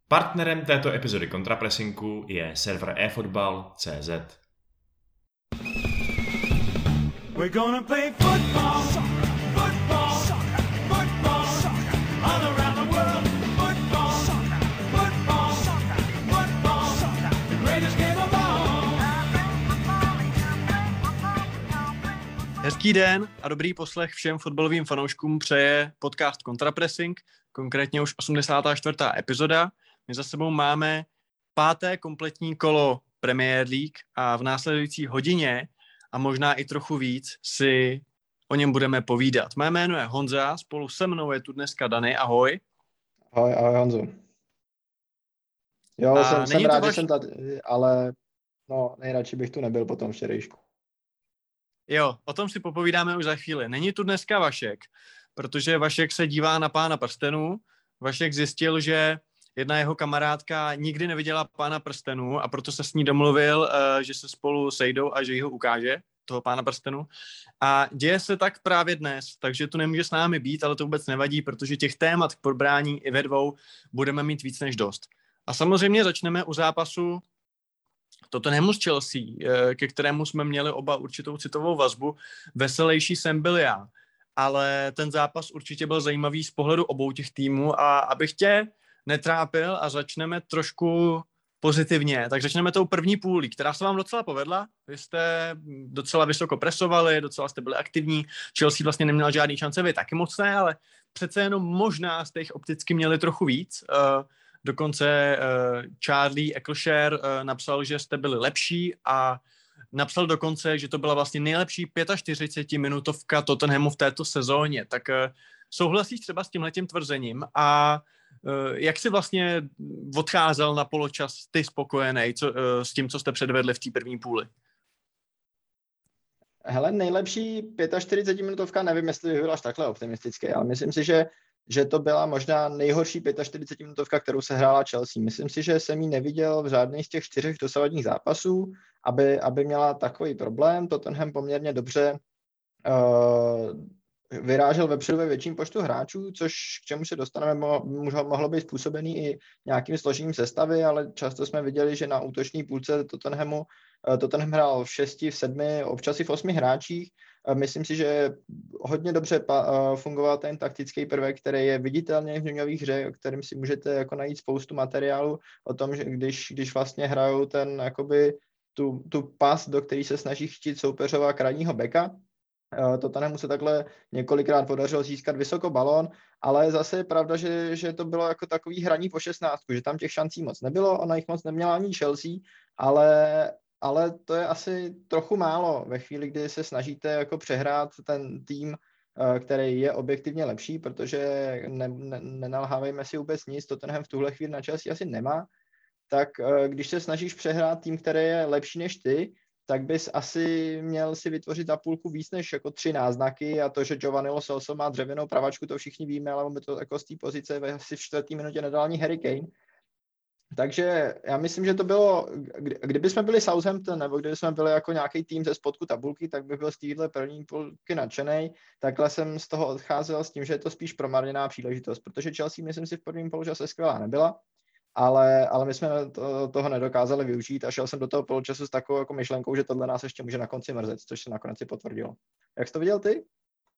Partnerem této epizody Kontrapresinku je server eFootball.cz. We're gonna play football, football, football, all around the world. Football, football, football, the greatest game of all. Hezký den a dobrý poslech všem fotbalovým fanouškům přeje podcast Kontrapressing, konkrétně už 84. epizoda. My za sebou máme 5. kompletní kolo Premier League a v následující hodině a možná i trochu víc si o něm budeme povídat. Mé jméno je Honza, spolu se mnou je tu dneska Dany. Ahoj. Ahoj Honzo. Jo, jsem rád, že jsem tady, ale nejradši bych tu nebyl po tom včerejšku. Jo, o tom si popovídáme už za chvíli. Není tu dneska Vašek, protože Vašek se dívá na Pána prstenů. Vašek zjistil, že jedna jeho kamarádka nikdy neviděla Pána prstenů a proto se s ní domluvil, že se spolu sejdou a že jí ho ukáže, toho Pána prstenů. A děje se tak právě dnes, takže tu nemůže s námi být, ale to vůbec nevadí, protože těch témat k probrání i ve dvou budeme mít víc než dost. A samozřejmě začneme u zápasu Tottenhamu s Chelsea, ke kterému jsme měli oba určitou citovou vazbu. Veselější jsem byl já, ale ten zápas určitě byl zajímavý z pohledu obou těch týmů a abych tě netrápil a začneme trošku pozitivně, tak začneme tou první půlí, která se vám docela povedla. Vy jste docela vysoko presovali, docela jste byli aktivní, Chelsea vlastně neměla žádný šance, vy taky moc ne, ale přece jenom možná jste jich opticky měli trochu víc. Dokonce Charlie Eccleshare napsal, že jste byli lepší a napsal dokonce, že to byla vlastně nejlepší 45-minutovka Tottenhamu v této sezóně. Tak souhlasíš třeba s tímhletím tvrzením a jak jsi vlastně odcházel na poločas ty spokojenej s tím, co jste předvedli v té první půli? Hele, nejlepší 45-minutovka, nevím, jestli by byl až takhle optimistický, ale myslím si, že to byla možná nejhorší 45-minutovka, kterou se hrála Chelsea. Myslím si, že jsem ji neviděl v žádných z těch 4 dosavadních zápasů, aby měla takový problém. Tottenham poměrně dobře vyrážel vepředu ve větším počtu hráčů, což k čemu se dostaneme, mohlo být způsobený i nějakým složením sestavy, ale často jsme viděli, že na útoční půlce Tottenham hrál v 6, v 7, občas i v 8 hráčích. Myslím si, že hodně dobře fungoval ten taktický prvek, který je viditelně v juniorové hře, o kterém si můžete jako najít spoustu materiálu o tom, že když vlastně hrajou ten jakoby tu pas, do který se snaží chytit soupeřova krajního beka. Tottenhamu se takhle několikrát podařilo získat vysoko balón, ale zase je pravda, že to bylo jako takový hraní po 16, že tam těch šancí moc nebylo, ona jich moc neměla ani Chelsea, ale to je asi trochu málo ve chvíli, kdy se snažíte jako přehrát ten tým, který je objektivně lepší, protože nenalhávejme si vůbec nic, Tottenham v tuhle chvíli na Chelsea asi nemá, tak když se snažíš přehrát tým, který je lepší než ty, tak bys asi měl si vytvořit za půlku víc než jako 3 náznaky a to, že Giovanni Lo Celso má dřevěnou pravačku, to všichni víme, ale on by to jako z té pozice asi v 4. minutě nedal ani Harry Kane. Takže já myslím, že to bylo, kdyby jsme byli Southampton, nebo kdyby jsme byli jako nějaký tým ze spodku tabulky, tak bych byl z téhle první půlky nadšenej. Takhle jsem z toho odcházel s tím, že je to spíš promarněná příležitost, protože Chelsea, myslím si, v prvním poločase skvělá nebyla, ale my jsme toho nedokázali využít a šel jsem do toho poločasu s takovou jako myšlenkou, že tohle nás ještě může na konci mrzet, což se nakonec i potvrdilo. Jak jsi to viděl ty?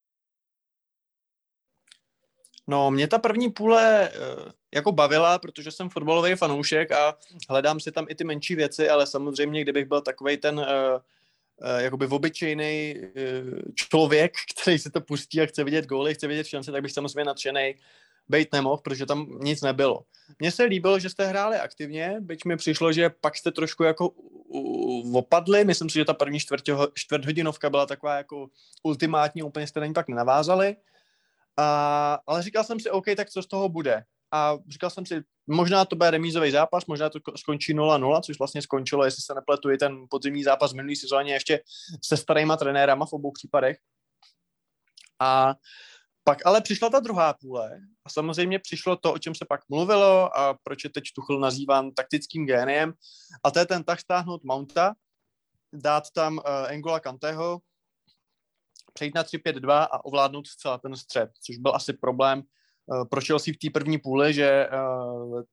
No, mě ta první půle jako bavila, protože jsem fotbalový fanoušek a hledám si tam i ty menší věci, ale samozřejmě, kdybych byl takovej ten jakoby obyčejný člověk, který si to pustí a chce vidět góly, chce vidět šance, tak bych samozřejmě nadšenej bejt nemohl, protože tam nic nebylo. Mně se líbilo, že jste hráli aktivně, byť mi přišlo, že pak jste trošku jako opadli, myslím si, že ta první čtvrthodinovka byla taková jako ultimátní, úplně jste na ní pak nenavázali, ale říkal jsem si, OK, tak co z toho bude? A říkal jsem si, možná to bude remízový zápas, možná to skončí 0-0, což vlastně skončilo, jestli se nepletu, i ten podzimní zápas v minulý sezóně ještě se starýma trenérama v obou případech. A pak ale přišla ta druhá půle a samozřejmě přišlo to, o čem se pak mluvilo a proč je teď Tuchel nazýván taktickým géniem, a to je ten tah stáhnout Mounta, dát tam N'Gola Kanteho, přejít na 3-5-2 a ovládnout celý ten střed, což byl asi problém pro Chelsea v té první půli, že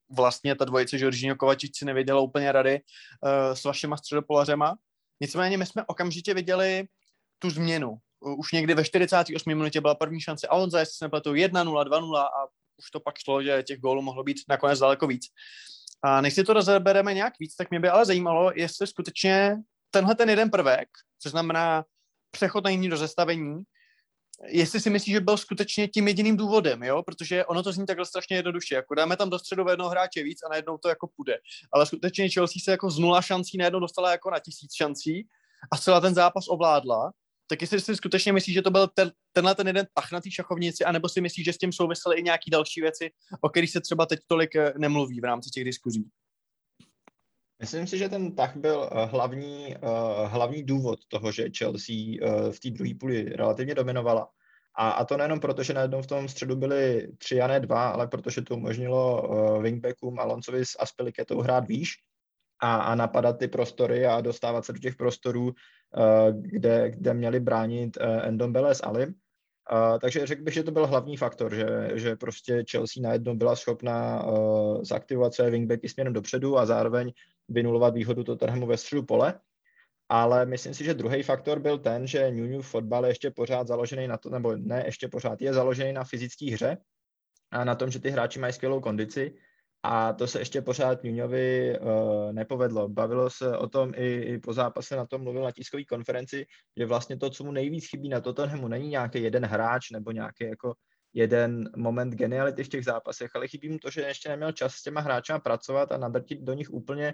vlastně ta dvojice Jorginho Kovačič si nevěděla úplně rady s vašima středopolařema. Nicméně my jsme okamžitě viděli tu změnu. Už někdy ve 48. minutě byla první šance Alonza, jestli se nepletu 1-0, 2-0 a už to pak šlo, že těch gólů mohlo být nakonec daleko víc. A než si to rozebereme nějak víc, tak mě by ale zajímalo, jestli skutečně tenhle ten jeden prvek, což znamená přechod na jiný rozestavení, jestli si myslíš, že byl skutečně tím jediným důvodem, jo? Protože ono to zní takhle strašně jednoduše, jako dáme tam do středu jednoho hráče víc a najednou to jako půjde. Ale skutečně Chelsea se jako z 0 šancí najednou dostala jako na 1000 šancí a celá ten zápas ovládla. Tak jestli si skutečně myslíš, že to byl tenhle ten jeden tah na té šachovnici, anebo si myslíš, že s tím souvisely i nějaký další věci, o kterých se třeba teď tolik nemluví v rámci těch diskuzí? Myslím si, že ten tah byl hlavní důvod toho, že Chelsea v té druhé půli relativně dominovala. A to nejenom proto, že najednou v tom středu byli 3 a ne 2, ale protože to umožnilo wingbackům Alonsovi s Azpilicuetou hrát výš a napadat ty prostory a dostávat se do těch prostorů, kde měli bránit Ndombele s Alim. Takže řekl bych, že to byl hlavní faktor, že prostě Chelsea najednou byla schopna zaktivovat své wingbacky směrem dopředu a zároveň vynulovat výhodu Tottenhamu ve středu pole. Ale myslím si, že druhý faktor byl ten, že Nunův fotbal je ještě pořád založený na to, nebo ne ještě pořád, je založený na fyzické hře a na tom, že ty hráči mají skvělou kondici. A to se ještě pořád Nunovi nepovedlo. Bavilo se o tom i po zápase, na tom mluvil na tiskové konferenci, že vlastně to, co mu nejvíc chybí na Tottenhamu, není nějaký jeden hráč nebo nějaký jako jeden moment geniality v těch zápasech, ale chybí mu to, že ještě neměl čas s těma hráčama pracovat a nadrtit do nich úplně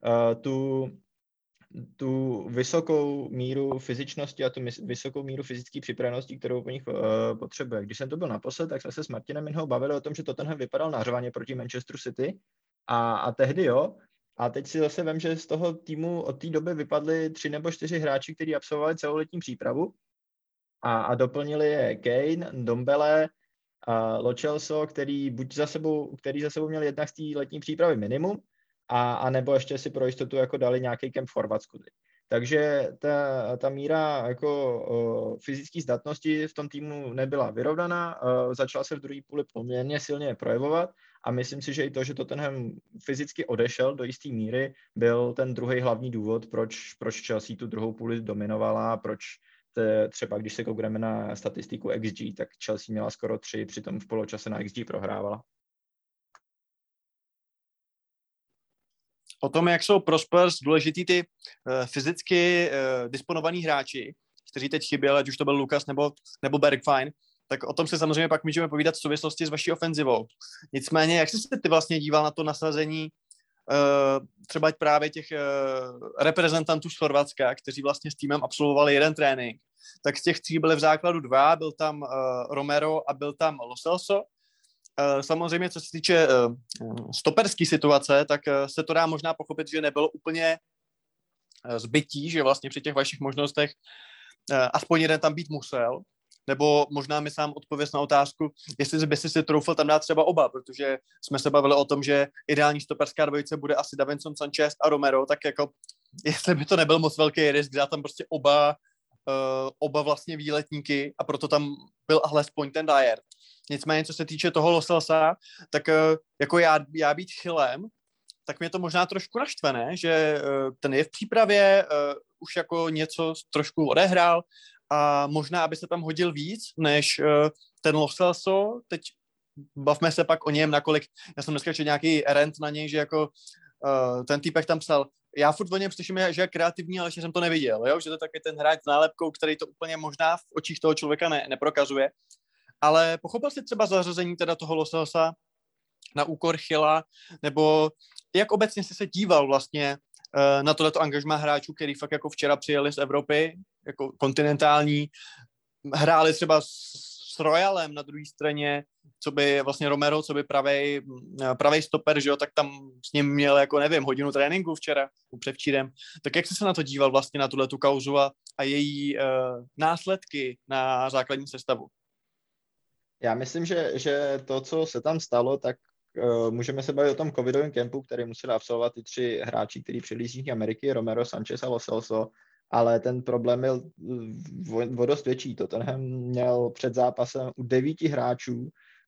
tu vysokou míru fyzičnosti a tu vysokou míru fyzické připravenosti, kterou po nich potřebuje. Když jsem to byl naposled, tak jsme se s Martinem Minhou bavili o tom, že Tottenham vypadal nařvaně proti Manchesteru City a tehdy jo. A teď si zase vem, že z toho týmu od té doby vypadli 3 nebo 4 hráči, kteří absolvovali celou letní přípravu a doplnili je Kane, Ndombele, Lo Celso, který za sebou měl jednak z té letní přípravy minimum, a nebo ještě si pro jistotu jako dali nějaký kemp v Chorvatsku. Takže ta míra jako fyzické zdatnosti v tom týmu nebyla vyrovnaná, začala se v druhé půli poměrně silně projevovat a myslím si, že i to, že Tottenham fyzicky odešel do jisté míry, byl ten druhý hlavní důvod, proč Chelsea tu druhou půli dominovala, proč třeba když se koukneme na statistiku XG, tak Chelsea měla skoro 3, přitom v poločase na XG prohrávala. O tom, jak jsou pro Spurs důležitý ty fyzicky disponovaní hráči, kteří teď chyběli, ať už to byl Lukas nebo Bergwijn, tak o tom se samozřejmě pak můžeme povídat v souvislosti s vaší ofenzivou. Nicméně, jak jsi se ty vlastně díval na to nasazení třeba právě těch reprezentantů z Chorvatska, kteří vlastně s týmem absolvovali jeden trénink, tak z těch 3 byly v základu 2, byl tam Romero a byl tam Lo Celso. Samozřejmě, co se týče stoperské situace, tak se to dá možná pochopit, že nebylo úplně zbytí, že vlastně při těch vašich možnostech aspoň jeden tam být musel, nebo možná mi sám odpověz na otázku, jestli by si troufl tam dát třeba oba, protože jsme se bavili o tom, že ideální stoperská dvojice bude asi Davinson Sanchez a Romero, tak jako jestli by to nebyl moc velký risk, dát tam prostě oba vlastně výletníky a proto tam byl alespoň ten Dyer. Nicméně, co se týče toho Lo Celsa, tak jako já být chylem, tak mě to možná trošku naštve, ne? Že ten je v přípravě, už jako něco trošku odehrál a možná, aby se tam hodil víc, než ten Lo Celso. Teď bavme se pak o něm, nakolik, já jsem dneska četl nějaký rant na něj, že jako ten týpek tam psal, já furt o něm slyším, že je kreativní, ale že jsem to neviděl, jo? Že to je taky ten hráč s nálepkou, který to úplně možná v očích toho člověka neprokazuje. Ale pochopil jsi třeba zařazení teda toho Lo Celsa na úkor Chyla, nebo jak obecně jsi se díval vlastně na tohleto angažmá hráčů, který fakt jako včera přijeli z Evropy, jako kontinentální, hráli třeba s Royalem na druhé straně, co by vlastně Romero, co by pravej stoper, že jo, tak tam s ním měl jako nevím, hodinu tréninku včera, předvčírem. Tak jak jsi se na to díval vlastně na tuhletu kauzu a její následky na základní sestavu? Já myslím, že to, co se tam stalo, tak můžeme se bavit o tom covidovém kempu, který museli absolvovat ty 3 hráči, kteří přijeli z Jižní Ameriky, Romero, Sanchez a Lo Celso, ale ten problém byl o dost větší. Tottenham měl před zápasem u 9 hráčů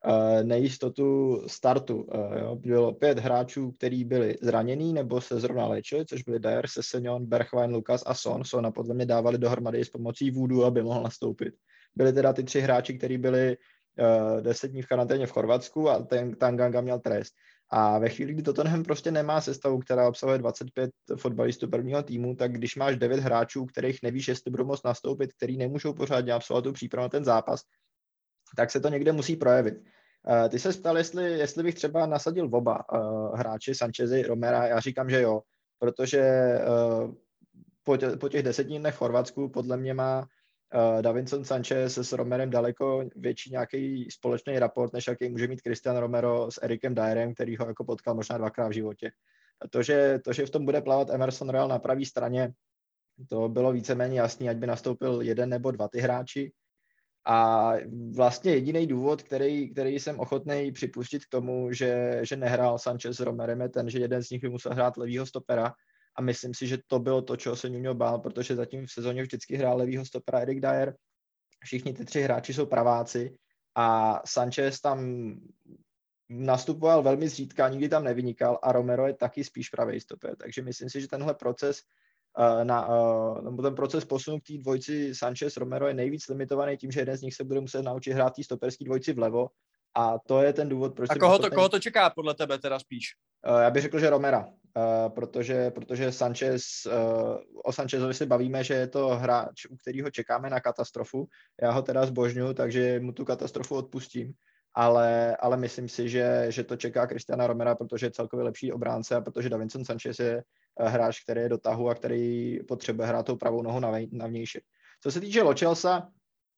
nejistotu startu. Jo. Bylo 5 hráčů, kteří byli zranění nebo se zrovna léčili, což byli Dyer, Sessegnon, Bergwijn, Lucas a Son. Sona podle mě dávali dohromady s pomocí Voodoo, aby mohl nastoupit. Byli teda ty 3 hráči, kteří byli 10 dní v karanténě v Chorvatsku a ten Tanganga měl trest. A ve chvíli, kdy Tottenham prostě nemá sestavu, která obsahuje 25 fotbalistů prvního týmu, tak když máš 9 hráčů, kterých nevíš, jestli budou moct nastoupit, který nemůžou pořádně absolvovat tu přípravu na ten zápas, tak se to někde musí projevit. Ty se ptal, jestli bych třeba nasadil oba hráči, Sanchezi, Romera, já říkám, že jo, protože po těch 10 dnech v Chorvatsku podle mě má Davinson Sanchez s Romerem daleko větší nějaký společný raport, než jaký může mít Cristian Romero s Erikem Dyerem, který ho jako potkal možná 2krát v životě. To, že v tom bude plavat Emerson Royal na pravé straně, to bylo víceméně jasný, ať by nastoupil 1 nebo 2 ty hráči. A vlastně jediný důvod, který jsem ochotný připustit k tomu, že nehrál Sanchez s Romerem, je ten, že jeden z nich by musel hrát levýho stopera. A myslím si, že to bylo to, čeho se Nuno bál, protože zatím v sezóně vždycky hrál levýho stopera Erik Dyer. Všichni ty 3 hráči jsou praváci a Sanchez tam nastupoval velmi zřídka, nikdy tam nevynikal a Romero je taky spíš pravý stoper. Takže myslím si, že tenhle proces ten proces posunu k té dvojici Sanchez-Romero je nejvíc limitovaný tím, že jeden z nich se bude muset naučit hrát té stoperský dvojici vlevo a to je ten důvod, proč... A koho to čeká podle tebe teda spíš? Já bych řekl, že Romera, protože Sanchez, o Sanchezovi se bavíme, že je to hráč, u kterého čekáme na katastrofu. Já ho teda zbožňuji, takže mu tu katastrofu odpustím. Ale myslím si, že to čeká Cristiana Romera, protože je celkově lepší obránce a protože Davinson Sanchez je hráč, který je do tahu a který potřebuje hrát tou pravou nohou na vnějšek. Co se týče Lo Celsa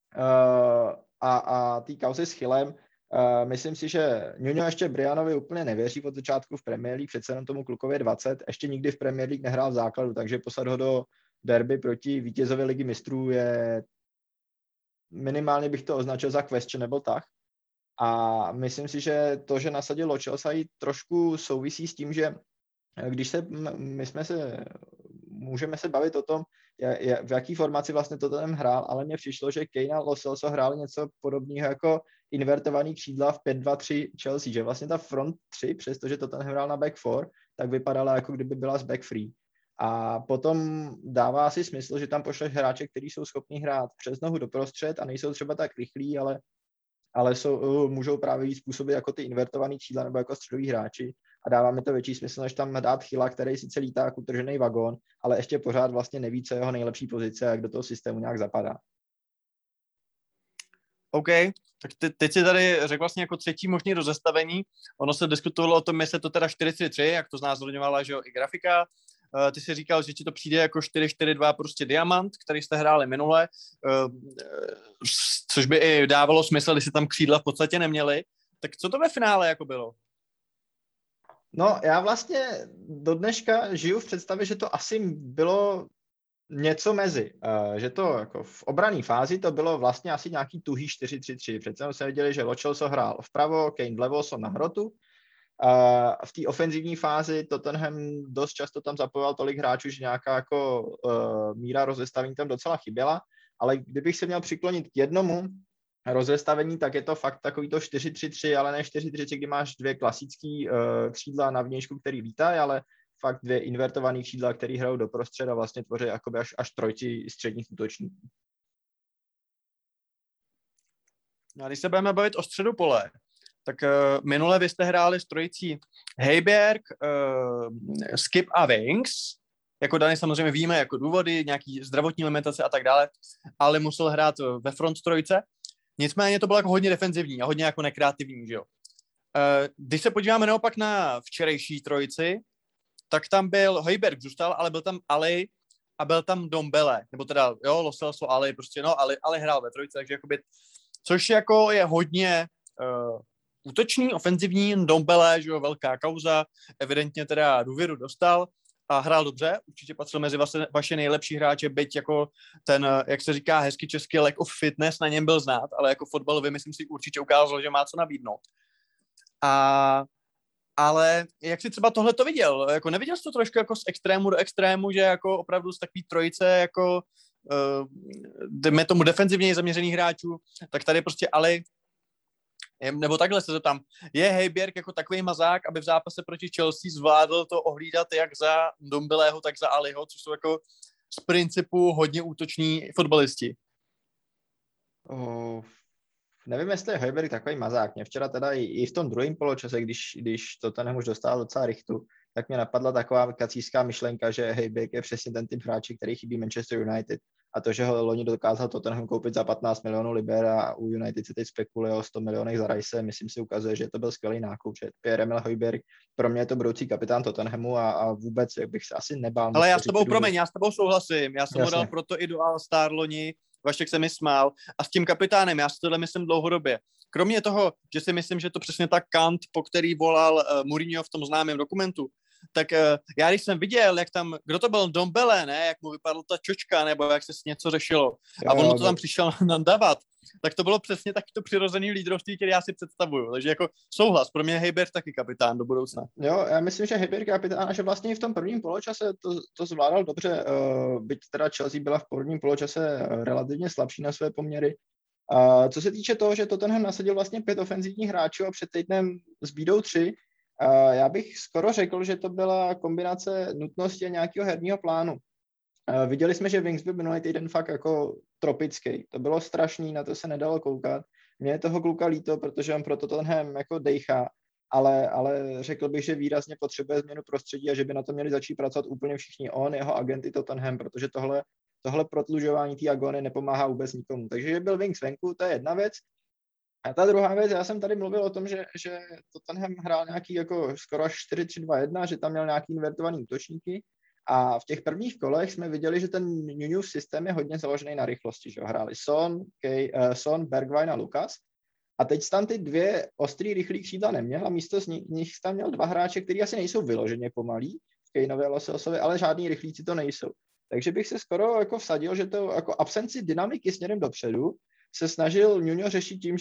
a té kauzy s Chilem, myslím si, že Nuno ještě Brianovi úplně nevěří od začátku v Premier League, přece jenom tomu klukově 20, ještě nikdy v Premier League nehrál v základu, takže poslat ho do derby proti vítězovi ligy mistrů je minimálně bych to označil za questionable tah. A myslím si, že to, že nasadil Lo Celsa, i trošku souvisí s tím, že můžeme se bavit o tom, v jaký formaci vlastně to ten hrál, ale mně přišlo, že Kane a Lo Celso hráli něco podobného jako invertovaný křídla v 5-2-3 Chelsea, že vlastně ta front 3, přestože to ten hrál na back 4, tak vypadala jako kdyby byla z back free. A potom dává asi smysl, že tam pošleš hráče, kteří jsou schopní hrát přes nohu doprostřed a nejsou třeba tak rychlí, ale můžou právě víc způsobit jako ty invertovaný křídla nebo jako středoví hráči a dává mi to větší smysl, než tam dát Chyla, který sice lítá jako utržený vagón, ale ještě pořád vlastně neví, co je jeho nejlepší pozice a jak do toho systému nějak zapadá. OK, tak teď si tady řekl vlastně jako třetí možný rozestavení. Ono se diskutovalo o tom, jestli to teda 4-3-3, jak to znázorňovala, že jo, i grafika. Ty si říkal, že ti to přijde jako 4-4-2 prostě diamant, který jste hráli minule, což by i dávalo smysl, když si tam křídla v podstatě neměli. Tak co to ve finále jako bylo? No, já vlastně do dneška žiju v představě, že to asi bylo něco mezi. Že to jako v obranné fázi to bylo vlastně asi nějaký tuhý 4-3-3. Přece jsme viděli, že Lo Celso hrál vpravo, Kane vlevo, Son na hrotu. V té ofenzivní fázi Tottenham dost často tam zapojoval tolik hráčů, že nějaká jako míra rozestavení tam docela chyběla, ale kdybych se měl přiklonit k jednomu rozestavení, tak je to fakt takový to 4-3-3, ale ne 4-3-3, kdy máš 2 klasický křídla na vnějšku, který lítají, ale fakt 2 invertovaný křídla, který hrajou doprostřed a vlastně tvoří jakoby až trojci středních útočníků. A když se budeme bavit o středu pole, tak minule vy jste hráli s trojicí Højbjerg, Skip a Winks. Jako Dani samozřejmě víme, jako důvody, nějaký zdravotní limitace a tak dále, ale musel hrát ve front trojce. Nicméně to bylo jako hodně defenzivní a hodně jako nekreativní, že jo. Když se podíváme naopak na včerejší trojici, tak tam byl Højbjerg zůstal, ale byl tam Ali a byl tam Dombele, nebo teda, jo, Lo Celso, Ali, prostě, no, Ali hrál ve trojice, takže jakoby, což jako je hodně útočný, ofenzivní, Dombele, že jo, velká kauza, evidentně teda důvěru dostal a hrál dobře, určitě patřil mezi vaše nejlepší hráče, byť jako ten, jak se říká hezky česky, lack of fitness na něm byl znát, ale jako fotbalově myslím si určitě ukázal, že má co nabídnout. Ale jak jsi třeba tohle to viděl? Jako neviděl jsi to trošku jako z extrému do extrému, že jako opravdu z takový trojice jako jdeme tomu defenzivněji zaměřených hráčů, tak tady prostě Ali Nebo takhle se zeptám, je Højbjerg jako takový mazák, aby v zápase proti Chelsea zvládl to ohlídat jak za Ndombeleho, tak za Aliho, což jsou jako z principu hodně útoční fotbalisti? Nevím, jestli je Højbjerg takový mazák. Mě včera teda i v tom druhém poločase, když to ten už dostal docela rychtu, tak mě napadla taková kacířská myšlenka, že Højbjerg je přesně ten typ hráče, který chybí Manchester United. A to, že ho loni dokázal Tottenham koupit za 15 milionů liber a u United se teď spekuluje o 100 milionech za Rice, myslím si ukazuje, že to byl skvělý nákup. Pierre-Emile Højbjerg pro mě je to budoucí kapitán Tottenhamu a vůbec jak bych se asi nebál. Ale já s tebou souhlasím. Já jsem ho dal proto i do All-Star loni. Vašek se mi smál. A s tím kapitánem, já si tohle myslím dlouhodobě. Kromě toho, že si myslím, že to přesně tak kant, po který volal Mourinho v tom známém dokumentu, tak já když jsem viděl, jak tam, kdo to byl, Ndombele, ne, jak mu vypadla ta čočka, nebo jak se s něco řešilo, a on mu to tam přišel nadávat, tak to bylo přesně takto přirozený lídrovství, který já si představuju. Takže jako souhlas, pro mě je Højbjerg taky kapitán do budoucna. Jo, já myslím, že Højbjerg je kapitán a že vlastně i v tom prvním poločase to zvládal dobře, byť teda Chelsea byla v prvním poločase relativně slabší na své poměry. Co se týče toho, že Tottenham nasadil vlastně 5 ofenzivních hráčů a před týdnem s bídou 3, já bych skoro řekl, že to byla kombinace nutnosti a nějakého herního plánu. Viděli jsme, že Wings byl minulý týden fakt jako tropický. To bylo strašný, na to se nedalo koukat. Mně je toho kluka líto, protože on pro Tottenham jako dejchá, ale řekl bych, že výrazně potřebuje změnu prostředí a že by na to měli začít pracovat úplně všichni, on, jeho agenty Tottenham, protože tohle prodlužování té agony nepomáhá vůbec nikomu. Takže že byl Wings venku, to je jedna věc. A ta druhá věc, já jsem tady mluvil o tom, že Tottenham hrál nějaký jako skoro až 4-3-2-1, že tam měl nějaký invertovaný útočníky a v těch prvních kolech jsme viděli, že ten Nunův systém je hodně založený na rychlosti, že hráli Son, Bergwijn a Lucas a teď tam ty 2 ostrý rychlý křídla neměl a místo z nich tam měl 2 hráče, kteří asi nejsou vyloženě pomalí, Kaneovi a Lo Celsovi, ale žádný rychlíci to nejsou. Takže bych se skoro jako vsadil, že to jako absenci dynamiky směrem dopředu se snažil Nuno řešit tím,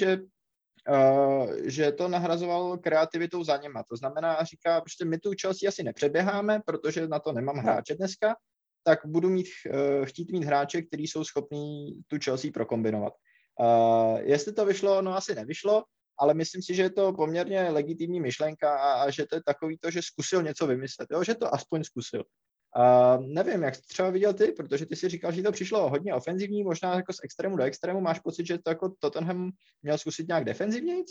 že to nahrazoval kreativitou za něma. To znamená, říká, prostě my tu Chelsea asi nepřeběháme, protože na to nemám hráče dneska, tak budu chtít mít hráče, kteří jsou schopní tu Chelsea prokombinovat. Jestli to vyšlo, no asi nevyšlo, ale myslím si, že je to poměrně legitimní myšlenka a že to je takový to, že zkusil něco vymyslet, jo? Že to aspoň zkusil. Nevím, jak jsi třeba viděl ty, protože ty si říkal, že to přišlo hodně ofenzivní, možná jako z extrému do extrému. Máš pocit, že to jako Tottenham měl zkusit nějak defenzivnějc?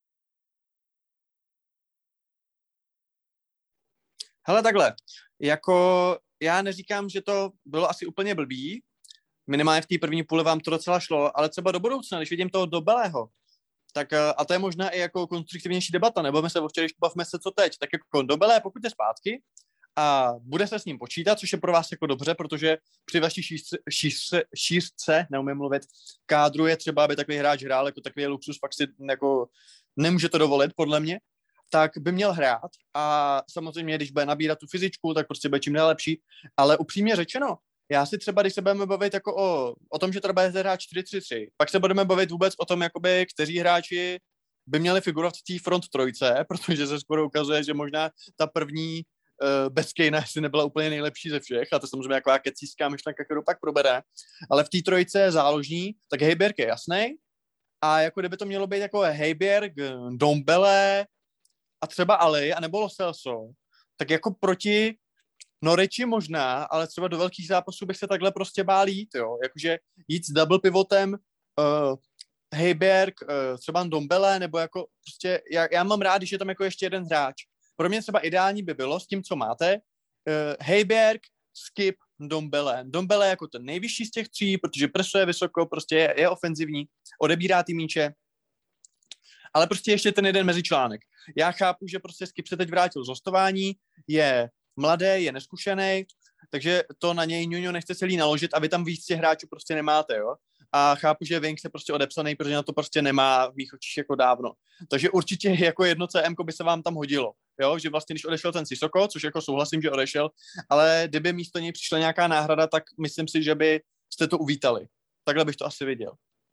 Hele, takhle, jako já neříkám, že to bylo asi úplně blbý, minimálně v té první půli vám to docela šlo, ale třeba do budoucna, když vidím toho Ndombeleho, tak a to je možná i jako konstruktivnější debata, nebavme se o včerejšku, bavme se co teď, tak jako Ndombele, pokud je zpátky, a bude se s ním počítat, což je pro vás jako dobře, protože při vaší šířce, neumím mluvit, kádru je třeba, aby takový hráč hrál, jako takový luxus, fakt si jako nemůže to dovolit, podle mě, tak by měl hrát a samozřejmě, když bude nabírat tu fyzičku, tak prostě bude čím nejlepší, ale upřímně řečeno, já si třeba, když se budeme bavit jako o tom, že třeba bude hrát 4-3-3, pak se budeme bavit vůbec o tom, jakoby, kteří hráči by měli figurovat v té front trojce, protože se skoro ukazuje, že možná ta první bez Kanea si nebyla úplně nejlepší ze všech a to samozřejmě jako kecíská myšlenka, kterou pak probere, ale v té trojice je záložní, tak Højbjerg je jasný a jako kdyby to mělo být jako Højbjerg, Ndombele a třeba Ali, anebo Lo Celso, tak jako proti Norwichi možná, ale třeba do velkých zápasů bych se takhle prostě bál jít, jo, jakože jít s double pivotem Højbjerg, třeba Ndombele, nebo jako prostě, já mám rád, když je tam jako ještě jeden hráč. Pro mě třeba ideální by bylo s tím, co máte, Højbjerg, Skip, Ndombele. Ndombele jako ten nejvyšší z těch 3, protože presuje vysoko, prostě je ofenzivní, odebírá ty míče, ale prostě ještě ten jeden mezičlánek. Já chápu, že prostě Skip se teď vrátil z hostování, je mladý, je neskušený, takže to na něj Nuno nechce celý naložit a vy tam víc těch hráčů prostě nemáte, jo. A chápu, že Wings je prostě odepsaný, protože na to prostě nemá v mých očích jako dávno. Takže určitě jako jedno CM by se vám tam hodilo, jo, že vlastně když odešel ten Sissoko, což jako souhlasím, že odešel, ale kdyby místo něj přišla nějaká náhrada, tak myslím si, že byste to uvítali. Takhle bych to asi viděl.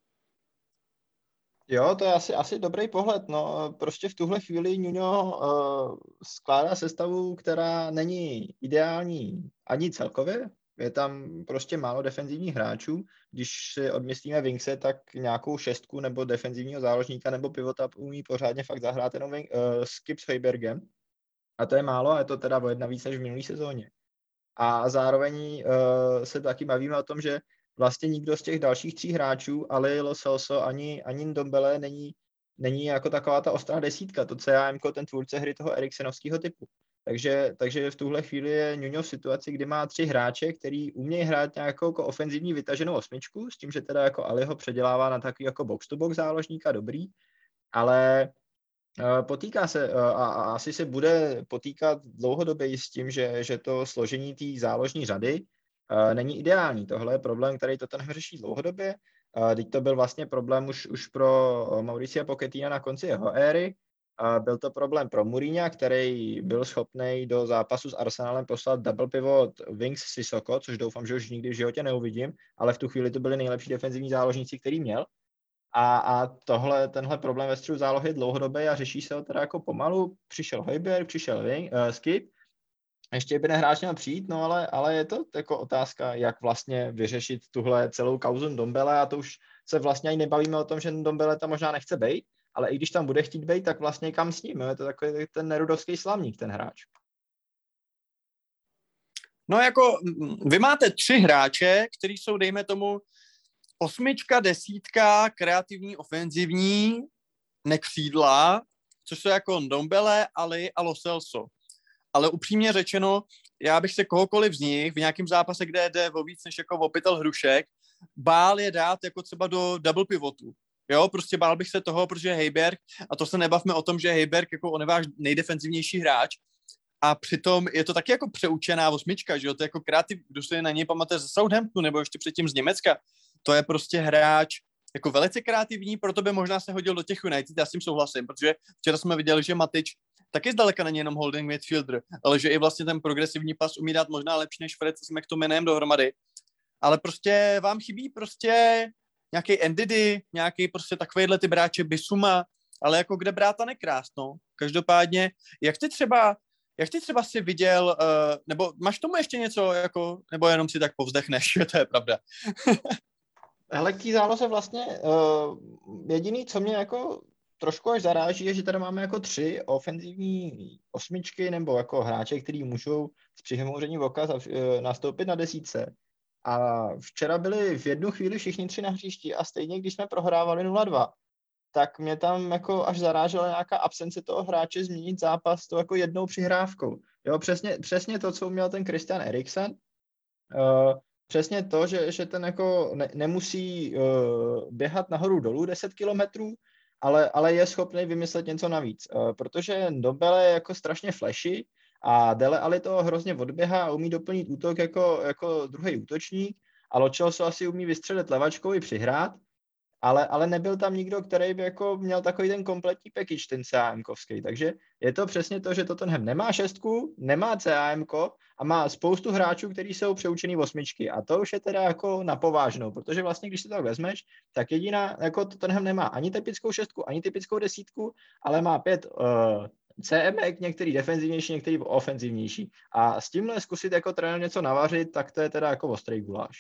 Jo, to je asi dobrý pohled. No, prostě v tuhle chvíli Nuno skládá sestavu, která není ideální ani celkově. je tam prostě málo defenzivních hráčů. Když si odmyslíme wingse, tak nějakou šestku nebo defenzivního záložníka nebo pivota umí pořádně fakt zahrát jenom Skip s Højbjergem. A to je málo, a je to teda o jedna víc než v minulý sezóně. A zároveň se taky bavíme o tom, že vlastně nikdo z těch dalších 3 hráčů, Ali, Lo Celso, ani Ndombele není jako taková ta ostrá desítka, to CAM, ten tvůrce hry toho Eriksenovského typu. Takže v tuhle chvíli je Nuno v situaci, kdy má 3 hráče, který umějí hrát nějakou jako ofenzivní vytaženou osmičku, s tím, že teda jako Ali ho předělává na takový jako box-to-box záložníka, dobrý, ale potýká se a asi se bude potýkat dlouhodobě s tím, že to složení té záložní řady není ideální. Tohle je problém, který Tottenham řeší dlouhodobě. Teď to byl vlastně problém už pro Mauricia Pochettina na konci jeho éry. Byl to problém pro Mourinha, který byl schopný do zápasu s Arsenalem poslat double pivot Wings Sissoko, což doufám, že už nikdy v životě neuvidím, ale v tu chvíli to byli nejlepší defenzivní záložníci, který měl. A tenhle problém ve středu zálohy je dlouhodobý a řeší se ho teda jako pomalu. Přišel Højbjerg, přišel Skip, ještě by hráč měl přijít, no ale je to jako otázka, jak vlastně vyřešit tuhle celou kauzu Ndombele, a to už se vlastně ani nebavíme o tom, že Ndombele tam možná nechce bejt, ale i když tam bude chtít bejt, tak vlastně kam s ním, je to takový ten nerudovský slavník, ten hráč. No jako vy máte 3 hráče, kteří jsou, dejme tomu, 8, 10, kreativní, ofenzivní, nekřídla, což jsou jako Ndombele, Ali a Lo Celso. Ale upřímně řečeno, já bych se kohokoliv z nich v nějakém zápase, kde jde o víc než jako o pytel hrušek, bál je dát jako třeba do double pivotu. Jo, prostě bál bych se toho, protože Højbjerg, a to se nebavme o tom, že Højbjerg jako on je váš nejdefenzivnější hráč, a přitom je to taky jako přeučená osmička, že jo, to je jako kreativ, kdo se na něj pamatuje ze Southamptonu nebo ještě předtím z Německa, to je prostě hráč jako velice kreativní, proto by možná se hodil do těch United, já s tím souhlasím, protože včera jsme viděli, že Matič taky zdaleka není jenom holding midfielder, ale že i vlastně ten progresivní pas umí dát možná lepší než Fred s McTominajem dohromady, ale prostě vám chybí prostě nějaký Ndidi, nějaký prostě takovejhle ty bráče Bissouma, ale jako kde brát a nekrást, no. Každopádně, jak ty třeba si viděl, nebo máš tomu ještě něco, jako, nebo jenom si tak povzdechneš, že to je pravda. Hele, k té záloze vlastně jediný, co mě jako trošku až zaráží, je, že tady máme jako 3 ofenzivní osmičky nebo jako hráče, který můžou s přihmouřením oka nastoupit na desítce. A včera byli v jednu chvíli všichni 3 na hřišti a stejně, když jsme prohrávali 0-2, tak mě tam jako až zarážela nějaká absence toho hráče změnit zápas to jako jednou přihrávkou. Jo, přesně to, co měl ten Christian Eriksen. Přesně to, že ten jako nemusí běhat nahoru dolů 10 kilometrů, ale je schopný vymyslet něco navíc. Protože Ndombele je jako strašně flashy a Dele Alli to hrozně odběhá a umí doplnit útok jako druhý útočník a Lo Celso asi umí vystřelit levačkou i přihrát, ale nebyl tam nikdo, který by jako měl takový ten kompletní package, ten CAM-kovský. Takže je to přesně to, že Tottenham nemá šestku, nemá CAM-ko a má spoustu hráčů, kteří jsou přeučený osmičky. A to už je teda jako na povážnou, protože vlastně, když si to tak vezmeš, tak jediná, jako Tottenham nemá ani typickou šestku, ani typickou desítku, ale má 5 CM, některý defenzivnější, některý ofenzivnější. A s tímhle zkusit jako trenér něco navařit, tak to je teda jako ostrý guláš.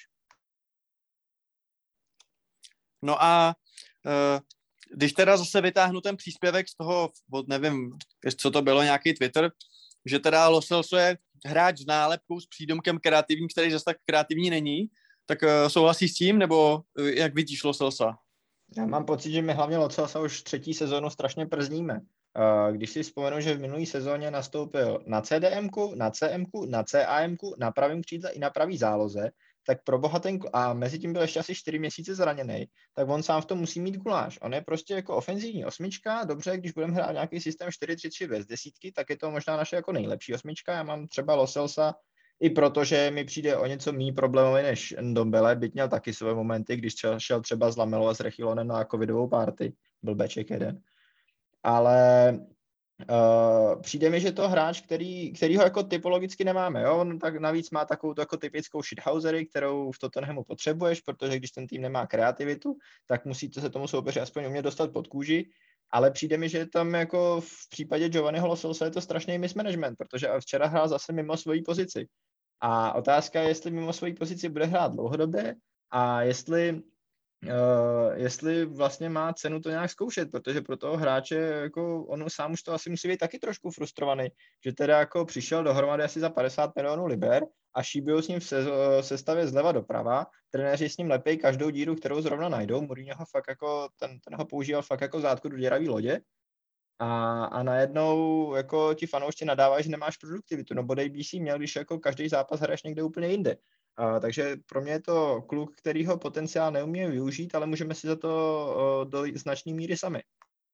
No a když teda zase vytáhnu ten příspěvek z toho, nevím, co to bylo, nějaký Twitter, že teda Lo Celso je hráč s nálepkou s přídomkem kreativní, který zase tak kreativní není, tak souhlasí s tím, nebo jak vidíš Lo Celsa? Já mám pocit, že my hlavně Lo Celsa už 3. sezónu strašně przníme. Když si vzpomenu, že v minulý sezóně nastoupil na CDMku, na CMku, na CAMku, na pravém křídle i na pravý záloze, tak pro boha a mezi tím byl ještě asi 4 měsíce zraněný, tak on sám v tom musí mít guláš. On je prostě jako ofenzivní osmička, dobře, když budeme hrát nějaký systém 4-3-3 bez desítky, tak je to možná naše jako nejlepší osmička. Já mám třeba Lo Celsa, i protože mi přijde o něco méně problémový než Ndombele, byť měl taky své momenty, když šel třeba s Lamelo a s Rechilonem na covidovou party, byl beček jeden. Ale přijde mi, že to hráč, který ho jako typologicky nemáme, jo? On tak navíc má takovou jako typickou shithousery, kterou v Tottenhamu potřebuješ, protože když ten tým nemá kreativitu, tak musíte se tomu soupeři aspoň umět dostat pod kůži, ale přijde mi, že tam jako v případě Giovanniho Lo Celsa je to strašný mismanagement, protože včera hrál zase mimo svoji pozici. A otázka je, jestli mimo svoji pozici bude hrát dlouhodobě a jestli vlastně má cenu to nějak zkoušet, protože pro toho hráče, jako on sám už to asi musí být taky trošku frustrovaný, že teda jako přišel dohromady asi za 50 milionů liber a šíbijou s ním v sestavě zleva doprava, trenéři s ním lepej každou díru, kterou zrovna najdou, Mourinho ho fakt jako, ten ho používal fakt jako zátku do děravý lodě a najednou jako ti fanoušci nadávají, že nemáš produktivitu, no bodej by si měl, když jako každý zápas hraješ někde úplně jinde. Takže pro mě je to kluk, kterýho potenciál neumí využít, ale můžeme si za to do značné míry sami.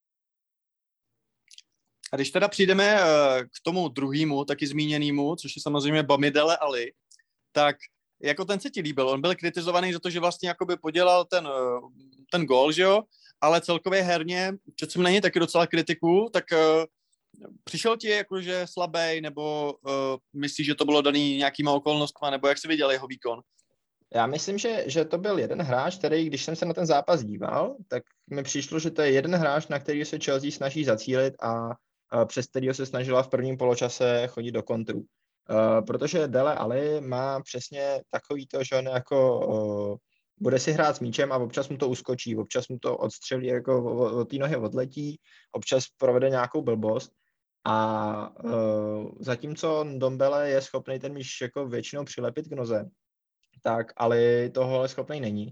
A když teda přijdeme k tomu druhému, taky zmíněnému, což je samozřejmě Bamidele Ali, tak jako ten se ti líbil. On byl kritizovaný za to, že vlastně jakoby podělal ten gól, že jo? Ale celkově herně, četl jsem na něj taky docela kritiku, tak přišel ti jakože slabý, nebo myslíš, že to bylo daný nějakýma okolnostma, nebo jak jsi viděl jeho výkon? Já myslím, že to byl jeden hráč, který, když jsem se na ten zápas díval, tak mi přišlo, že to je jeden hráč, na který se Chelsea snaží zacílit a přes kterýho se snažila v prvním poločase chodit do kontru. Protože Dele Alli má přesně takový to, že on jako bude si hrát s míčem a občas mu to uskočí, občas mu to odstřelí, jako od té nohy odletí, občas provede nějakou blbost. A zatímco Ndombele je schopný ten míč jako většinou přilepit k noze, tak Ali tohle schopný není.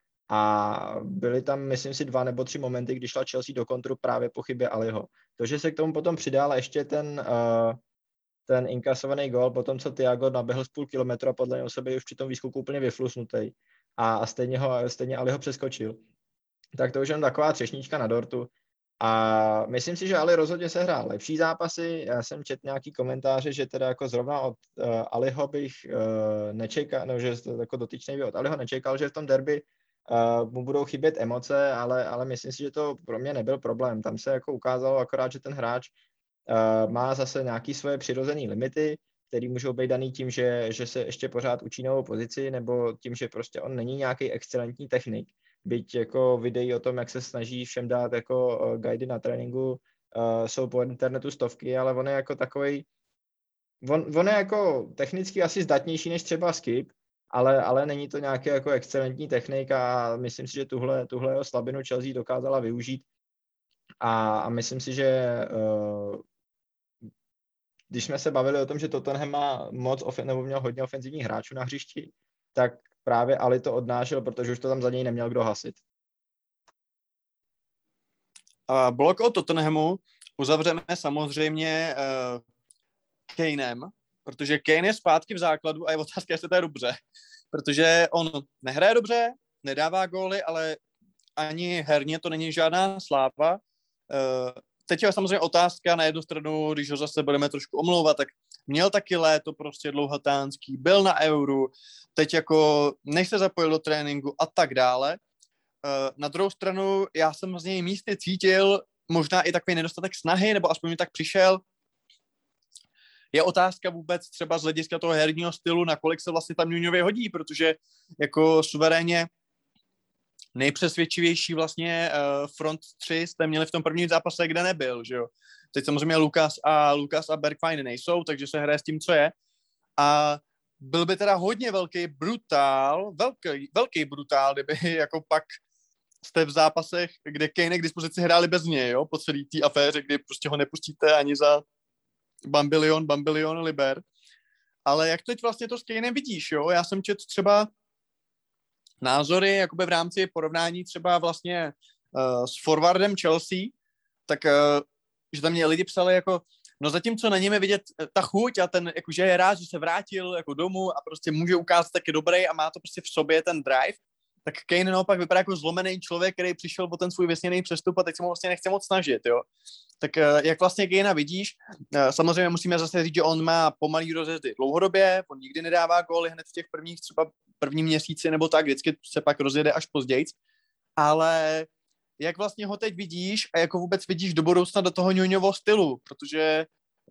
A byly tam, myslím si, 2 nebo 3 momenty, kdy šla Chelsea do kontru právě po chybě Aliho. To, že se k tomu potom přidal ještě ten inkasovaný gól, potom co Thiago naběhl z půl kilometru a podle něho se byl už při tom výskoku úplně vyflusnutý a stejně Ali ho přeskočil. Tak to už je taková třešnička na dortu. A myslím si, že Ali rozhodně se hrál lepší zápasy. Já jsem četl nějaký komentáře, že teda jako zrovna od Aliho bych nečekal, no, že jako dotyčnej by od Aliho nečekal, že v tom derby mu budou chybět emoce, ale myslím si, že to pro mě nebyl problém. Tam se jako ukázalo akorát, že ten hráč má zase nějaké svoje přirozené limity, které můžou být daný tím, že se ještě pořád učí novou pozici, nebo tím, že prostě on není nějaký excelentní technik. Byť jako videí o tom, jak se snaží všem dát jako guidy na tréninku, jsou po internetu stovky, ale on je jako takovej, on je jako technicky asi zdatnější než třeba Skip, ale není to nějaký jako excelentní technik a myslím si, že tuhle jeho slabinu Chelsea dokázala využít a myslím si, že když jsme se bavili o tom, že Tottenham má nebo měl hodně ofenzivních hráčů na hřišti, tak právě Ali to odnášel, protože už to tam za něj neměl kdo hasit. Blok o Tottenhamu uzavřeme samozřejmě Kanem, protože Kane je zpátky v základu a je otázka, jestli to je dobře. Protože on nehraje dobře, nedává góly, ale ani herně to není žádná sláva. Teď je samozřejmě otázka na jednu stranu, když ho zase budeme trošku omlouvat, tak měl taky léto prostě dlouhatánský, byl na Euru, teď jako než se zapojil do tréninku a tak dále. Na druhou stranu já jsem z něj místy cítil možná i takový nedostatek snahy, nebo aspoň mi tak přišel. Je otázka vůbec třeba z hlediska toho herního stylu, nakolik se vlastně tam Nuňově hodí, protože jako suverénně nejpřesvědčivější vlastně front 3 jste měli v tom prvním zápase, kde nebyl, že jo. Teď samozřejmě Lukas a Bergwijn nejsou, takže se hraje s tím, co je. A byl by teda hodně velký brutál, kdyby jako pak jste v zápasech, kde Kane k dispozici hráli bez něj, jo, po celý té aféře, kdy prostě ho nepustíte ani za bambilion liber. Ale jak teď vlastně to s Kanem vidíš, jo? Já jsem četl třeba názory jakoby v rámci porovnání třeba vlastně s forwardem Chelsea, tak že tam mě lidi psali jako, no zatímco na něm je vidět ta chuť a ten, jakože je rád, že se vrátil jako domů a prostě může ukázat taky dobrý a má to prostě v sobě ten drive, tak Kane naopak vypadá jako zlomený člověk, který přišel o ten svůj vysněný přestup a teď se mu vlastně nechce moc snažit, jo. Tak jak vlastně Kanea vidíš, samozřejmě musíme zase říct, že on má pomalý rozjezdy dlouhodobě, on nikdy nedává góly hned v těch prvních třeba první měsíci nebo tak, vždycky se pak rozjede až později, ale jak vlastně ho teď vidíš a jako vůbec vidíš do budoucna do toho Nuňovo stylu, protože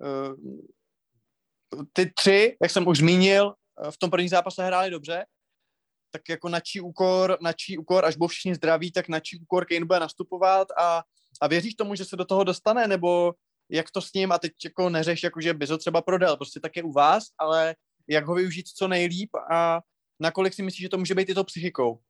ty 3, jak jsem už zmínil, v tom prvním zápase hráli dobře, tak jako na čí úkor, až budou všichni zdraví, tak na čí úkor Kane bude nastupovat a věříš tomu, že se do toho dostane, nebo jak to s ním, a teď jako neřeš, jako že bys ho třeba prodal, prostě tak je u vás, ale jak ho využít co nejlíp a nakolik si myslíš, že to může být i to psychikou?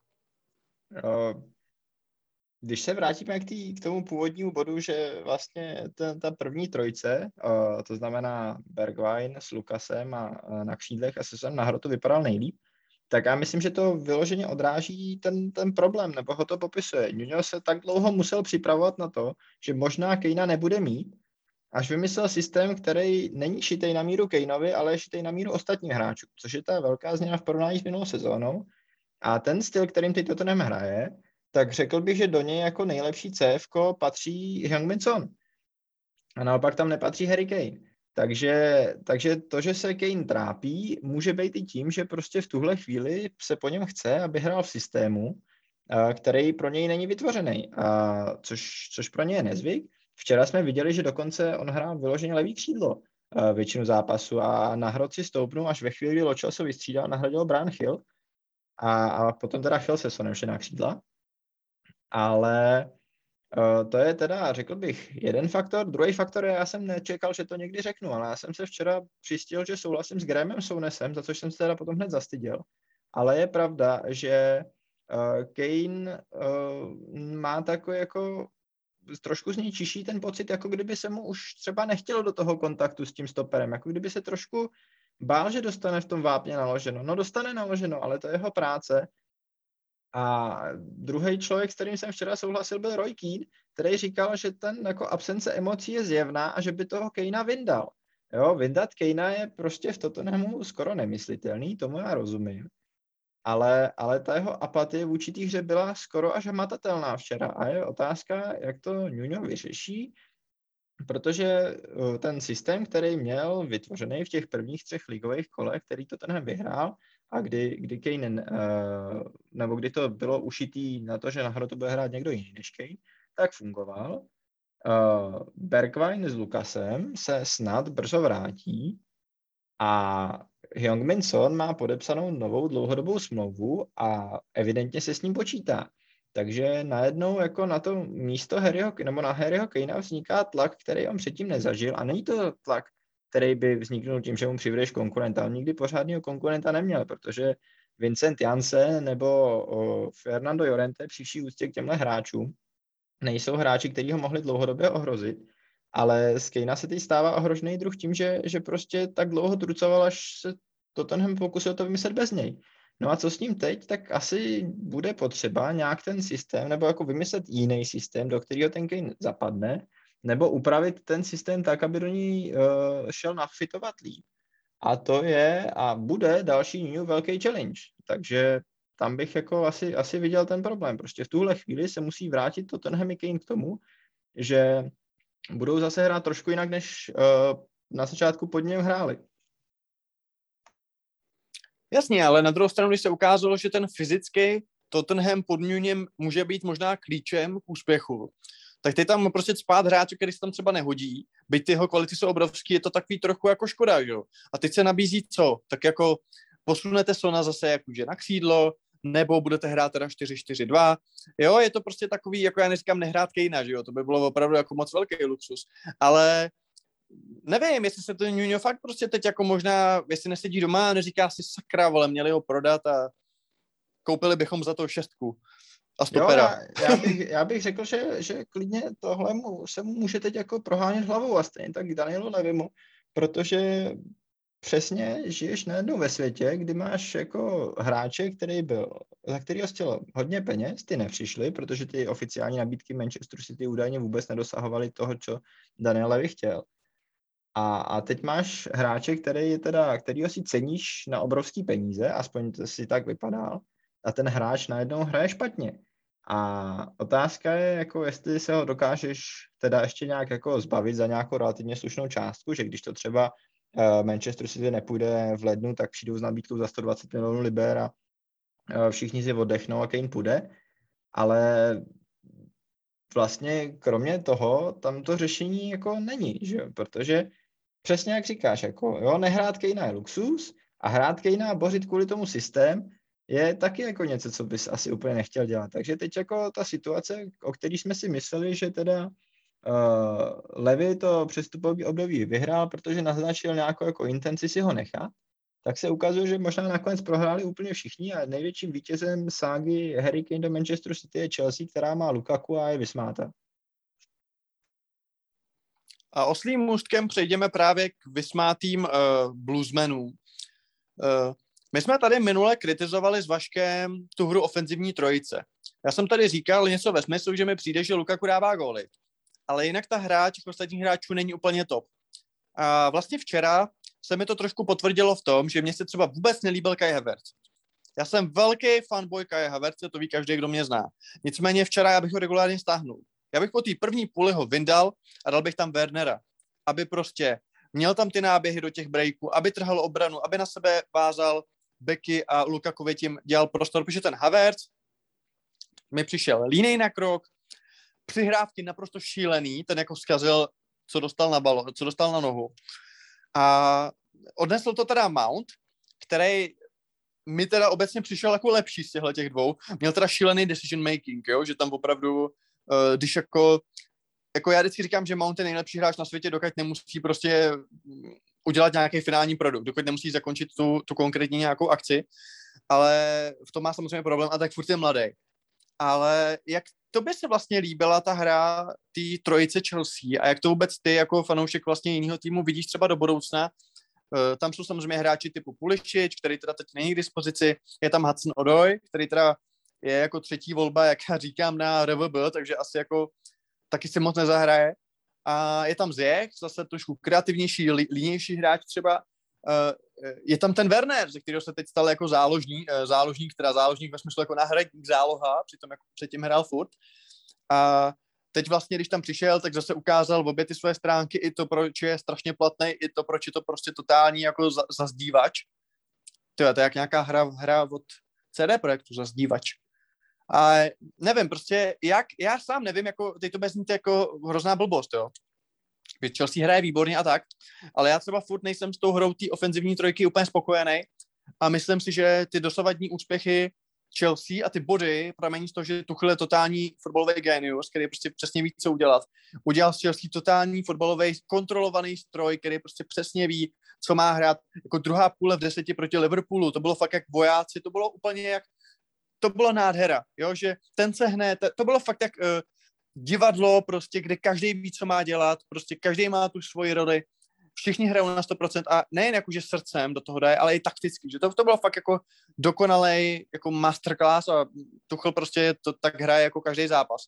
Když se vrátíme k tomu původnímu bodu, že vlastně ta první trojce, to znamená Bergwijn s Lukasem a na křídlech a Sesson na hrotu vypadal nejlíp, tak já myslím, že to vyloženě odráží ten problém, nebo ho to popisuje. Nuno se tak dlouho musel připravovat na to, že možná Kanea nebude mít, až vymyslel systém, který není šitej na míru Kaneovi, ale je šitej na míru ostatních hráčů, což je ta velká změna v porovnání s minulou sezónou. A ten styl, kterým teď Tottenham hraje, tak řekl bych, že do něj jako nejlepší CFko patří Heung-min Son. A naopak tam nepatří Harry Kane. Takže to, že se Kane trápí, může být i tím, že prostě v tuhle chvíli se po něm chce, aby hrál v systému, který pro něj není vytvořený, což pro něj je nezvyk. Včera jsme viděli, že dokonce on hrál vyloženě levý křídlo většinu zápasu a na hrot si stoupnul až ve chvíli, kdy Lo Celso vystřídal, nahradil Bryan Gil a potom teda šel se Sonem na křídla. Ale to je teda, řekl bych, jeden faktor. Druhý faktor je, já jsem nečekal, že to někdy řeknu, ale já jsem se včera přistil, že souhlasím s Grahamem Sounesem, za což jsem se teda potom hned zastyděl. Ale je pravda, že Kane má takový jako trošku z něj čiší ten pocit, jako kdyby se mu už třeba nechtělo do toho kontaktu s tím stoperem, jako kdyby se trošku bál, že dostane v tom vápně naloženo. No dostane naloženo, ale to je jeho práce. A druhý člověk, s kterým jsem včera souhlasil, byl Roy Keane, který říkal, že ten jako absence emocí je zjevná a že by toho Kanea vyndal. Jo, vyndat Kanea je prostě v Tottenhamu skoro nemyslitelný, tomu já rozumím. Ale ta jeho apatie v určitý hře byla skoro až hmatatelná včera a je otázka, jak to Nuno vyřeší, protože ten systém, který měl vytvořený v těch prvních 3 ligových kolech, který Tottenham vyhrál, a kdy Kane, nebo kdy to bylo ušitý na to, že na hrotu bude hrát někdo jiný než Kane, tak fungoval. Bergwijn s Lukasem se snad brzo vrátí a Heung-min Son má podepsanou novou dlouhodobou smlouvu a evidentně se s ním počítá. Takže najednou jako na to místo Harryho, nebo na Harryho Kanea vzniká tlak, který on předtím nezažil a není to tlak, který by vzniknul tím, že mu přivedeš konkurenta. On nikdy pořádného konkurenta neměl, protože Vincent Janssen nebo Fernando Llorente při vší úctě k těmhle hráčům nejsou hráči, kteří ho mohli dlouhodobě ohrozit, ale z Kanea se teď stává ohrožený druh tím, že prostě tak dlouho trucoval, až se Tottenham pokusil to vymyslet bez něj. No a co s ním teď, tak asi bude potřeba nějak ten systém, nebo jako vymyslet jiný systém, do kterého ten Kane zapadne, nebo upravit ten systém tak, aby do ní šel nafitovat líp. A to je a bude další new velký challenge. Takže tam bych jako asi viděl ten problém. Prostě v tuhle chvíli se musí vrátit Tottenham Kane k tomu, že budou zase hrát trošku jinak, než na začátku pod něm hráli. Jasně, ale na druhou stranu, když se ukázalo, že ten fyzický Tottenham pod Nunem může být možná klíčem k úspěchu, tak ty tam prostě spát hráče, který se tam třeba nehodí, byť ty jeho kvality jsou obrovský, je to takový trochu jako škoda, jo. A teď se nabízí co? Tak jako posunete Sona zase jakože na křídlo, nebo budete hrát teda 4-4-2. Jo, je to prostě takový, jako já neříkám nehrát Kanea, že jo, to by bylo opravdu jako moc velký luxus, ale nevím, jestli se to Nuno fakt prostě teď jako možná, jestli nesedí doma a neříká si sakra, vole, měli ho prodat a koupili bychom za to 6 a stopera. Jo, já bych řekl, že klidně tohle se mu může teď jako prohánět hlavou a stejně tak Danielu Levimu, protože přesně žiješ najednou ve světě, kdy máš jako hráče, za kterýho chtělo hodně peněz, ty nepřišli, protože ty oficiální nabídky Manchester City údajně vůbec nedosahovaly toho, co Daniel Levy chtěl. A teď máš hráče, kterýho si ceníš na obrovský peníze, aspoň to si tak vypadá, a ten hráč najednou hraje špatně. A otázka je, jako jestli se ho dokážeš teda ještě nějak jako zbavit za nějakou relativně slušnou částku, že když to třeba Manchester City nepůjde v lednu, tak přijdou s nabídkou za 120 milionů liber a všichni si oddechnou a Kane půjde. Ale vlastně kromě toho tam to řešení jako není, že? Protože přesně jak říkáš, jako, jo, nehrát Kanea je luxus a hrát Kanea a bořit kvůli tomu systém je taky jako něco, co bys asi úplně nechtěl dělat. Takže teď jako ta situace, o který jsme si mysleli, že teda Levy to přestupový období vyhrál, protože naznačil nějakou jako intenci si ho nechat, tak se ukazuje, že možná nakonec prohráli úplně všichni a největším vítězem ságy Harry Kane do Manchesteru City je Chelsea, která má Lukaku a je vysmáta. A oslým můstkem přejdeme právě k vysmátým bluesmenům. My jsme tady minule kritizovali s Vaškem tu hru ofenzivní trojice. Já jsem tady říkal něco ve smyslu, že mi přijde, že Lukaku dává góly. Ale jinak ta hra těch ostatních hráčů není úplně top. A vlastně včera se mi to trošku potvrdilo v tom, že mně se třeba vůbec nelíbil Kai Havertz. Já jsem velký fanboy Kai Havertze, to ví každý, kdo mě zná. Nicméně včera já bych ho regulárně stáhnul. Já bych po té první půli ho vyndal a dal bych tam Wernera, aby prostě měl tam ty náběhy do těch breaků, aby trhal obranu, aby na sebe vázal beky a Lukakovi tím dělal prostor, protože ten Havertz mi přišel línej na krok, přihrávky naprosto šílený, ten jako zkazil, co dostal na balon, co dostal na nohu. A odnesl to teda Mount, který mi teda obecně přišel jako lepší z těch dvou. Měl teda šílený decision making, jo? Že tam opravdu, když jako já vždycky říkám, že Mount je nejlepší hráč na světě, dokud nemusí prostě udělat nějaký finální produkt, dokud nemusí zakončit tu konkrétní nějakou akci, ale v tom má samozřejmě problém a tak furt je mladý. Ale jak tobě se vlastně líbila ta hra té trojice Chelsea a jak to vůbec ty jako fanoušek vlastně jiného týmu vidíš třeba do budoucna? Tam jsou samozřejmě hráči typu Pulisic, který teda teď není k dispozici, je tam Hudson-Odoi, který teda je jako třetí volba, jak já říkám, na RVB, takže asi jako taky se moc nezahraje. A je tam Ziyech, zase trošku kreativnější, línější hráč třeba. Je tam ten Werner, ze kterého se teď stal jako záložník ve smyslu jako náhradník záloha, přitom jako předtím hrál furt. A teď vlastně, když tam přišel, tak zase ukázal obě ty své stránky, i to, proč je strašně platný, i to, proč je to prostě totální jako zazdívač. To je jak nějaká hra od CD Projektu, zazdívač. A nevím, prostě já sám nevím, jako teď to bezníte jako hrozná blbost, jo. Chelsea hraje výborně a tak, ale já třeba furt nejsem s tou hrou té ofenzivní trojky úplně spokojený a myslím si, že ty dosavadní úspěchy Chelsea a ty body pramení z toho, že Tuchel je totální fotbalový genius, který prostě přesně ví, co udělat. Udělal z Chelsea totální fotbalový kontrolovaný stroj, který prostě přesně ví, co má hrát. Jako druhá půle v 10 proti Liverpoolu, to bylo fakt jak vojáci, to bylo úplně jak, to byla nádhera, jo, že ten se hned, to bylo fakt jak divadlo prostě, kde každý ví, co má dělat, prostě každý má tu svoji roli, všichni hrajou na 100% a nejen jakože srdcem do toho dají, ale i takticky, že to bylo fakt jako dokonalej jako masterclass a Tuchel prostě to tak hraje jako každý zápas.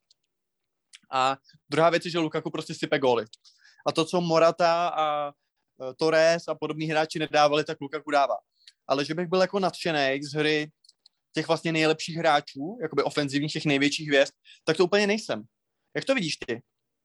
A druhá věc je, že Lukaku prostě sype góly. A to, co Morata a Torres a podobní hráči nedávali, tak Lukaku dává. Ale že bych byl jako nadšenej z hry těch vlastně nejlepších hráčů, jakoby ofenzivních, těch největších hvězd, tak to úplně nejsem. Jak to vidíš ty?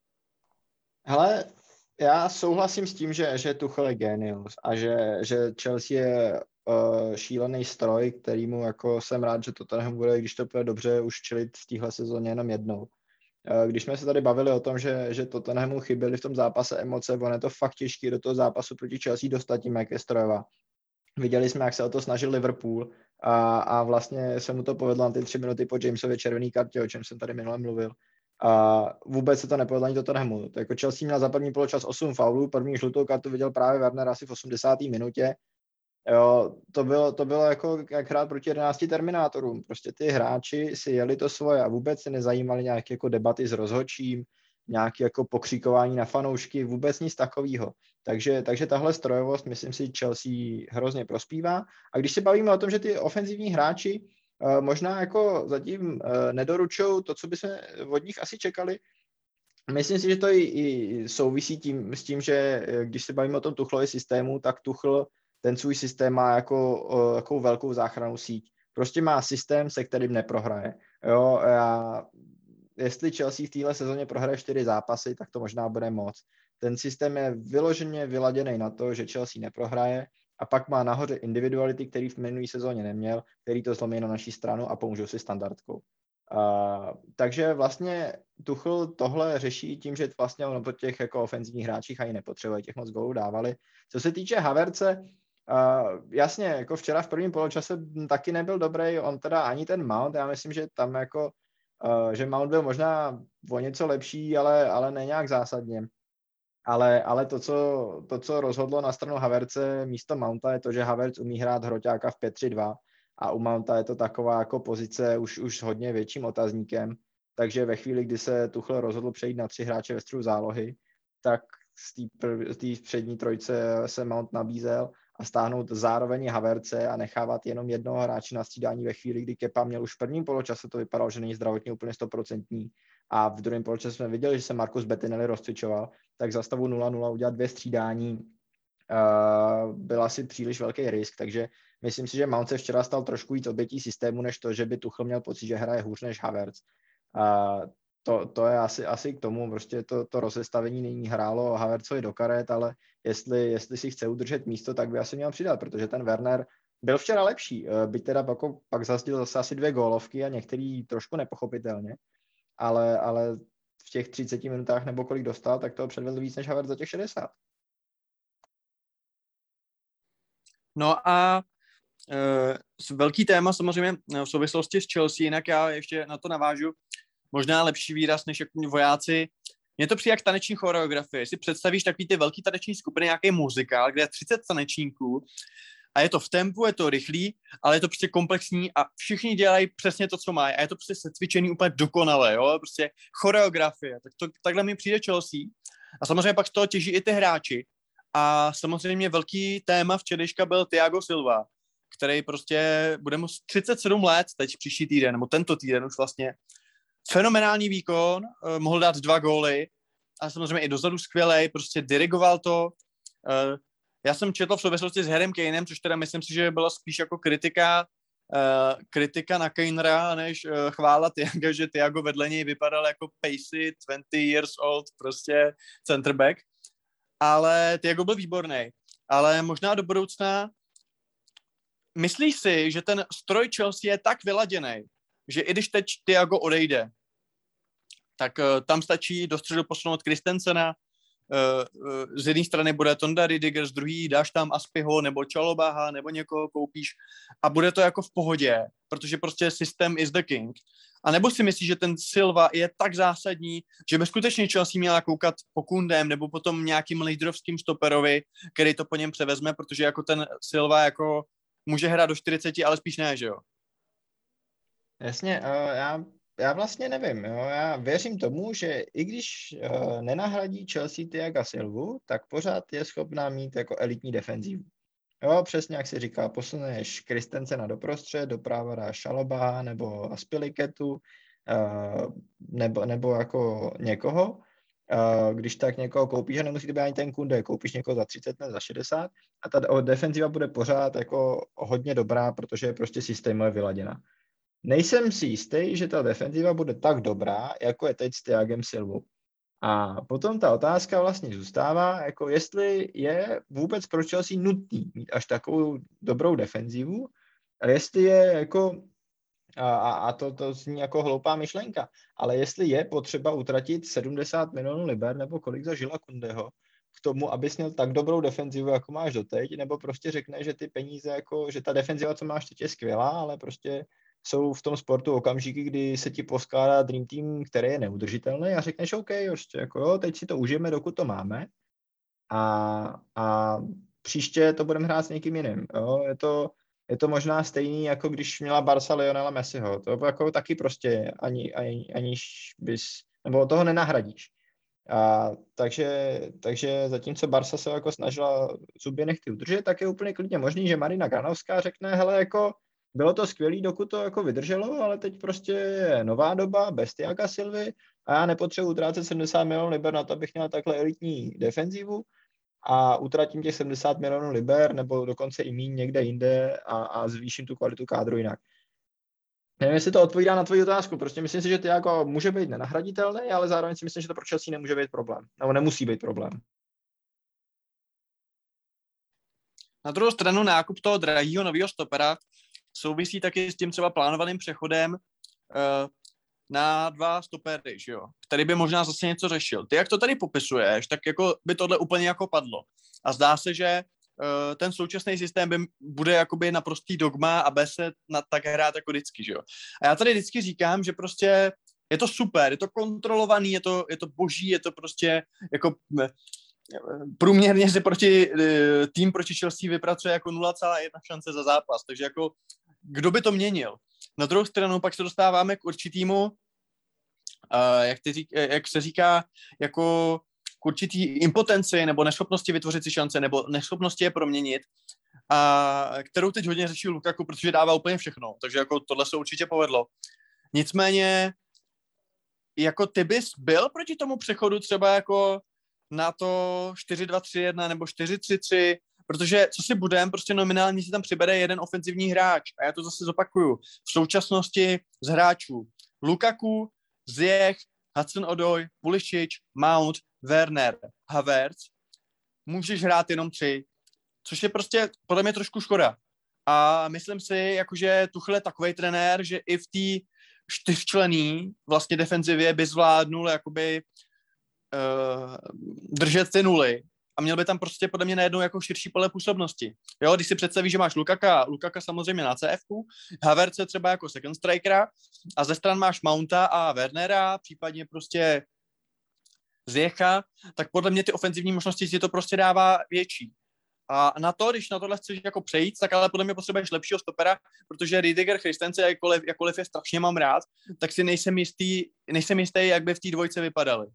Hele, já souhlasím s tím, že Tuchel je genius a že Chelsea je šílený stroj, kterýmu jako jsem rád, že to tady bude, když to půjde dobře, už čelit v téhle sezóně jenom jednou. Když jsme se tady bavili o tom, že Tottenhamu chyběly v tom zápase emoce, on je to fakt těžký do toho zápasu proti Chelsea dostat tím, jak je strojová. Viděli jsme, jak se o to snažil Liverpool a vlastně se mu to povedlo na ty 3 minuty po Jamesově červený kartě, o čem jsem tady minule mluvil. A vůbec se to nepovedlo ani Tottenhamu. To jako Chelsea měla za první poločas 8 faulů, první žlutou kartu viděl právě Werner asi v 80. minutě. Jo, to bylo jako jak hrát proti 11 terminátorům. Prostě ty hráči si jeli to svoje a vůbec se nezajímali nějaké jako debaty s rozhodčím, nějaké jako pokřikování na fanoušky, vůbec nic takového. Takže tahle strojovost, myslím si, Chelsea hrozně prospívá. A když se bavíme o tom, že ty ofenzivní hráči možná jako zatím nedoručují to, co bychom od nich asi čekali, myslím si, že to i souvisí s tím, že když se bavíme o tom Tuchlově systému, tak Tuchl ten svůj systém má jako velkou záchrannou síť. Prostě má systém, se kterým neprohraje. Jo, jestli Chelsea v téhle sezóně prohraje 4 zápasy, tak to možná bude moc. Ten systém je vyloženě vyladěný na to, že Chelsea neprohraje a pak má nahoře individuality, který v minulý sezóně neměl, který to zlomí na naší stranu a pomůžou si standardkou. Takže vlastně Tuchel tohle řeší tím, že vlastně ono po těch jako ofenzivních hráčích ani nepotřebuje, těch moc gólů dávali. Co se týče Havertze, jasně, jako včera v prvním poločase taky nebyl dobrý, on teda ani ten Mount, já myslím, že tam jako, že Mount byl možná o něco lepší, ale ne nějak zásadně. ale to, co rozhodlo na stranu Havertze místo Mounta, je to, že Havertz umí hrát hroťáka v 5-3-2 a u Mounta je to taková jako pozice už s hodně větším otazníkem, takže ve chvíli, kdy se Tuchel rozhodl přejít na 3 hráče ve středu zálohy, tak z té přední trojce se Mount nabízel a stáhnout zároveň Havertze a nechávat jenom jednoho hráče na střídání ve chvíli, kdy Kepa měl už v prvním poločase, to vypadalo, že není zdravotně úplně 100%, a v druhém poločase jsme viděli, že se Marcus Bettinelli rozcvičoval, tak za stavu 0-0 udělat 2 střídání byl asi příliš velký risk, takže myslím si, že Mount se včera stal trošku víc obětí systému, než to, že by Tuchel měl pocit, že hraje hůř než Havertz. To je asi k tomu, prostě to rozestavení nyní hrálo Havertzovi do karet, ale jestli si chce udržet místo, tak by asi měl přidat, protože ten Werner byl včera lepší, byť teda pak zazdil zase asi 2 gólovky a některý trošku nepochopitelně, ale v těch 30 minutách nebo kolik dostal, tak toho předvedl víc než Havertz za těch 60. No a velký téma samozřejmě v souvislosti s Chelsea, jinak já ještě na to navážu, možná lepší výraz než jako vojáci. Mně to přijde jak taneční choreografie. Si představíš takový ty velký taneční skupiny, nějaký muzikál, kde je 30 tanečníků a je to v tempu, je to rychlý, ale je to prostě komplexní a všichni dělají přesně to, co mají a je to prostě secvičený úplně dokonale, jo, prostě choreografie. Takhle mi přijde Chelsea a samozřejmě pak z toho těží i ty hráči a samozřejmě velký téma včerejška byl Thiago Silva, který prostě bude mu 37 let teď příští týden, nebo tento týden už vlastně. Fenomenální výkon, mohl dát 2 góly a samozřejmě i dozadu skvělej, prostě dirigoval to. Já jsem četl v souvislosti s Harrym Kanem, což teda myslím si, že byla spíš jako kritika na Kanera, než chvála Thiago, že Thiago vedle něj vypadal jako pacey, 20 years old, prostě centerback. Ale Thiago byl výborný. Ale možná do budoucna myslíš si, že ten stroj Chelsea je tak vyladěný, že i když teď Thiago odejde, tak tam stačí do středu posunout Christensena, z jedné strany bude Tonda Rudiger, z druhé dáš tam Aspiho nebo Čalobaha nebo někoho koupíš a bude to jako v pohodě, protože prostě systém is the king. A nebo si myslíš, že ten Silva je tak zásadní, že by skutečně Chelsea měla koukat po Kundem nebo potom nějakým lídrovským stoperovi, který to po něm převezme, protože jako ten Silva jako může hrát do 40, ale spíš ne, že jo? Jasně, já vlastně nevím. Jo. Já věřím tomu, že i když nenahradí Chelsea Thiaga Silvu, tak pořád je schopná mít jako elitní defenzivu. Jo, přesně jak si říká, posuneš Christensena doprostřed, doprava dáš Šaloba nebo Aspiliketu, nebo jako někoho. Když tak někoho koupíš a nemusí to být ani ten Kunde, koupíš někoho za 30 ne za 60 a ta defenziva bude pořád jako hodně dobrá, protože je prostě systémově vyladěna. Nejsem si jistý, že ta defenziva bude tak dobrá, jako je teď s Thiagem Silvou. A potom ta otázka vlastně zůstává, jako jestli je vůbec pro Chelsea nutný mít až takovou dobrou defenzivu, a jestli je jako, a to zní jako hloupá myšlenka, ale jestli je potřeba utratit 70 milionů liber, nebo kolik za Žila Kundeho, k tomu, abys měl tak dobrou defenzivu, jako máš doteď, nebo prostě řekne, že ty peníze, jako, že ta defenziva, co máš teď, je skvělá, ale prostě jsou v tom sportu okamžiky, kdy se ti poskládá Dream Team, který je neudržitelný a řekneš OK, prostě jako jo, teď si to užijeme, dokud to máme a příště to budeme hrát s někým jiným. Jo? Je to možná stejný, jako když měla Barca Lionela Messiho. To jako taky prostě aniž bys, nebo toho nenahradíš. Takže zatímco Barca se jako snažila zuby nechty udržet, tak je úplně klidně možný, že Marina Granovská řekne, hele, jako bylo to skvělý, dokud to jako vydrželo, ale teď prostě je nová doba, bez Thiaga Silvy a já nepotřebuji utrácet 70 milionů liber na to, abych měl takhle elitní defenzivu a utratím těch 70 milionů liber nebo dokonce i míň někde jinde a zvýším tu kvalitu kádru jinak. Nevím, jestli to odpovídá na tvoji otázku. Prostě myslím si, že Thiago může být nenahraditelný, ale zároveň si myslím, že to pro Chelsea nemůže být problém. Nebo nemusí být problém. Na druhou stranu nákup toho drahého nového stopera souvisí taky s tím třeba plánovaným přechodem na 2 stopery, že jo? Který by možná zase něco řešil. Ty, jak to tady popisuješ, tak jako by tohle úplně jako padlo. A zdá se, že ten současný systém bude jakoby naprostý dogma a bude se tak hrát jako vždycky, že jo? A já tady vždycky říkám, že prostě je to super, je to kontrolovaný, je to boží, je to prostě jako průměrně se tým proti Chelsea vypracuje jako 0,1 šance za zápas, takže jako kdo by to měnil? Na druhou stranu pak se dostáváme k určitýmu, jak se říká, jako k určitý impotenci nebo neschopnosti vytvořit si šance nebo neschopnosti je proměnit, a kterou teď hodně řeší Lukaku, protože dává úplně všechno, takže jako tohle se určitě povedlo. Nicméně jako ty bys byl proti tomu přechodu třeba jako na to 4-2-3-1 nebo 4-3-3, protože co si budem, prostě nominálně si tam přibere jeden ofenzivní hráč. A já to zase zopakuju. V současnosti z hráčů Lukaku, Ziyech, Hudson-Odoi, Pulisic, Mount, Werner, Havertz, můžeš hrát jenom 3, což je prostě podle mě trošku škoda. A myslím si, jakože Tuchel je takovej trenér, že i v té 4členný vlastně defenzivě by zvládnul jakoby držet ty nuly a měl by tam prostě podle mě najednou jako širší pole působnosti. Jo, když si představíš, že máš Lukaka samozřejmě na CF-ku, Havertze třeba jako second strikera a ze stran máš Mounta a Wernera, případně prostě Ziyecha, tak podle mě ty ofenzivní možnosti si to prostě dává větší. A na to, když na tohle chceš jako přejít, tak ale podle mě potřebuješ lepšího stopera, protože Rüdiger, Christensen, jakkoliv je strašně mám rád, tak si nejsem jistý, jak by v té dvojce vypadaly.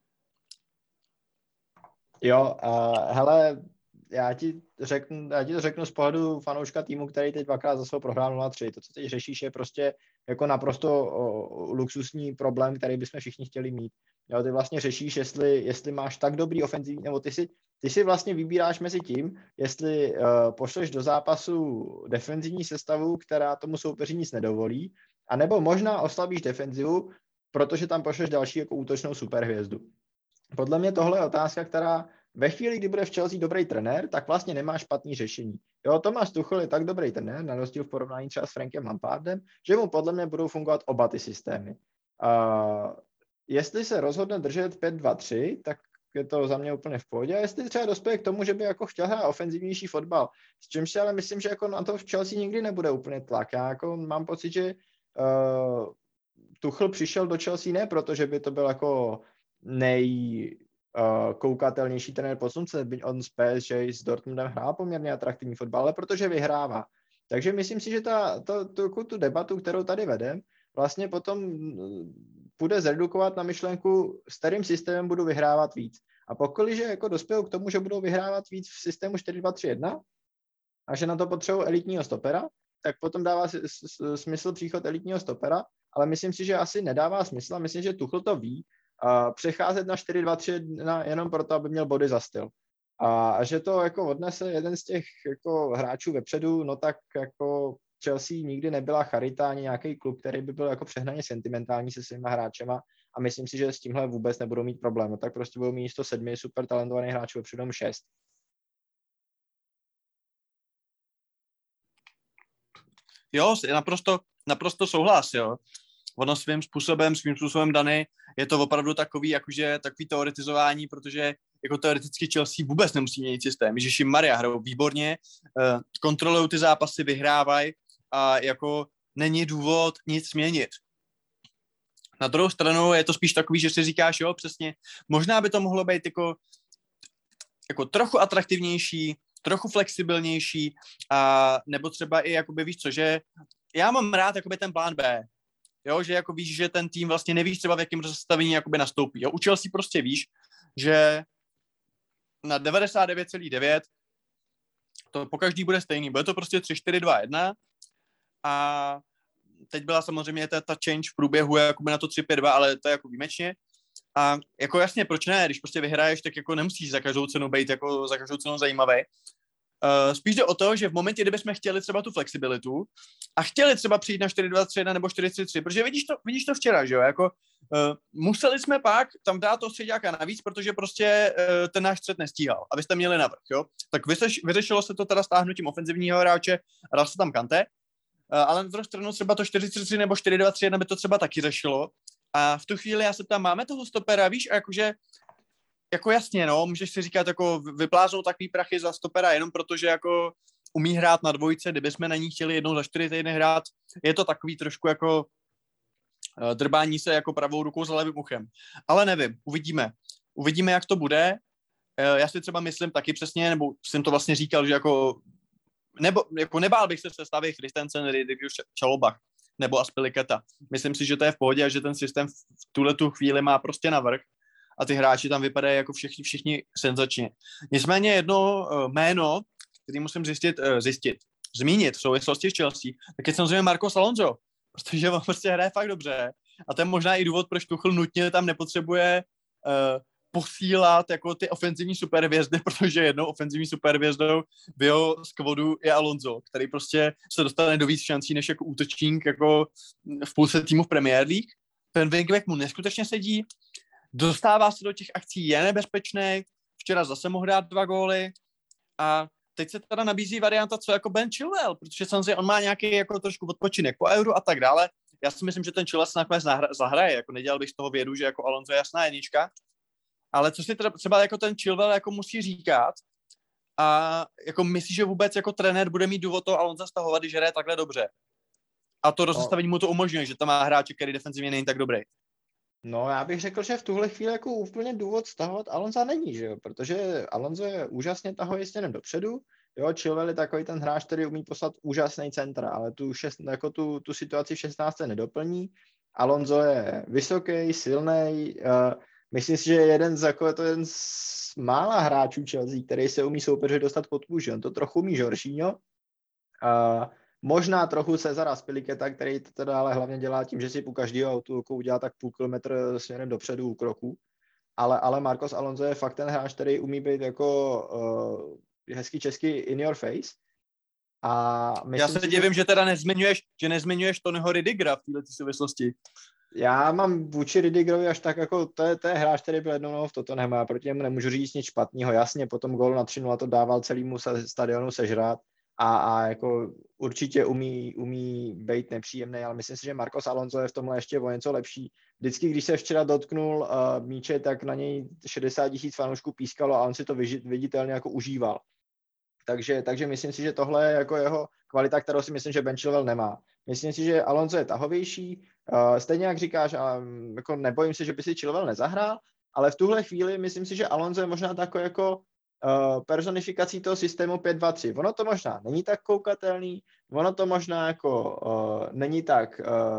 Jo, hele, já ti to řeknu z pohledu fanouška týmu, který teď dvakrát za svou prohrál 0-3. To, co teď řešíš, je prostě jako naprosto luxusní problém, který bychom všichni chtěli mít. Jo, ty vlastně řešíš, jestli máš tak dobrý ofenzivní, nebo ty si vlastně vybíráš mezi tím, jestli pošleš do zápasu defenzivní sestavu, která tomu soupeři nic nedovolí, anebo možná oslabíš defenzivu, protože tam pošleš další jako útočnou superhvězdu. Podle mě tohle je otázka, která ve chvíli, kdy bude v Chelsea dobrý trenér, tak vlastně nemá špatný řešení. Jo, Thomas Tuchel je tak dobrý trenér, na rozdíl v porovnání třeba s Frankem Lampardem, že mu podle mě budou fungovat oba ty systémy. Jestli se rozhodne držet 5-2-3, tak je to za mě úplně v pohodě. A jestli třeba dospěje k tomu, že by jako chtěl hrát ofenzivnější fotbal, s čímž si ale myslím, že jako na to v Chelsea nikdy nebude úplně tlak. Já jako mám pocit, že Tuchel přišel do Chelsea ne proto, že by to byl jako nejkoukatelnější trenér posunce, byť on s PSG s Dortmundem hrál poměrně atraktivní fotbal, ale protože vyhrává. Takže myslím si, že tu debatu, kterou tady vedem, vlastně potom bude zredukovat na myšlenku, s kterým systémem budu vyhrávat víc. A pokud jako dospějou k tomu, že budou vyhrávat víc v systému 4-2-3-1 a že na to potřebují elitního stopera, tak potom dává smysl příchod elitního stopera, ale myslím si, že asi nedává smysl a myslím, že Tuchel to ví, přecházet na 4-2-3 jenom proto, aby měl body za styl. A že to jako odnese jeden z těch jako hráčů vepředu, no tak jako Chelsea nikdy nebyla charita ani nějaký klub, který by byl jako přehnaně sentimentální se svýma hráčema a myslím si, že s tímhle vůbec nebudou mít problém. No tak prostě budou mít 107 super talentovaných hráčů vepředu 6. Jo, naprosto souhlas, jo. Ono svým způsobem daný, je to opravdu takový teoretizování, protože jako teoreticky Chelsea vůbec nemusí měnit systém. Ježiši Maria, hrajou výborně, kontrolují ty zápasy, vyhrávají a jako není důvod nic měnit. Na druhou stranu je to spíš takový, že si říkáš, jo, přesně, možná by to mohlo být jako trochu atraktivnější, trochu flexibilnější a nebo třeba i jakoby víš co, že já mám rád jakoby ten plán B. Jo, že jako víš, že ten tým vlastně nevíš třeba v jakém zastavení jakoby nastoupí. Jo, u Chelsea prostě víš, že na 99,9 to pokaždý bude stejný. Bude to prostě 3-4-2-1 a teď byla samozřejmě ta change v průběhu jakoby na to 3-5-2, ale to je jako výjimečně. A jako jasně, proč ne? Když prostě vyhraješ, tak jako nemusíš za každou cenu být jako za každou cenu zajímavý. Spíš jde o to, že v momentě, kdybychom chtěli třeba tu flexibilitu a chtěli třeba přijít na 4-2-3-1 nebo 4-3-3, protože vidíš to včera, že jo, jako museli jsme pak tam dát toho středáka navíc, protože prostě ten náš střed nestíhal, abyste měli navrch, jo. Tak vyřešilo se to teda stáhnutím ofenzivního hráče a dal se tam Kanté, ale na druhou stranu třeba to 4-3-3 nebo 4-2-3-1 by to třeba taky řešilo a v tu chvíli já se tam máme toho stopera, víš, a jakože jako jasně, no, můžeš si říkat, jako vypláznout takový prachy za stopera jenom protože jako umí hrát na dvojce, kdybychom na ní chtěli jednou za 4 týdny hrát, je to takový trošku jako drbání se jako pravou rukou za levým uchem. Ale nevím, uvidíme, jak to bude já si třeba myslím taky přesně, nebo jsem to vlastně říkal, že jako nebál bych se sestavy Christensen, Rydiger, Chalobah nebo Azpilicueta. Myslím si, že to je v pohodě a že ten systém v tuhletu chvíli má prostě navrch a ty hráči tam vypadají jako všichni senzačně. Nicméně jedno jméno, který musím zmínit v souvislosti s Chelsea, tak je samozřejmě Marcos Alonso, protože on prostě hraje fakt dobře a to je možná i důvod, proč Tuchel nutně tam nepotřebuje posílat jako ty ofenzivní superhvězdy, protože jednou ofenzivní superhvězdou v jeho skvodu je Alonso, který prostě se dostane do víc šancí než jako útočník jako v půlce týmu v Premier League. Ten wingback mu neskutečně sedí, dostává se do těch akcí, je nebezpečný, včera zase mohl dát 2 góly a teď se teda nabízí varianta, co jako Ben Chilwell, protože samozřejmě on má nějaký jako trošku odpočinek po Euru a tak dále. Já si myslím, že ten Chilwell se nakonec zahraje, jako nedělal bych z toho vědu, že jako Alonso je jasná jednička, ale co si třeba jako ten Chilwell jako musí říkat a jako myslí, že vůbec jako trenér bude mít důvod toho Alonso stahovat, když hraje takhle dobře. A to rozestavení mu to umožňuje, že tam má hráče, který defenzivně není tak dobrý. No, já bych řekl, že v tuhle chvíli jako úplně důvod stahovat Alonza není, že jo? Protože Alonso je úžasně tahuje směrem dopředu, jo, Chilwell je takový ten hráč, který umí poslat úžasný centra, ale tu situaci v 16. nedoplní. Alonso je vysoký, silný, myslím si, že je jeden z mála hráčů Chelsea, který se umí soupeře dostat pod kůži. On to trochu umí Jorginho, možná trochu Cezara Azpilicueta, který to teda ale hlavně dělá tím, že si u každého autolku udělá tak půl kilometr směrem dopředu u kroku. Ale Marcos Alonso je fakt ten hráč, který umí být jako hezky česky in your face. A já se divím, že teda nezmiňuješ Tonyho Rüdigera v této souvislosti. Já mám vůči Rüdigerovi až tak jako, to je hráč, který byl jednou v Tottenhamu, a proti němu nemůžu říct nic špatného. Jasně, potom gól na 3-0 to dával celému stadionu sežrat a jako určitě umí být nepříjemný, ale myslím si, že Marcos Alonso je v tomhle ještě o něco lepší. Vždycky, když se včera dotknul míče, tak na něj 60 000 fanoušků pískalo a on si to viditelně jako užíval. Takže myslím si, že tohle je jako jeho kvalita, kterou si myslím, že Ben Chilwell nemá. Myslím si, že Alonso je tahovější, stejně jak říkáš, jako nebojím se, že by si Chilwell nezahrál, ale v tuhle chvíli myslím si, že Alonso je možná takový jako personifikací toho systému 5-2-3. Ono to možná není tak koukatelný, ono to možná jako není tak,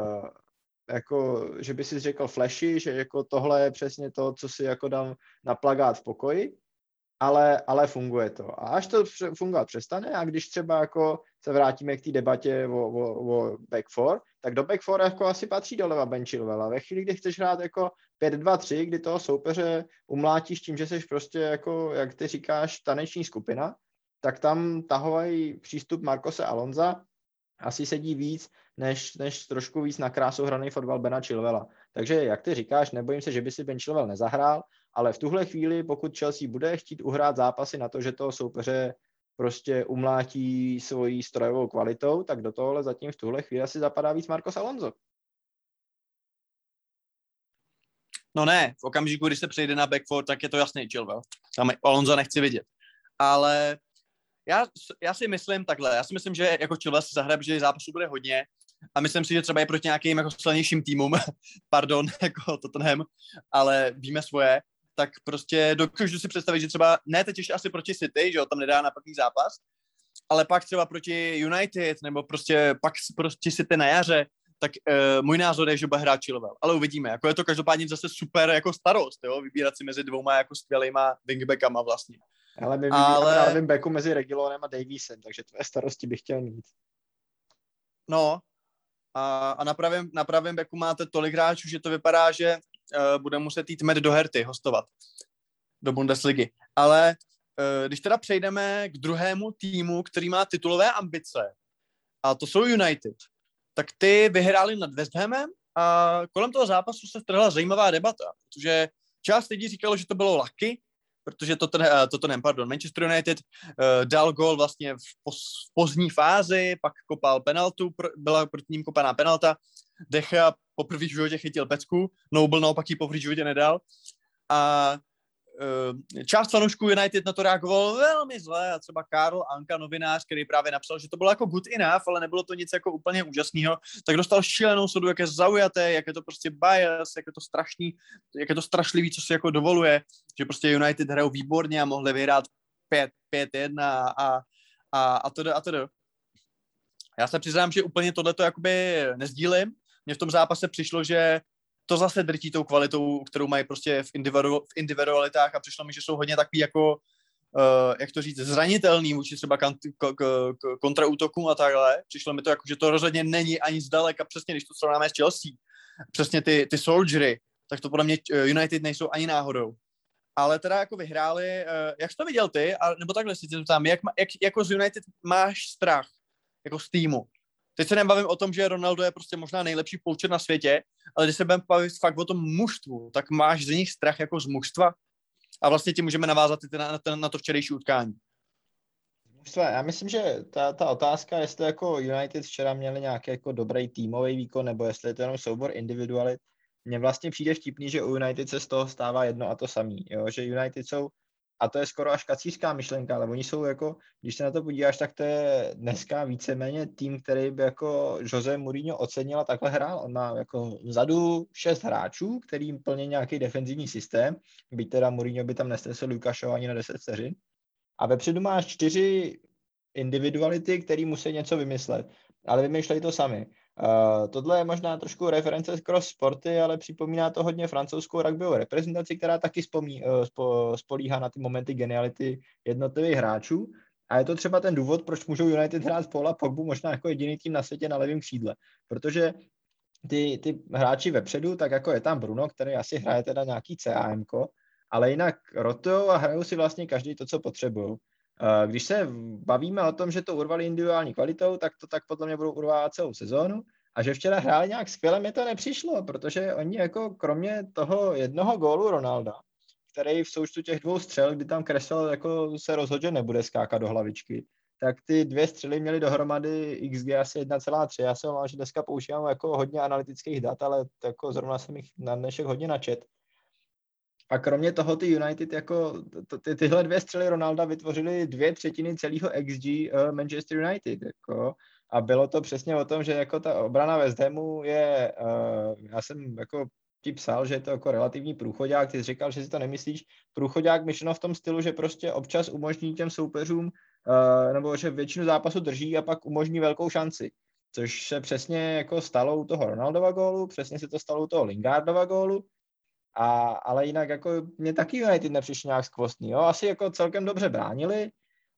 jako, že by si řekl flashy, že jako tohle je přesně to, co si jako dám na plakát v pokoji, ale funguje to. A až to fungovat přestane a když třeba jako se vrátíme k té debatě o back four, tak do back four jako asi patří doleva Ben Chilwell. A ve chvíli, kdy chceš hrát jako 5-2-3, kdy toho soupeře umlátíš tím, že jsi prostě jako, jak ty říkáš, taneční skupina, tak tam tahový přístup Marcose Alonza asi sedí víc, než trošku víc na krásu hraný fotbal Bena Chilwella. Takže, jak ty říkáš, nebojím se, že by si Ben Chilwell nezahrál, ale v tuhle chvíli, pokud Chelsea bude chtít uhrát zápasy na to, že toho soupeře prostě umlátí svojí strojovou kvalitou, tak do tohohle zatím v tuhle chvíli asi zapadá víc Marcos Alonso. No ne, v okamžiku, když se přejde na back four, tak je to jasný Chilwell. Tam Alonso nechci vidět. Ale já si myslím takhle, já si myslím, že jako Chilwell se zahraje, protože zápasů bude hodně a myslím si, že třeba i proti nějakým jako silnějším týmům, pardon, jako Tottenham, ale víme svoje, tak prostě dokážu si představit, že třeba, ne teď ještě asi proti City, že jo, tam nedá napadný zápas, ale pak třeba proti United, nebo prostě pak proti City na jaře, tak můj názor je, že bude hrát Chilwell. Ale uvidíme, jako je to každopádně zase super jako starost, jo, vybírat si mezi dvěma jako skvělýma wingbackama vlastně. Ale my vybíráme na wingbacku mezi Reguilonem a Daviesem, takže tvoje starosti bych chtěl mít. No, a na pravém backu máte tolik hráčů, že to vypadá, že bude muset jít Matt Doherty hostovat do Bundesligy. Ale když teda přejdeme k druhému týmu, který má titulové ambice, a to jsou United, tak ty vyhráli nad West Hamem a kolem toho zápasu se strhla zajímavá debata, protože část lidí říkalo, že to bylo lucky, protože Manchester United dal gól vlastně v pozdní fázi, pak kopal penaltu, byla proti ním kopaná penalta, De Gea poprvé v životě chytil pecku, Noble naopak ji poprvé v životě nedal a část fanoušků United na to reagoval velmi zle a třeba Karl Anka, novinář, který právě napsal, že to bylo jako good enough, ale nebylo to nic jako úplně úžasného, tak dostal šílenou sodu, jak je zaujaté, jak je to prostě bias, jak je to strašný, jak je to strašlivý, co si jako dovoluje, že prostě United hrajou výborně a mohli vyhrát 5-1 a to. Já se přiznám, že úplně tohleto jakoby nezdílím. Mně v tom zápase přišlo, že to zase drtí tou kvalitou, kterou mají prostě v individualitách a přišlo mi, že jsou hodně takový jako, jak to říct, zranitelný vůči třeba kontraútokům a takhle. Přišlo mi to jako, že to rozhodně není ani zdaleka, přesně když to srovnáme s Chelsea. Přesně ty soldiery, tak to podle mě United nejsou ani náhodou. Ale teda jako vyhráli, jak jsi to viděl ty, nebo takhle si tě zeptám, jak jako z United máš strach, jako z týmu? Teď se nebavím o tom, že Ronaldo je prostě možná nejlepší poučer na světě, ale když se budeme bavit fakt o tom mužstvu, tak máš z nich strach jako z mužstva? A vlastně ti můžeme navázat na to včerejší utkání. Já myslím, že ta otázka, jestli jako United včera měli nějaký jako dobrý týmový výkon, nebo jestli je to jenom soubor individualit, mně vlastně přijde vtipný, že u United se z toho stává jedno a to samý, jo? Že United jsou, a to je skoro až kacířská myšlenka, ale oni jsou jako, když se na to podíváš, tak to je dneska víceméně tým, který by jako Jose Mourinho ocenil a takhle hrál. On má jako vzadu 6 hráčů, který plní nějaký defenzivní systém, byť teda Mourinho by tam nestresl Lukášova ani na 10 vteřin. A vepředu máš 4 individuality, který musí něco vymyslet, ale vymýšlejí to sami. Tohle je možná trošku reference cross sporty, ale připomíná to hodně francouzskou rugbyovou reprezentaci, která taky spolíhá na ty momenty geniality jednotlivých hráčů. A je to třeba ten důvod, proč můžou United hrát Paula Pogbu možná jako jediný tým na světě na levém křídle. Protože ty hráči vepředu, tak jako je tam Bruno, který asi hraje teda nějaký CAMko, ale jinak rotujou a hrajou si vlastně každý to, co potřebují. Když se bavíme o tom, že to urvali individuální kvalitou, tak to tak podle mě budou urvávat celou sezónu. A že včera hráli nějak skvěle, mi to nepřišlo, protože oni jako kromě toho jednoho gólu Ronalda, který v součtu těch 2 střel, kdy tam Cresswell jako se rozhodl, že nebude skákat do hlavičky, tak ty 2 střely měly dohromady XG asi 1,3. Já se omlouvám, že dneska používám jako hodně analytických dat, ale jako zrovna jsem jich na dnešek hodně načet. A kromě toho ty United jako tyhle 2 střely Ronalda vytvořily 2/3 celého XG Manchester United. Jako. A bylo to přesně o tom, že jako ta obrana West Hamu je, já jsem jako ti psal, že je to jako relativní průchodák, ty jsi říkal, že si to nemyslíš, průchodák myšleno v tom stylu, že prostě občas umožní těm soupeřům, nebo že většinu zápasu drží a pak umožní velkou šanci. Což se přesně jako stalo u toho Ronaldova gólu, přesně se to stalo u toho Lingardova gólu. Ale jinak jako mě taky United nepřišli nějak skvostný. Jo? Asi jako celkem dobře bránili,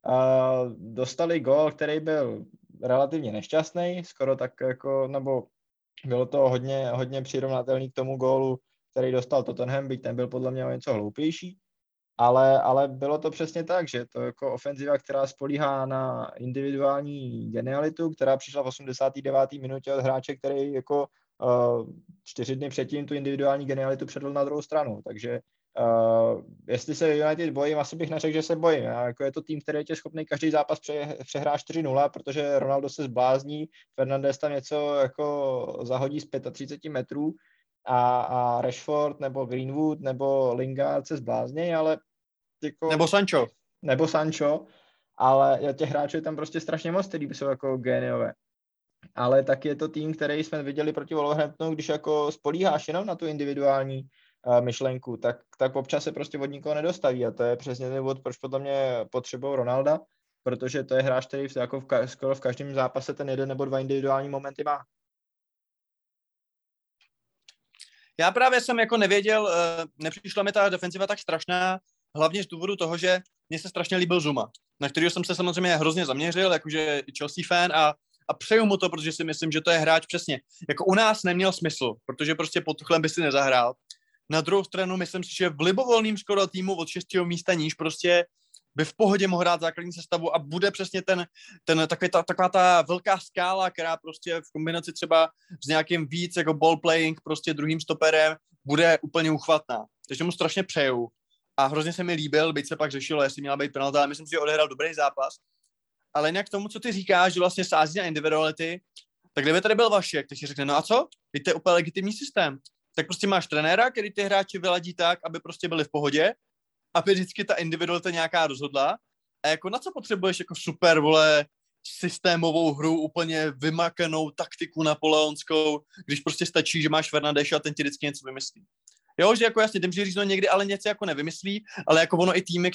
dostali gól, který byl relativně nešťastný, skoro tak jako, nebo bylo to hodně přirovnatelný k tomu gólu, který dostal Tottenham, byť ten byl podle mě o něco hloupější, ale bylo to přesně tak, že to jako ofenziva, která spolíhá na individuální genialitu, která přišla v 89. minutě od hráče, který jako 4 dny předtím tu individuální genialitu předl na druhou stranu, takže jestli se United bojím, asi bych neřekl, že se bojím. Jako je to tým, který je schopný každý zápas přehrá 4-0, protože Ronaldo se zblázní, Fernandes tam něco jako zahodí z 35 metrů a Rashford nebo Greenwood nebo Lingard se zbláznějí, ale jako, nebo Sancho, ale těch hráčů je tam prostě strašně moc, který jsou jako géniové. Ale taky je to tým, který jsme viděli proti Wolverhamptonu, když jako spolíháš jenom na tu individuální myšlenku, tak občas se prostě od nikoho nedostaví a to je přesně ten důvod, proč podle mě potřebují Ronalda, protože to je hráč, který jako skoro v každém zápase ten 1 nebo 2 individuální momenty má. Já právě jsem jako nevěděl, nepřišla mi ta defenziva tak strašná, hlavně z důvodu toho, že mně se strašně líbil Zuma, na kterého jsem se samozřejmě hrozně zaměřil, jakože Chelsea fan a přeju mu to, protože si myslím, že to je hráč přesně. Jako u nás neměl smysl, protože prostě pod Tuchlem by si nezahrál. Na druhou stranu myslím si, že v libovolným skoro týmu od 6. místa níž prostě by v pohodě mohl hrát základní sestavu a bude přesně taková ta velká skála, která prostě v kombinaci třeba s nějakým víc jako ball playing, prostě druhým stoperem, bude úplně uchvatná. Takže mu strašně přeju. A hrozně se mi líbil, byť se pak řešilo, jestli měla být penalta, ale myslím si, že odehrál dobrý zápas. Ale jinak k tomu, co ty říkáš, že vlastně sází na individuality, tak kdyby tady byl Vašek, tak si řekne, no a co? Teď to je úplně legitimní systém. Tak prostě máš trenéra, který ty hráči vyladí tak, aby prostě byli v pohodě aby vždycky ta individualita nějaká rozhodla. A jako na co potřebuješ jako super, vole, systémovou hru, úplně vymakanou taktiku napoleonskou, když prostě stačí, že máš Fernandeše a ten ti vždycky něco vymyslí. Jo, že jako jasně, tím že říct, někdy ale něco jako nevymyslí, ale jako ono i týmy,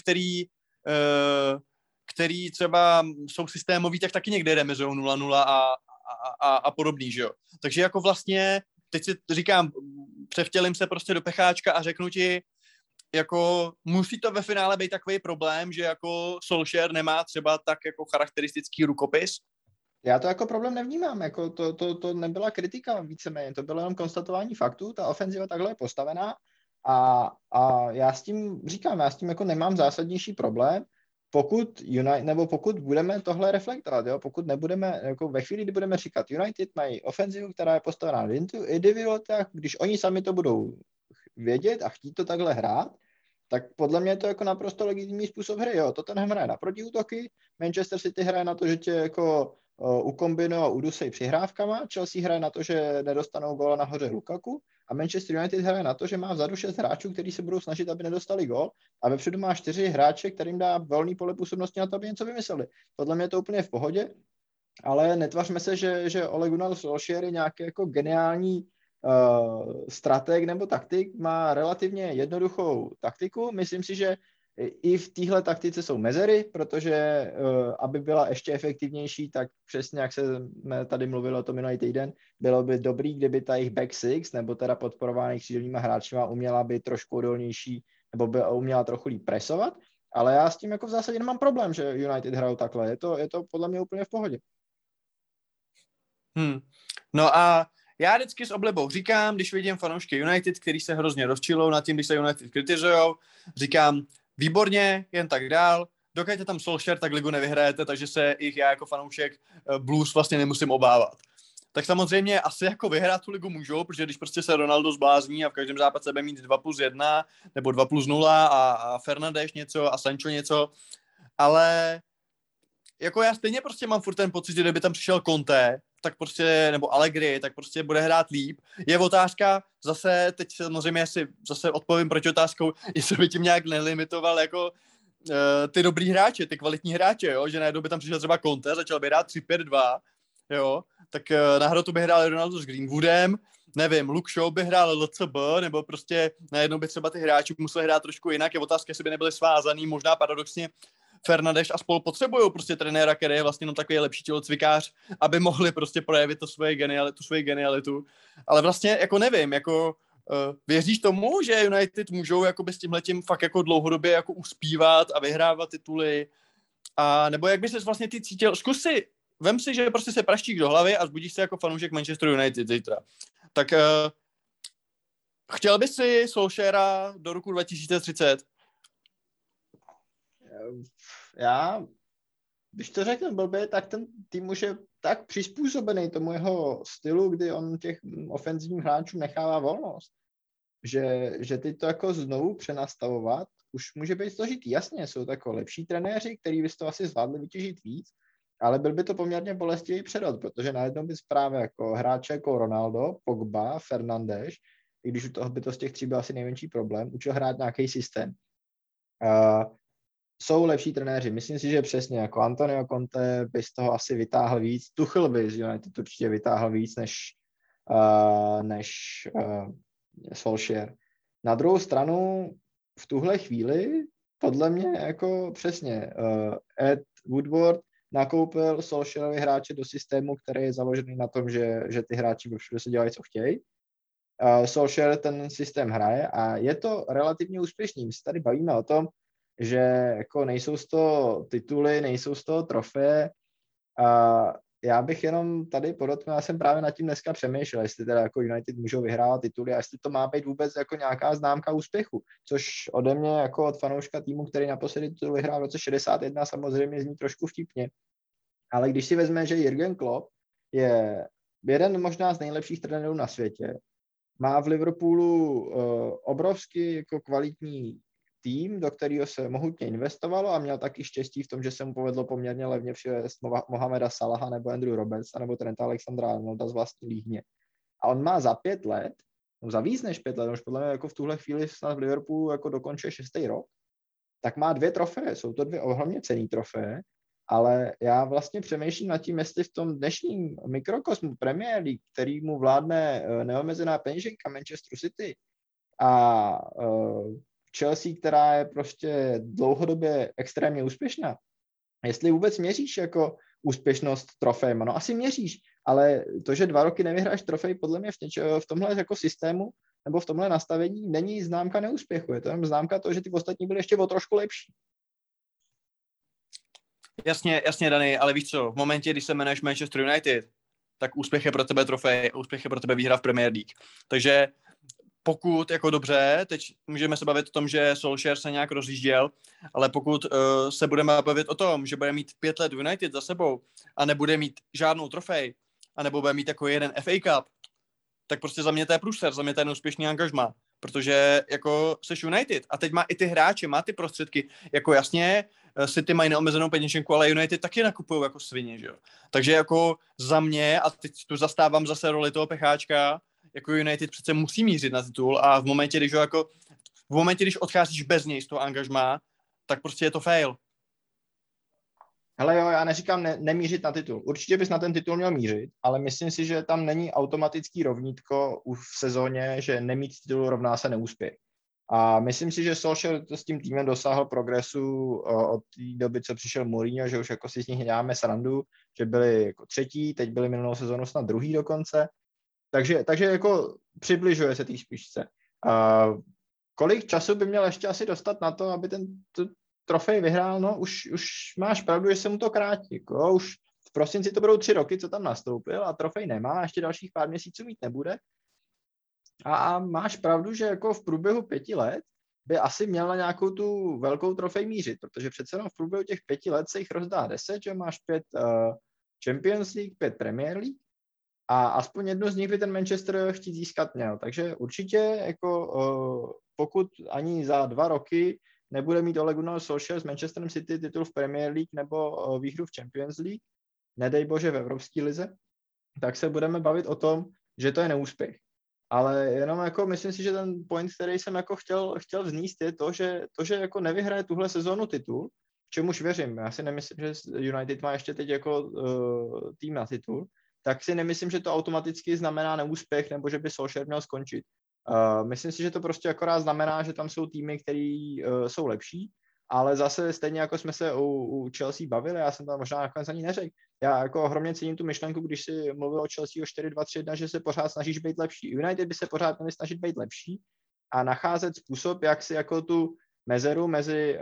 který třeba jsou systémový, tak taky někde remizujou 0-0 a podobný, že jo. Takže jako vlastně, teď si říkám, převtělím se prostě do pecháčka a řeknu ti, jako musí to ve finále být takový problém, že jako Solskjaer nemá třeba tak jako charakteristický rukopis? Já to jako problém nevnímám, jako to nebyla kritika víceméně, to bylo jenom konstatování faktů, ta ofenziva takhle je postavená a já s tím jako nemám zásadnější problém, pokud budeme tohle reflektovat, jo? Pokud nebudeme, jako ve chvíli, kdy budeme říkat, United mají ofenzivu, která je postavená v individualitách, když oni sami to budou vědět a chtít to takhle hrát, tak podle mě je to jako naprosto legitimní způsob hry. Jo. Tottenham hraje na protiútoky, Manchester City hraje na to, že tě jako ukombinují a udusej přihrávkama, Chelsea hraje na to, že nedostanou góla nahoře Lukaku a Manchester United hraje na to, že má vzadu 6 hráčů, kteří se budou snažit, aby nedostali gól a vepředu má 4 hráče, kterým dá volný pole působnosti na to, aby něco vymysleli. Podle mě je to úplně v pohodě, ale netvařme se, že Ole Gunnar Solskjaer je nějaký jako geniální strateg nebo taktik, má relativně jednoduchou taktiku. Myslím si, že i v téhle taktice jsou mezery, protože aby byla ještě efektivnější, tak přesně jak jsme tady mluvili o tom minulý týden, bylo by dobrý, kdyby ta jejich back six, nebo teda podporovaný křídelníma hráčima uměla být trošku odolnější, nebo by uměla trochu líp presovat, ale já s tím jako v zásadě nemám problém, že United hrajou takhle. Je to podle mě úplně v pohodě. No a já vždycky s oblibou říkám, když vidím fanoušky United, který se hrozně rozčilou nad tím, když se United kritizujou, říkám, výborně, jen tak dál, dokud je tam Solskjaer, tak ligu nevyhrajete, takže se jich já jako fanoušek Blues vlastně nemusím obávat. Tak samozřejmě asi jako vyhrát tu ligu můžou, protože když prostě se Ronaldo zblázní a v každém zápase bude mít 2+1 nebo 2+0 a Fernandes něco a Sancho něco, ale jako já stejně prostě mám furt ten pocit, že kdyby tam přišel Conte, tak prostě, nebo Allegri, tak prostě bude hrát líp. Je otázka, zase, teď samozřejmě si zase odpovím proti otázkou, jestli by tím nějak nelimitoval jako ty dobrý hráče, ty kvalitní hráče, jo? Že najednou by tam přišel třeba Conte, začal by hrát 3-5-2, jo? Tak na hrotu by hrál Ronaldo s Greenwoodem, nevím, Luke Shaw by hrál LCB, nebo prostě najednou by třeba ty hráči museli hrát trošku jinak, je otázka, jestli by nebyli svázaný, možná paradoxně Fernandes a spol potřebují prostě trenéra, který je vlastně takový lepší tělocvikář, aby mohli prostě projevit tu svoji genialitu. Ale vlastně jako nevím, jako věříš tomu, že United můžou jakoby s tímhletím fakt jako dlouhodobě jako uspívat a vyhrávat tituly? A nebo jak by ses vlastně ty cítil? Vem si, že prostě se praštík do hlavy a zbudíš se jako fanoušek Manchester United zítra. Tak chtěl bys si Solskjaera do roku 2030? Já, když to řeknu blbě, tak ten tým už je tak přizpůsobený tomu jeho stylu, kdy on těch ofenzivních hráčů nechává volnost, že teď to jako znovu přenastavovat už může být složitý. Jasně, jsou tako lepší trenéři, který by to asi zvládli vytěžit víc, ale byl by to poměrně bolestivý přerod, protože najednou by právě jako hráče jako Ronaldo, Pogba, Fernandes, i když u toho by to z těch 3 byl asi nejmenší problém, učil hrát nějaký systém. Jsou lepší trenéři. Myslím si, že přesně jako Antonio Conte by z toho asi vytáhl víc. Tuchel by z United určitě vytáhl víc než Solskjaer. Na druhou stranu v tuhle chvíli podle mě jako přesně Ed Woodward nakoupil Solskjaerovi hráče do systému, který je založený na tom, že ty hráči všude se dělají, co chtějí. Solskjaer ten systém hraje a je to relativně úspěšný. My se tady bavíme o tom, že jako nejsou z toho tituly, nejsou z toho trofeje. A já bych jenom tady podotknul, já jsem právě nad tím dneska přemýšlel, jestli teda jako United můžou vyhrávat tituly a jestli to má být vůbec jako nějaká známka úspěchu, což ode mě jako od fanouška týmu, který naposledy titul vyhrál v roce 61, samozřejmě zní trošku vtipně. Ale když si vezme, že Jürgen Klopp je jeden možná z nejlepších trenérů na světě, má v Liverpoolu obrovsky jako kvalitní tým, do kterého se mohutně investovalo a měl taky štěstí v tom, že se mu povedlo poměrně levně přivést Mohameda Salaha nebo Andrew Robertsa nebo Trenta Alexandra-Arnolda z vlastní líhně. A on má za 5 let, za víc než 5 let, už podle mě jako v tuhle chvíli snad v Liverpoolu jako dokončuje 6. rok, tak má 2 trofeje. Jsou to 2 ohromně cenný trofeje, ale já vlastně přemýšlím nad tím, jestli v tom dnešním mikrokosmu Premier League, který mu vládne neomezená peněženka Manchester City a Chelsea, která je prostě dlouhodobě extrémně úspěšná, jestli vůbec měříš jako úspěšnost trofejem. No asi měříš, ale to, že 2 roky nevyhráš trofej, podle mě v tomhle jako systému nebo v tomhle nastavení není známka neúspěchu. Je to jen známka toho, že ty ostatní byly ještě o trošku lepší. Jasně, Dani, ale víš co, v momentě, když se jmenuješ Manchester United, tak úspěch je pro tebe trofej, úspěch je pro tebe výhra v Premier League. Takže pokud jako dobře, teď můžeme se bavit o tom, že Solskjaer se nějak rozjížděl, ale pokud se budeme bavit o tom, že bude mít 5 let United za sebou a nebude mít žádnou trofej, a nebo bude mít jako jeden FA Cup, tak prostě za mě to je průser, za mě to je neúspěšný angažmá, protože jako seš United a teď má i ty hráče, má ty prostředky, jako jasně, City mají neomezenou peněženku, ale United taky nakupují jako svině, že jo. Takže jako za mě, a teď tu zastávám zase roli toho pecháčka, jako United přece musí mířit na titul a v momentě, když odcházíš bez něj z toho angažmá, tak prostě je to fail. Hele jo, já neříkám nemířit na titul. Určitě bys na ten titul měl mířit, ale myslím si, že tam není automatický rovnítko už v sezóně, že nemít titul rovná se neúspěch. A myslím si, že Solskjaer s tím týmem dosáhl progresu od té doby, co přišel Mourinho, že už jako si z nich děláme srandu, že byli jako 3., teď byli minulou sezónu snad 2. dokonce. Takže jako přibližuje se té špičce. Kolik času by měl ještě asi dostat na to, aby ten trofej vyhrál? No, už máš pravdu, že se mu to krátí. Jako, už v prosinci to budou 3 roky, co tam nastoupil a trofej nemá, ještě dalších pár měsíců mít nebude. A máš pravdu, že jako v průběhu 5 let by asi měl na nějakou tu velkou trofej mířit, protože přece jenom v průběhu těch 5 let se jich rozdá 10, že máš 5 Champions League, 5 Premier League a aspoň jednu z nich by ten Manchester chtít získat měl. Takže určitě jako pokud ani za 2 roky nebude mít Ole Gunnar Solskjaer s Manchesterem City titul v Premier League nebo výhru v Champions League, nedej bože v Evropské lize, tak se budeme bavit o tom, že to je neúspěch. Ale jenom jako myslím si, že ten point, který jsem jako chtěl vznést, je to, že jako nevyhraje tuhle sezónu titul, čemuž věřím. Já si nemyslím, že United má ještě teď jako tým na titul, tak si nemyslím, že to automaticky znamená neúspěch nebo že by Solskjaer měl skončit. Myslím si, že to prostě akorát znamená, že tam jsou týmy, které jsou lepší, ale zase stejně jako jsme se u Chelsea bavili, já jsem tam možná nakonec ani neřekl, já jako ohromně cením tu myšlenku, když si mluvil o Chelsea o 4-2-3-1, že se pořád snažíš být lepší. United by se pořád měli snažit být lepší a nacházet způsob, jak si jako tu mezeru mezi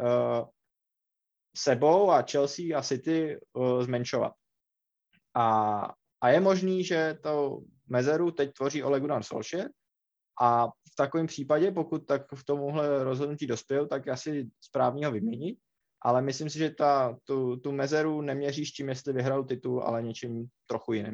sebou a Chelsea a City zmenšovat. A je možný, že to mezeru teď tvoří Ole Gunnar Solskjaer a v takovém případě, pokud tak v tomuhle rozhodnutí dospěl, tak asi správně ho vyměnit, ale myslím si, že tu mezeru neměříš tím, jestli vyhrál titul, ale něčím trochu jiným.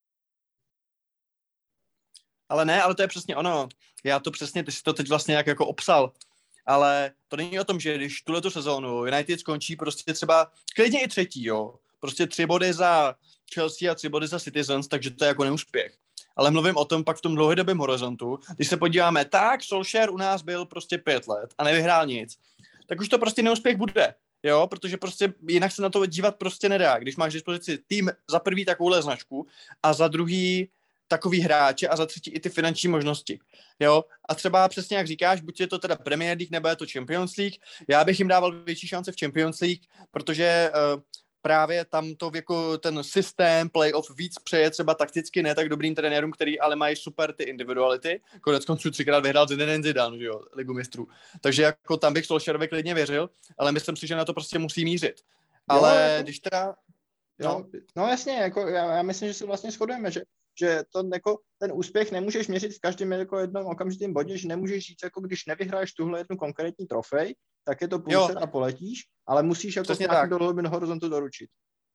Ale to je přesně ono. Já to přesně, ty jsi to teď vlastně jako obsal. Ale to není o tom, že když tuhletu sezónu United skončí prostě třeba klidně i 3., jo. Prostě 3 body za Chelsea a 3 body za Citizens, takže to je jako neúspěch. Ale mluvím o tom pak v tom dlouhodobém horizontu, když se podíváme, tak Solskjaer u nás byl prostě 5 let a nevyhrál nic, tak už to prostě neúspěch bude, jo, protože prostě jinak se na to dívat prostě nedá, když máš k dispozici tým za prvý takovouhle značku a za druhý takový hráče a za třetí i ty finanční možnosti, jo, a třeba přesně jak říkáš, buď je to teda Premier League nebo je to Champions League, já bych jim dával větší šance v Champions League, protože právě tam to jako ten systém playoff víc přeje třeba takticky ne tak dobrým trenérům, který ale mají super ty individuality. Konec konců 3krát vyhrál Zinedine Zidane, že jo, Ligu mistrů. Takže jako tam bych Solskjaerovi klidně věřil, ale myslím si, že na to prostě musí mířit. Ale jo, když teda... No jasně, jako já myslím, že se vlastně shodujeme, že to jako ten úspěch nemůžeš měřit v každém jako jednom okamžitém bodě, že nemůžeš říct, jako když nevyhraješ tuhle jednu konkrétní trofej, tak je to průser a poletíš, ale musíš jako v nějakém dlouhodobém horizontu doručit.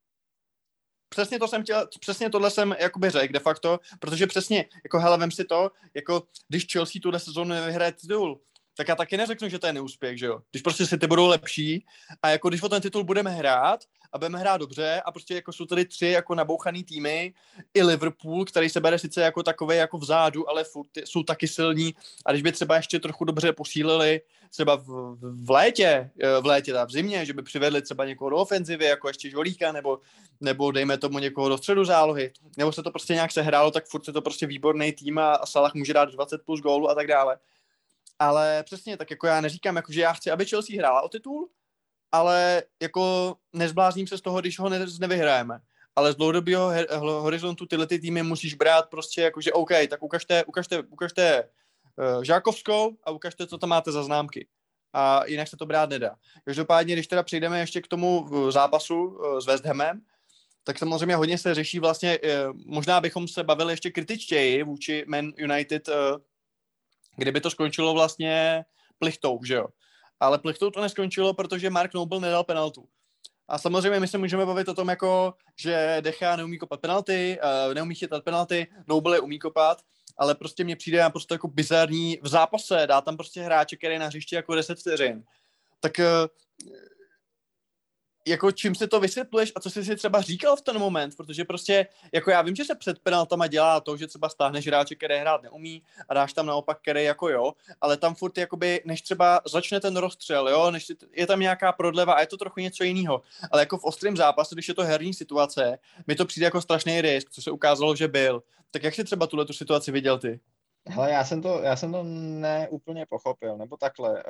Přesně tohle jsem jakoby řekl de facto, protože přesně, jako hele, vem si to, jako když Chelsea tuhle sezónu nevyhraje titul, tak já taky neřeknu, že to je neúspěch, že jo. Když prostě si ty budou lepší a jako když o ten titul budeme hrát a budeme hrát dobře a prostě jako jsou tady 3 jako nabouchaný týmy, i Liverpool, který se bere sice jako takovej jako vzadu, ale furt jsou taky silní a když by třeba ještě trochu dobře posílili třeba v létě, v zimě, že by přivedli třeba někoho do ofenzivy, jako ještě Žolíka, nebo dejme tomu někoho do středu zálohy, nebo se to prostě nějak sehrálo, tak furt je to prostě výborný tým a Salah může dát 20 plus gólů a tak dále. Ale přesně, tak jako já neříkám, jako, že já chci, aby Chelsea hrála o titul, ale jako nezblázním se z toho, když ho nevyhrajeme. Ale z dlouhodobého horizontu tyhle ty týmy musíš brát prostě jako, že OK, tak ukažte Žákovskou a ukažte, co tam máte za známky. A jinak se to brát nedá. Každopádně, když teda přejdeme ještě k tomu zápasu s West Hamem, tak samozřejmě hodně se řeší vlastně, možná bychom se bavili ještě kritičtěji vůči Man United, kdyby to skončilo vlastně plichtou, že jo. Ale plichtou to neskončilo, protože Mark Noble nedal penaltu. A samozřejmě my se můžeme bavit o tom, jako, že Decha neumí kopat penalty, neumí chytat penalty, Noble je umí kopat, ale prostě mně přijde prostě jako bizarní v zápase, dá tam prostě hráče, který je na hřišti jako 10 vteřin. Tak jako čím si to vysvětluješ a co jsi si třeba říkal v ten moment, protože prostě, jako já vím, že se před penaltama dělá to, že třeba stáhneš hráče, který hrát neumí a dáš tam naopak, který jako jo, ale tam furt jakoby, než třeba začne ten rozstřel, jo, než je tam nějaká prodleva a je to trochu něco jiného, ale jako v ostrém zápase, když je to herní situace, mi to přijde jako strašný risk, co se ukázalo, že byl. Tak jak jsi třeba tu situaci viděl ty? Hele, já jsem to neúplně pochopil, nebo takhle.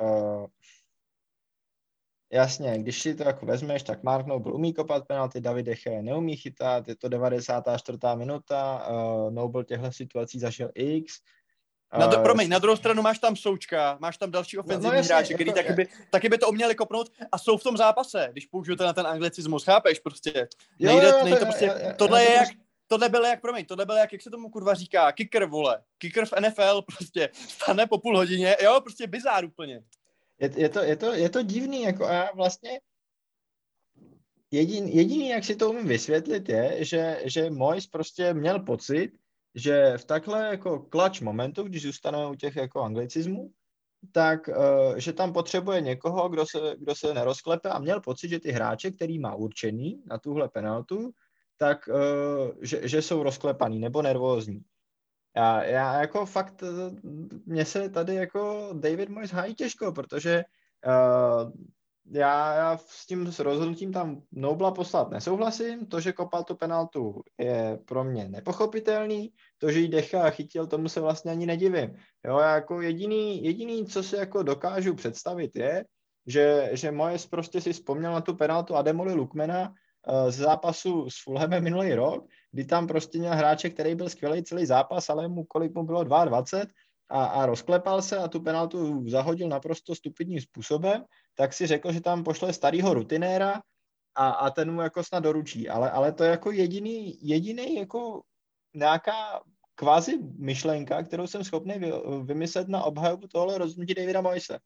Jasně, když si to jako vezmeš, tak Mark Noble umí kopat penalty, David De Gea neumí chytat, je to 94. minuta, Noble těchto situací zažil X. Promiň, na druhou stranu máš tam Součka, máš tam další ofenzivní hráče, který taky by to uměli kopnout a jsou v tom zápase, když použiju na ten anglicismus, chápeš prostě. Nejde to prostě, tohle bylo jak se tomu kurva říká, kicker, vole, kicker v NFL prostě, stane po půl hodině, jo, prostě bizár úplně. Je to divný, jako a vlastně jediný, jak si to umím vysvětlit, je, že Moyes prostě měl pocit, že v takhle jako clutch momentu, když zůstaneme u těch jako anglicismů, tak že tam potřebuje někoho, kdo se nerozklepe a měl pocit, že ty hráče, který má určený na tuhle penaltu, tak že jsou rozklepaný nebo nervózní. Já jako fakt, mně se tady jako David Moyes hájí těžko, protože já s tím rozhodnutím tam Nobla poslat nesouhlasím, to, že kopal tu penaltu, je pro mě nepochopitelný, to, že jí Decha chytil, tomu se vlastně ani nedivím. Jo, jako jediný, co si jako dokážu představit je, že Moyes prostě si vzpomněl na tu penaltu Ademoly Lookmana z zápasu s Fulhamem minulý rok, kdy tam prostě měl hráče, který byl skvělý celý zápas, ale kolik mu bylo 22 a rozklepal se a tu penaltu zahodil naprosto stupidním způsobem, tak si řekl, že tam pošle starýho rutinéra a ten mu jako snad doručí. Ale to je jako jediný jako nějaká kvazi myšlenka, kterou jsem schopný vymyslet na obhajobu tohle rozhodnutí Davida Moyese.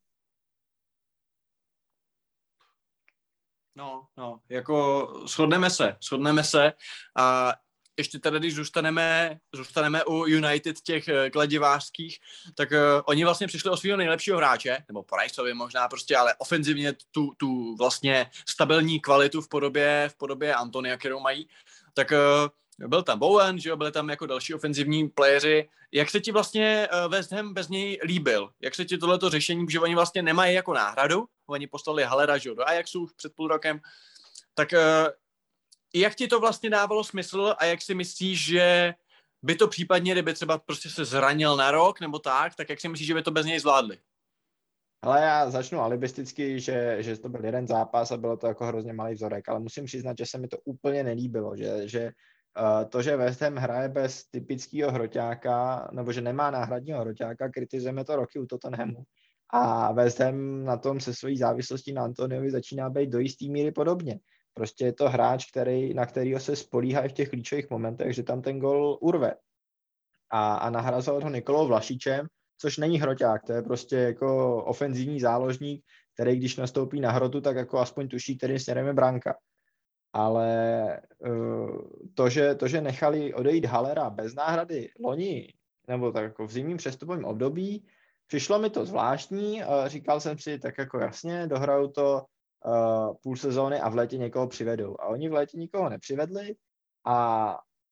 No, jako shodneme se a ještě tady, když zůstaneme u United těch kladivářských, tak oni vlastně přišli o svého nejlepšího hráče, nebo Priceovi možná prostě, ale ofenzivně tu vlastně stabilní kvalitu v podobě Antonia, kterou mají, tak byl tam Bowen, že jo, byli tam jako další ofenzivní playeři. Jak se ti vlastně West Ham bez něj líbil? Jak se ti tohleto řešení, že oni vlastně nemají jako náhradu, oni poslali Hallera, že jo, do Ajaxu před půl rokem, tak jak ti to vlastně dávalo smysl a jak si myslíš, že by to případně, kdyby třeba prostě se zranil na rok nebo tak jak si myslíš, že by to bez něj zvládli? Ale já začnu alibisticky, že to byl jeden zápas a bylo to jako hrozně malý vzorek, ale musím přiznat, že se mi to úplně nelíbilo, že to, že West Ham hraje bez typického hroťáka, nebo že nemá náhradního hroťáka, kritizujeme to roky u Tottenhamu. A West Ham na tom se svojí závislostí na Antoniovi začíná být do jistý míry podobně. Prostě je to hráč, na kterýho se spolíhá v těch klíčových momentech, že tam ten gol urve. A nahrazoval ho Nikolou Vlašičem, což není hroťák, to je prostě jako ofenzivní záložník, který když nastoupí na hrotu, tak jako aspoň tuší, kterým směrem je branka. Ale to, že nechali odejít Hallera bez náhrady loni, nebo tak jako v zimním přestupovém období, přišlo mi to zvláštní, říkal jsem si tak jako jasně, dohraju to půl sezóny a v létě někoho přivedou. A oni v létě nikoho nepřivedli a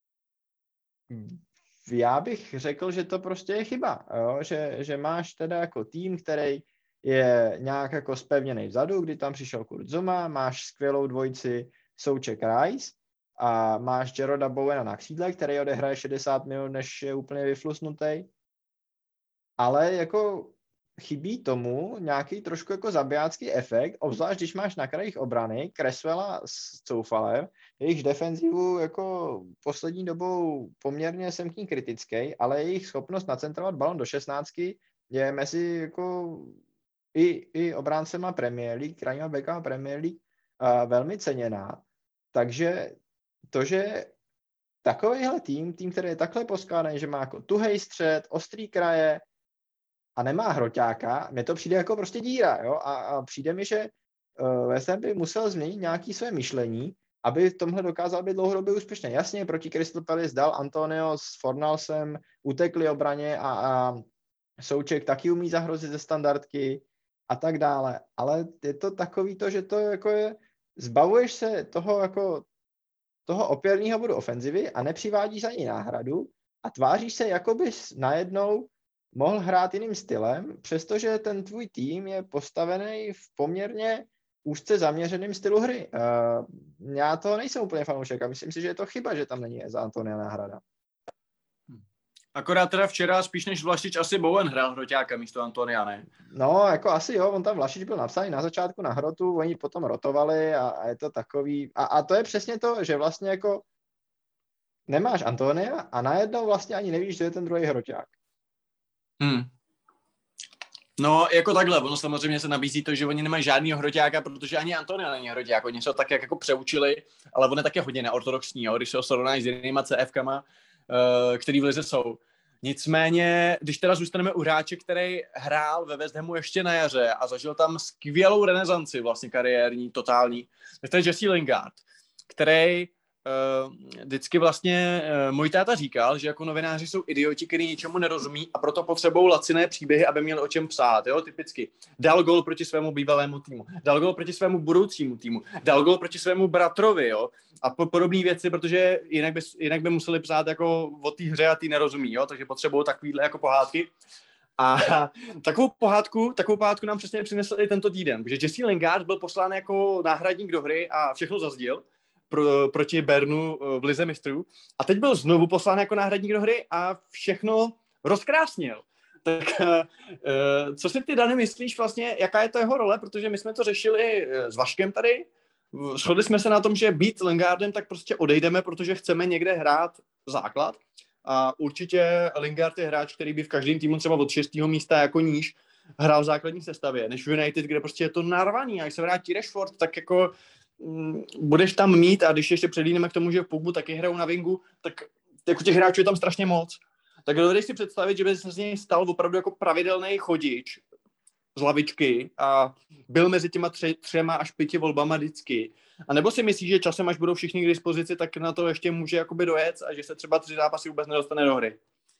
já bych řekl, že to prostě je chyba, jo? Že máš teda jako tým, který je nějak jako spevněný vzadu, kdy tam přišel Kurt Zouma, máš skvělou dvojici Souček Rice a máš Jaroda Bowena na křídle, který odehraje 60 minut, než je úplně vyflusnutý. Ale jako chybí tomu nějaký trošku jako zabijácký efekt, obzvlášť když máš na krajích obrany Cresswella s Coufalem, jejich defenzivu jako poslední dobou poměrně jsem k ní kritický, ale jejich schopnost nacentrovat balon do 16 je mezi jako i obráncema Premier League, krajníma backa Premier League velmi ceněná. Takže to, že takovýhle tým, který je takhle poskládaný, že má jako tuhej střed, ostrý kraje a nemá hroťáka, mně to přijde jako prostě díra, jo? A přijde mi, že West Ham by musel změnit nějaké své myšlení, aby v tomhle dokázal být dlouhodobě úspěšný. Jasně, proti Crystal Palace dal Antonio s Fornalsem, utekli obraně a Souček taky umí zahrozit ze standardky a tak dále. Ale je to takový to, že to jako je, zbavuješ se toho opěrného bodu ofenzivy a nepřivádíš ani náhradu a tváříš se, jako bys najednou mohl hrát jiným stylem, přestože ten tvůj tým je postavený v poměrně úzce zaměřeným stylu hry. Já toho nejsem úplně fanoušek a myslím si, že je to chyba, že tam není za Antonia náhrada. Akorát teda včera spíš než Vlašič asi Bowen hrál hroťáka místo Antonia, ne? No, jako asi jo, on tam Vlašič byl napsaný na začátku na hrotu, oni potom rotovali a je to takový... A to je přesně to, že vlastně jako nemáš Antonia a najednou vlastně ani nevíš, že je ten druhý hroťák. No, jako takhle, ono samozřejmě se nabízí to, že oni nemají žádnýho hroťáka, protože ani Antonia není hroťák, oni se ho tak jako přeučili, ale on je taky hodně neortodoxní, jo, když se ho srovnáš s jinýma CFkama, který v lize jsou. Nicméně, když teda zůstaneme u hráče, který hrál ve West Hamu ještě na jaře a zažil tam skvělou renesanci vlastně kariérní, totální, tak to je Jesse Lingard, který vždycky vlastně můj táta říkal, že jako novináři jsou idioti, kteří ničemu nerozumí a proto potřebují laciné příběhy, aby měli o čem psát, jo, typicky. Dal gól proti svému bývalému týmu, dal gól proti svému budoucímu týmu, dal gól proti svému bratrovi, jo, a podobné věci, protože jinak by museli psát jako o té hře a ty nerozumí, jo, takže potřebují takovýhle jako pohádky. A takovou pohádku nám přesně přinesl i tento týden, protože Jesse Lingard byl poslán jako náhradník do hry a všechno zazdil proti Bernu v lize mistrů. A teď byl znovu poslán jako náhradník do hry a všechno rozkrásnil. Tak co si ty, Dane, myslíš vlastně, jaká je to jeho role? Protože my jsme to řešili s Vaškem tady. Shodli jsme se na tom, že být Lingardem, tak prostě odejdeme, protože chceme někde hrát základ. A určitě Lingard je hráč, který by v každém týmu třeba od 6. místa jako níž hrál v základní sestavě, než v United, kde prostě je to narvaný. A když se vrátí Rashford, tak jako budeš tam mít, a když ještě předlíneme k tomu, že v Pogbu taky hrajou na wingu, tak jako těch hráčů je tam strašně moc. Tak dovedeš si představit, že by se z něj stal opravdu jako pravidelný chodič z lavičky a byl mezi těma 3 až 5 volbama vždycky. A nebo si myslíš, že časem, až budou všichni k dispozici, tak na to ještě může jakoby dojet a že se třeba 3 zápasy vůbec nedostane do hry?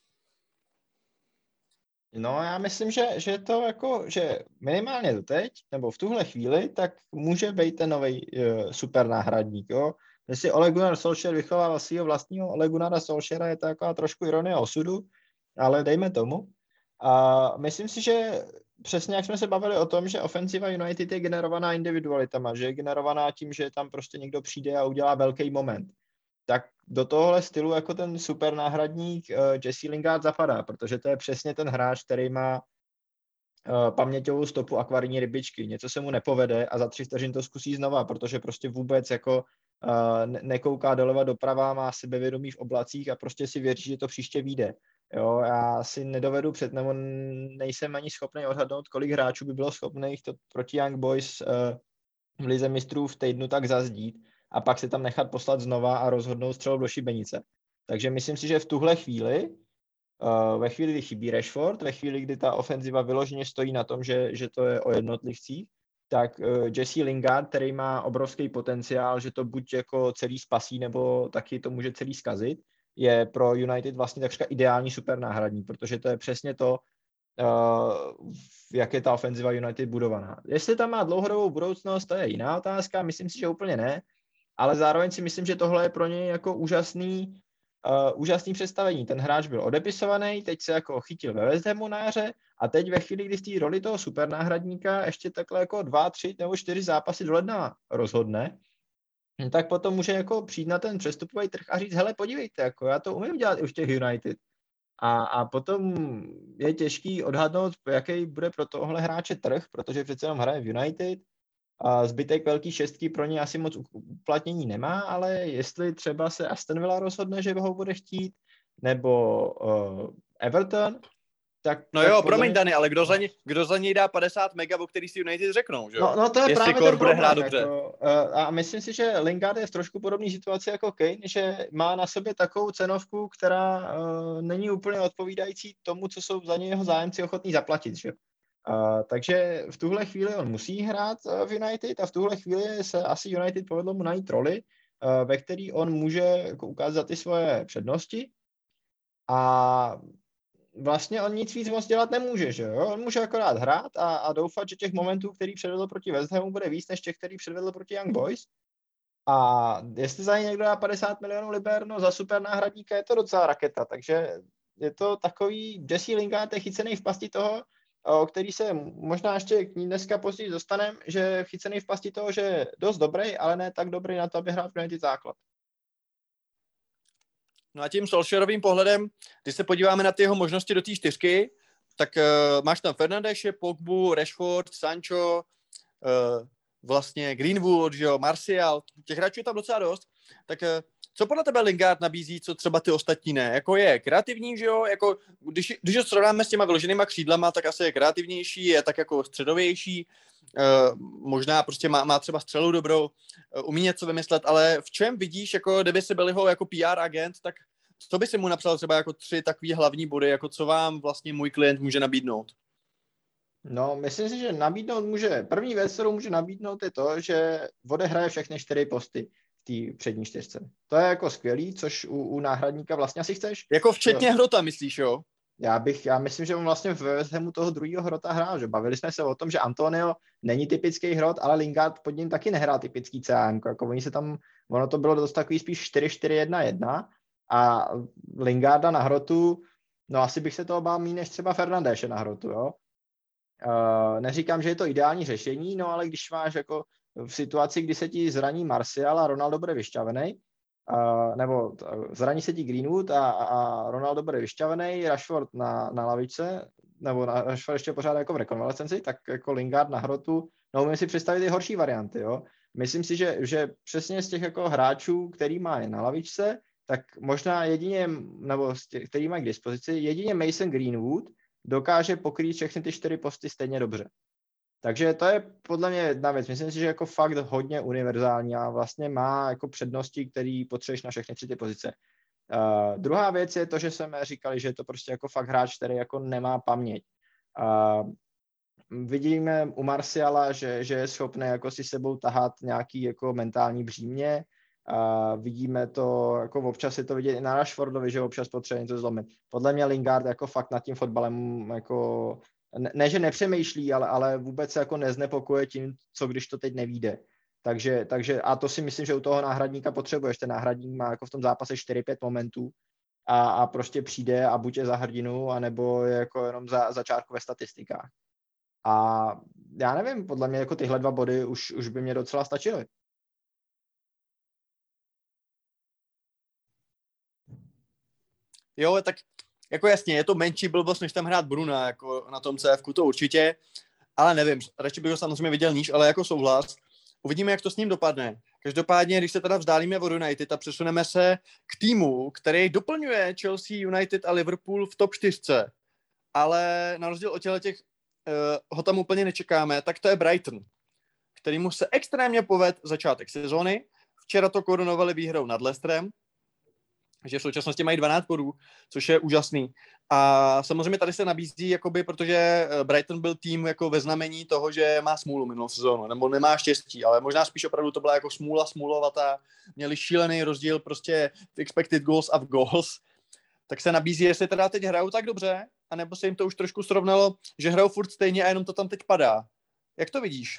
No, já myslím, že to jako, že minimálně doteď, nebo v tuhle chvíli, tak může být ten nový super náhradník, jo. Jestli Ole Gunnar Solskjaer vychoval svého vlastního Ole Gunnara Solskjaera, je to taková trošku ironie osudu, ale dejme tomu. A myslím si, že přesně jak jsme se bavili o tom, že ofenziva United je generovaná individualitama, že je generovaná tím, že tam prostě někdo přijde a udělá velký moment. Tak do tohohle stylu jako ten super náhradník Jesse Lingard zapadá, protože to je přesně ten hráč, který má paměťovou stopu akvarijní rybičky. Něco se mu nepovede a za 3 vteřin to zkusí znova, protože prostě vůbec jako nekouká doleva doprava, má sebevědomí v oblacích a prostě si věří, že to příště vyjde. Jo, já si nedovedu nebo nejsem ani schopný odhadnout, kolik hráčů by bylo schopných to proti Young Boys v lize mistrů v týdnu tak zazdít a pak se tam nechat poslat znova a rozhodnout střelou do šibenice. Takže myslím si, že v tuhle chvíli, ve chvíli, kdy chybí Rashford, ve chvíli, kdy ta ofenziva vyloženě stojí na tom, že to je o jednotlivcích, tak Jesse Lingard, který má obrovský potenciál, že to buď jako celý spasí, nebo taky to může celý zkazit, je pro United vlastně takřka ideální super náhradník, protože to je přesně to, jak je ta ofenziva United budovaná. Jestli tam má dlouhodobou budoucnost, to je jiná otázka, myslím si, že úplně ne, ale zároveň si myslím, že tohle je pro něj jako úžasný představení. Ten hráč byl odepisovaný, teď se jako chytil ve West Hamu na jaře a teď ve chvíli, kdy v té roli toho supernáhradníka ještě takhle jako 2, 3 nebo 4 zápasy do ledna rozhodne, tak potom může jako přijít na ten přestupový trh a říct, hele, podívejte, jako já to umím dělat i v těch United. A potom je těžký odhadnout, jaký bude pro tohle hráče trh, protože přece jenom hraje v United a zbytek velký šestky pro ně asi moc uplatnění nemá, ale jestli třeba se Aston Villa rozhodne, že ho bude chtít, nebo Everton, tak... No jo, promiň Dani, ale kdo za něj dá 50 mega, o který si United řeknou, že jo? No to je jestli právě ten bude problém, hrát dobře. jako, a myslím si, že Lingard je v trošku podobné situaci jako Kane, že má na sobě takovou cenovku, která není úplně odpovídající tomu, co jsou za něj jeho zájemci ochotní zaplatit, že? Takže v tuhle chvíli on musí hrát v United a v tuhle chvíli se asi United povedlo mu najít roli, ve který on může jako ukázat ty svoje přednosti a vlastně on nic víc moc dělat nemůže, že jo? On může akorát hrát a doufat, že těch momentů, který předvedl proti West Hamu, bude víc než těch, který předvedl proti Young Boys. A jestli za něj někdo dá 50 milionů liber, no za super náhradníka je to docela raketa, takže je to takový Jesse Lingard je chycený v pasti toho, o který se možná ještě k ní dneska později dostaneme, že chycený v pasti toho, že je dost dobrý, ale ne tak dobrý na to, aby hrál v United základ. No a tím Solskjaerovým pohledem, když se podíváme na ty jeho možnosti do té čtyřky, tak máš tam Fernandeše, Pogbu, Rashford, Sancho, vlastně Greenwood, že jo, Martial, těch hráčů je tam docela dost. Tak co podle tebe Lingard nabízí, co třeba ty ostatní ne? Jako je kreativní, že jo? Jako, když ho srovnáme s těma vyloženýma křídlama, tak asi je kreativnější, je tak jako středovější, možná prostě má třeba střelu dobrou, umí něco vymyslet, ale v čem vidíš, jako kdyby si byl jeho jako PR agent, tak co by si mu napsal třeba jako 3 takový hlavní body, jako co vám vlastně můj klient může nabídnout? No, myslím si, že nabídnout může, první věc, kterou může nabídnout, je to, že odehraje všechny 4 posty v té přední 4. To je jako skvělý, což u náhradníka vlastně asi chceš. Jako včetně Hrota, myslíš, jo? Já myslím, že on vlastně v West Hamu toho druhého Hrota hrál, že bavili jsme se o tom, že Antonio není typický Hrot, ale Lingard pod ním taky nehrál typický CM, jako oni se tam, ono to bylo dost takový spíš 4-4-1-1 a Lingarda na Hrotu, no asi bych se toho bál méně než třeba Fernandéše na Hrotu, jo. Neříkám, že je to ideální řešení, no ale když máš jako v situaci, kdy se ti zraní Martial a Ronaldo bude vyšťavený, nebo zraní se ti Greenwood a Ronaldo bude vyšťavený, Rashford na lavičce, nebo Rashford ještě pořád jako v rekonvalescenci, tak jako Lingard na Hrotu, no umím si představit i horší varianty, jo. Myslím si, že přesně z těch jako hráčů, který má na lavičce, tak možná jedině, nebo z těch, který má k dispozici, jedině Mason Greenwood dokáže pokrýt všechny ty 4 posty stejně dobře. Takže to je podle mě jedna věc. Myslím si, že jako fakt hodně univerzální a vlastně má jako přednosti, které potřebuješ na všechny 3 ty pozice. Druhá věc je to, že jsme říkali, že je to prostě jako fakt hráč, který jako nemá paměť. Vidíme u Martiala, že je schopný jako si sebou tahat nějaký jako mentální břímě. Vidíme to, jako občas je to vidět i na Rashfordovi, že občas potřebuje něco zlomit. Podle mě Lingard jako fakt nad tím fotbalem jako ne, že nepřemýšlí, ale vůbec se jako neznepokuje tím, co když to teď nevíde. Takže a to si myslím, že u toho náhradníka potřebuješ. Ten náhradník má jako v tom zápase 4-5 momentů a prostě přijde a buď je za hrdinu, anebo je jako jenom za čárku ve statistikách. A já nevím, podle mě jako tyhle 2 body už by mě docela stačily. Jo, tak jako jasně, je to menší blbost, než tam hrát Bruna, jako na tom CFku, to určitě, ale nevím, radši bych ho samozřejmě viděl níž, ale jako souhlas. Uvidíme, jak to s ním dopadne. Každopádně, když se teda vzdálíme od United a přesuneme se k týmu, který doplňuje Chelsea, United a Liverpool v top 4, ale na rozdíl od těch ho tam úplně nečekáme, tak to je Brighton, kterýmu se extrémně povedl začátek sezóny. Včera to korunovali výhrou nad Leicesterem, že v současnosti mají 12 bodů, což je úžasný. A samozřejmě tady se nabízí, jakoby, protože Brighton byl tým jako ve znamení toho, že má smůlu minulou sezónu, nebo nemá štěstí, ale možná spíš opravdu to byla jako smůlovatá. Měli šílený rozdíl prostě v expected goals a v goals. Tak se nabízí, jestli teda teď hrajou tak dobře, anebo se jim to už trošku srovnalo, že hrajou furt stejně a jenom to tam teď padá. Jak to vidíš?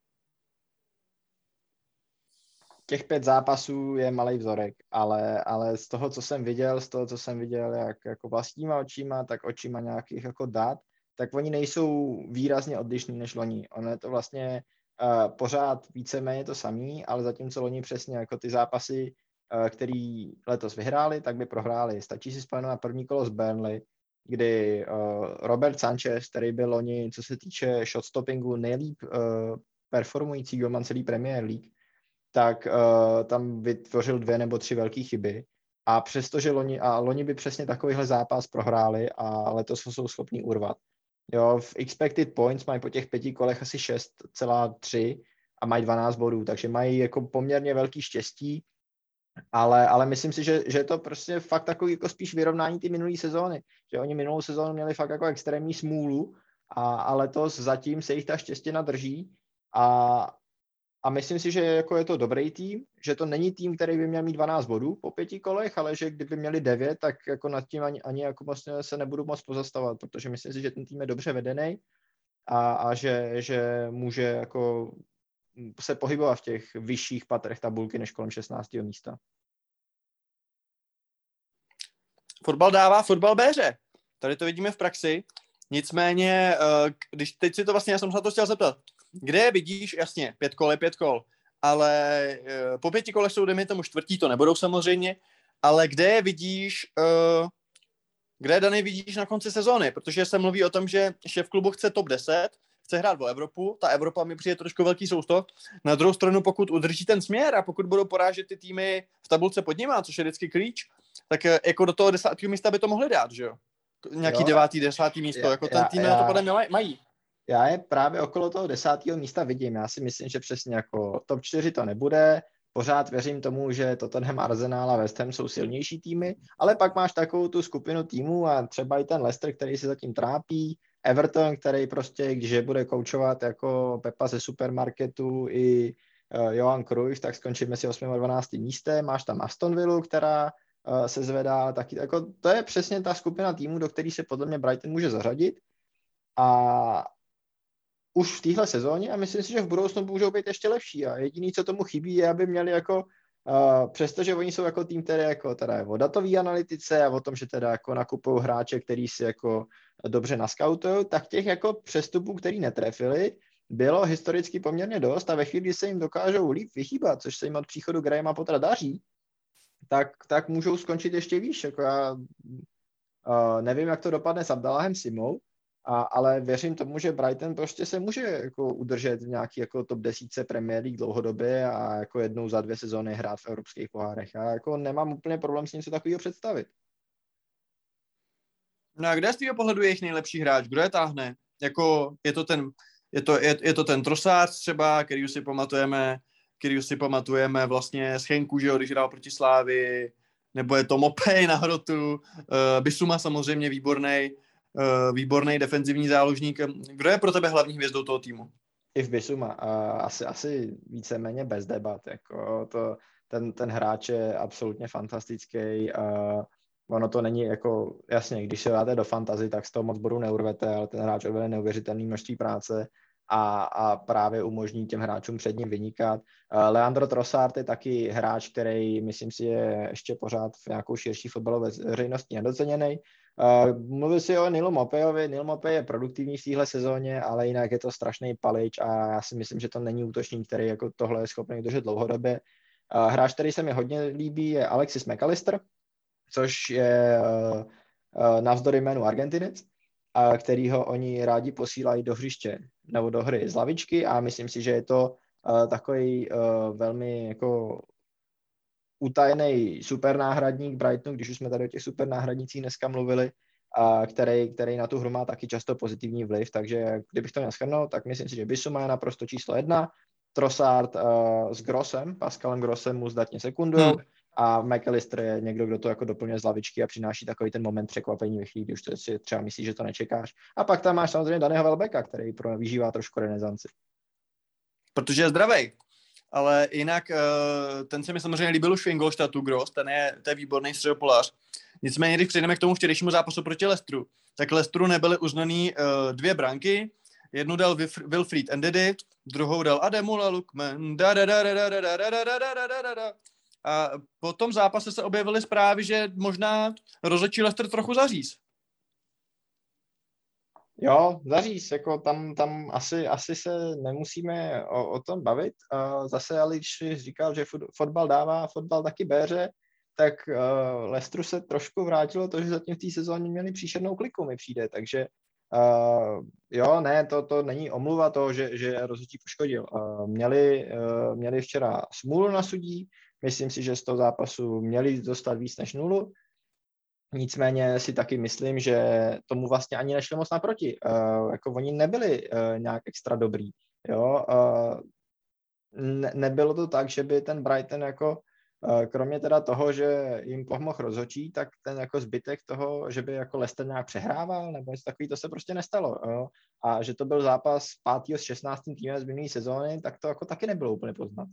Těch 5 zápasů je malý vzorek, ale z toho, co jsem viděl jak jako vlastníma očima, tak očima nějakých jako dat, tak oni nejsou výrazně odlišní než loni. Ono je to vlastně pořád víceméně to samý, ale zatímco loni přesně jako ty zápasy, který letos vyhráli, tak by prohráli. Stačí si vzpomenout na první kolo z Burnley, kdy Robert Sanchez, který byl loni, co se týče shotstoppingu, nejlíp performující golman celý Premier League, tak tam vytvořil 2 nebo 3 velké chyby. A přestože loni by přesně takovýhle zápas prohráli a letos ho jsou schopni urvat. Jo, v expected points mají po těch 5 kolech asi 6,3 a mají 12 bodů, takže mají jako poměrně velký štěstí, ale myslím si, že je to prostě fakt takový jako spíš vyrovnání ty minulý sezóny, že oni minulou sezónu měli fakt jako extrémní smůlu a letos zatím se jich ta štěstěna drží a myslím si, že jako je to dobrý tým, že to není tým, který by měl mít 12 bodů po 5 kolech, ale že kdyby měli 9, tak jako nad tím ani jako vlastně se nebudu moc pozastavovat, protože myslím si, že ten tým je dobře vedený a že může jako se pohybovat v těch vyšších patrech tabulky než kolem 16. místa. Fotbal dává, fotbal béře. Tady to vidíme v praxi. Nicméně, když teď si to vlastně, já jsem se na to chtěl zeptat, kde vidíš, jasně, 5 kol je 5 kol, ale po 5 kolech jsou, dejme tomu, čtvrtí, to nebudou samozřejmě, ale kde je vidíš, kde Dany vidíš na konci sezóny, protože se mluví o tom, že šéf klubu chce top 10, chce hrát o Evropu, ta Evropa mi přijde trošku velký sousto. Na druhou stranu, pokud udrží ten směr a pokud budou porážet ty týmy v tabulce pod nima, což je vždycky klíč, tak jako do toho 10. místa by to mohli dát, že jo? Nějaký 9., 10. místo, jako ten tým na to podle mě mají. Já je právě okolo toho 10. místa vidím. Já si myslím, že přesně jako top 4 to nebude. Pořád věřím tomu, že Tottenham, Arsenal a West Ham jsou silnější týmy, ale pak máš takovou tu skupinu týmů a třeba i ten Leicester, který se zatím trápí, Everton, který prostě, když je bude koučovat jako Pepa ze supermarketu i Johan Cruyff, tak skončí mezi 8. a 12. místem. Máš tam Aston Villu, která se zvedá taky. Jako, to je přesně ta skupina týmů, do který se podle mě Brighton může zařadit. A už v téhle sezóně a myslím si, že v budoucnu můžou být ještě lepší a jediný, co tomu chybí, je, aby měli jako, přestože oni jsou jako tým, který jako teda je o datové analytice a o tom, že teda jako nakupují hráče, který si jako dobře naskautujou, tak těch jako přestupů, který netrefili, bylo historicky poměrně dost a ve chvíli, kdy se jim dokážou líp vychýbat, což se jim od příchodu Grahama Pottera daří, tak můžou skončit ještě výš. Jako já nevím, jak to dopadne s Abdallahem Simou, ale věřím tomu, že Brighton prostě se může jako udržet v nějaký jako top 10 Premier League dlouhodobě a jako jednou za 2 sezóny hrát v evropských pohárech. Já jako nemám úplně problém s něco takového představit. No a kde z tvého pohledu je jejich nejlepší hráč? Kdo je táhne? Jako je to ten Trossard třeba, který si pamatujeme vlastně z Henku, že jo, když hrál proti Slávii, nebo je to Mopej na hrotu, Bissouma samozřejmě výborný defenzivní záložník. Kdo je pro tebe hlavní hvězdou toho týmu? I v Bissouma. Asi víceméně bez debat. Jako ten hráč je absolutně fantastický. Ono to není jako, jasně, když se dáte do fantasy, tak z toho moc bodů neurvete, ale ten hráč odvede neuvěřitelné množství práce a právě umožní těm hráčům před ním vynikat. Leandro Trossard je taky hráč, který myslím si je ještě pořád v nějakou širší fotbalové veřejnosti nedoceněný. Mluvil si o Nilu Mopejovi. Nil Mopej je produktivní v téhle sezóně, ale jinak je to strašný palič a já si myslím, že to není útočník, který jako tohle je schopný držet dlouhodobě. Hráč, který se mi hodně líbí, je Alexis McAllister, což je navzdory jménu Argentinec, kterýho oni rádi posílají do hřiště nebo do hry z lavičky a myslím si, že je to takový velmi jako utajený supernáhradník Brightonu, když už jsme tady o těch supernáhradnících dneska mluvili, který na tu hru má taky často pozitivní vliv, takže kdybych to měl shrnout, tak myslím si, že Bissouma je naprosto číslo 1, Trossard s Grossem, Pascalem Grossem mu zdatně sekundujou a McAllister je někdo, kdo to jako doplňuje z lavičky a přináší takový ten moment překvapení ve chvíli, když to si třeba myslíš, že to nečekáš. A pak tam máš samozřejmě Dannyho Welbecka, který vyžívá trošku renesanci. Protože je zdravej. Ale jinak ten se mi samozřejmě líbil už v Ingolstadtu, Gross, to je výborný středopolář. Nicméně, když přejdeme k tomu včerejšímu zápasu proti Leicesteru, tak Leicesteru nebyly uznaný 2 branky. Jednu dal Wilfried Ndidi, druhou dal Ademola Lookman. A po tom zápase se objevily zprávy, že možná rozhodčí Leicester trochu zaříz. Jo, zaříz, jako tam asi se nemusíme o tom bavit. Zase, ale když říkal, že fotbal dává, fotbal taky béře, tak Leicesteru se trošku vrátilo to, že zatím v té sezóně měli příšernou kliku, mi přijde, takže jo, ne, to není omluva toho, že rozhodčí poškodil. Měli včera smůlu na sudí, myslím si, že z toho zápasu měli dostat víc než 0. Nicméně si taky myslím, že tomu vlastně ani nešli moc naproti. Jako oni nebyli nějak extra dobrý. Jo? Nebylo to tak, že by ten Brighton jako kromě teda toho, že jim pomohl rozhodčí, tak ten jako zbytek toho, že by jako Leicester nějak přehrával nebo něco takový, to se prostě nestalo. Jo? A že to byl zápas 5. s 16. týmem z minulé sezóny, tak to jako taky nebylo úplně poznat.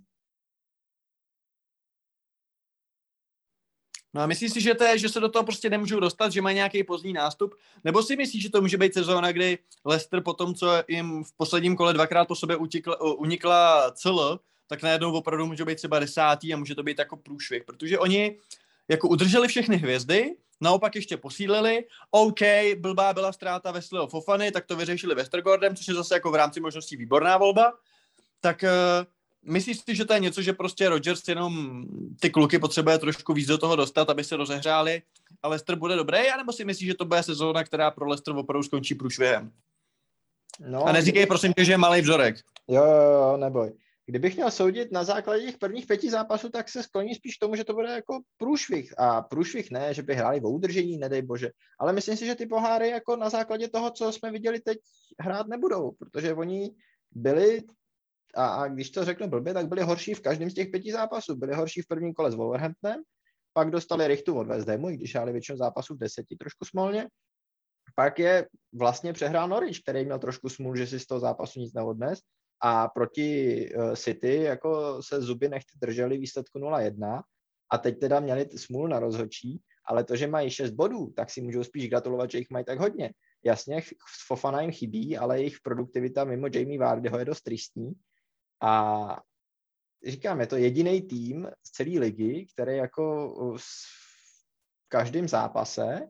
No a myslíš si, že se do toho prostě nemůžou dostat, že mají nějaký pozdní nástup? Nebo si myslíš, že to může být sezóna, kdy Leicester po tom, co jim v posledním kole 2krát po sobě unikla CL, tak najednou opravdu může být třeba 10. a může to být jako průšvih, protože oni jako udrželi všechny hvězdy, naopak ještě posílili, OK, blbá byla ztráta Wesleyho Fofany, tak to vyřešili Westergaardem, což je zase jako v rámci možností výborná volba, tak myslíš si, že to je něco, že prostě Rodgers jenom ty kluky potřebuje trošku víc do toho dostat, aby se rozehřáli a Leicester bude dobrý, anebo si myslíš, že to bude sezóna, která pro Leicester opravdu skončí průšvihem? No, a neříkej prosím tě, že je malej vzorek. Jo, neboj. Kdybych měl soudit na základě těch prvních 5 zápasů, tak se skloní spíš k tomu, že to bude jako průšvih. A průšvih ne, že by hráli o udržení, nedej bože. Ale myslím si, že ty poháry jako na základě toho, co jsme viděli teď, hrát nebudou, protože oni byli, a když to řeknu blbě, tak byli horší v každém z těch 5 zápasů. Byli horší v prvním kole s Wolverhamptonem, pak dostali rychtu od West Hamu, i když hráli většinu zápasů v 10 trošku smolně. Pak je vlastně přehrál Norwich, který měl trošku smůl, že si z toho zápasu nic neodnes. A proti City jako se zuby nechty drželi výsledku 0-1 a teď teda měli smůlu na rozhodčí, ale to, že mají 6 bodů, tak si můžou spíš gratulovat, že jich mají tak hodně. Jasně, Fofana jim chybí, ale jejich produktivita mimo Jamie Vardyho je dost tristní a říkám, je to jediný tým z celé ligy, který jako v každém zápase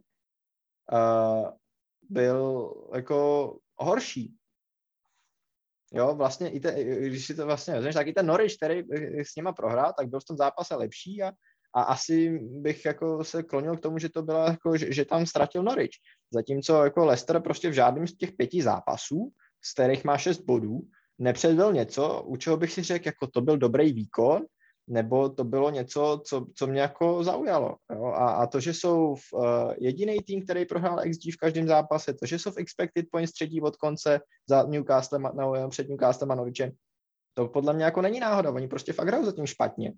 byl jako horší. Jo, vlastně, když si to vlastně vezmeš, tak i ten Norwich, který s nima prohrál, tak byl v tom zápase lepší a asi bych jako se klonil k tomu, že to bylo jako, že tam ztratil Norwich. Zatímco jako Leicester prostě v žádném z těch 5 zápasů, z kterých má 6 bodů, nepředvedl něco, u čeho bych si řekl, jako to byl dobrý výkon, nebo to bylo něco, co mě jako zaujalo. Jo? A to, že jsou jediný tým, který prohrál XG v každém zápase, to, že jsou v expected points třetí od konce za Newcastle, před Newcastlem a Norwichem, to podle mě jako není náhoda. Oni prostě fakt hrajou zatím špatně.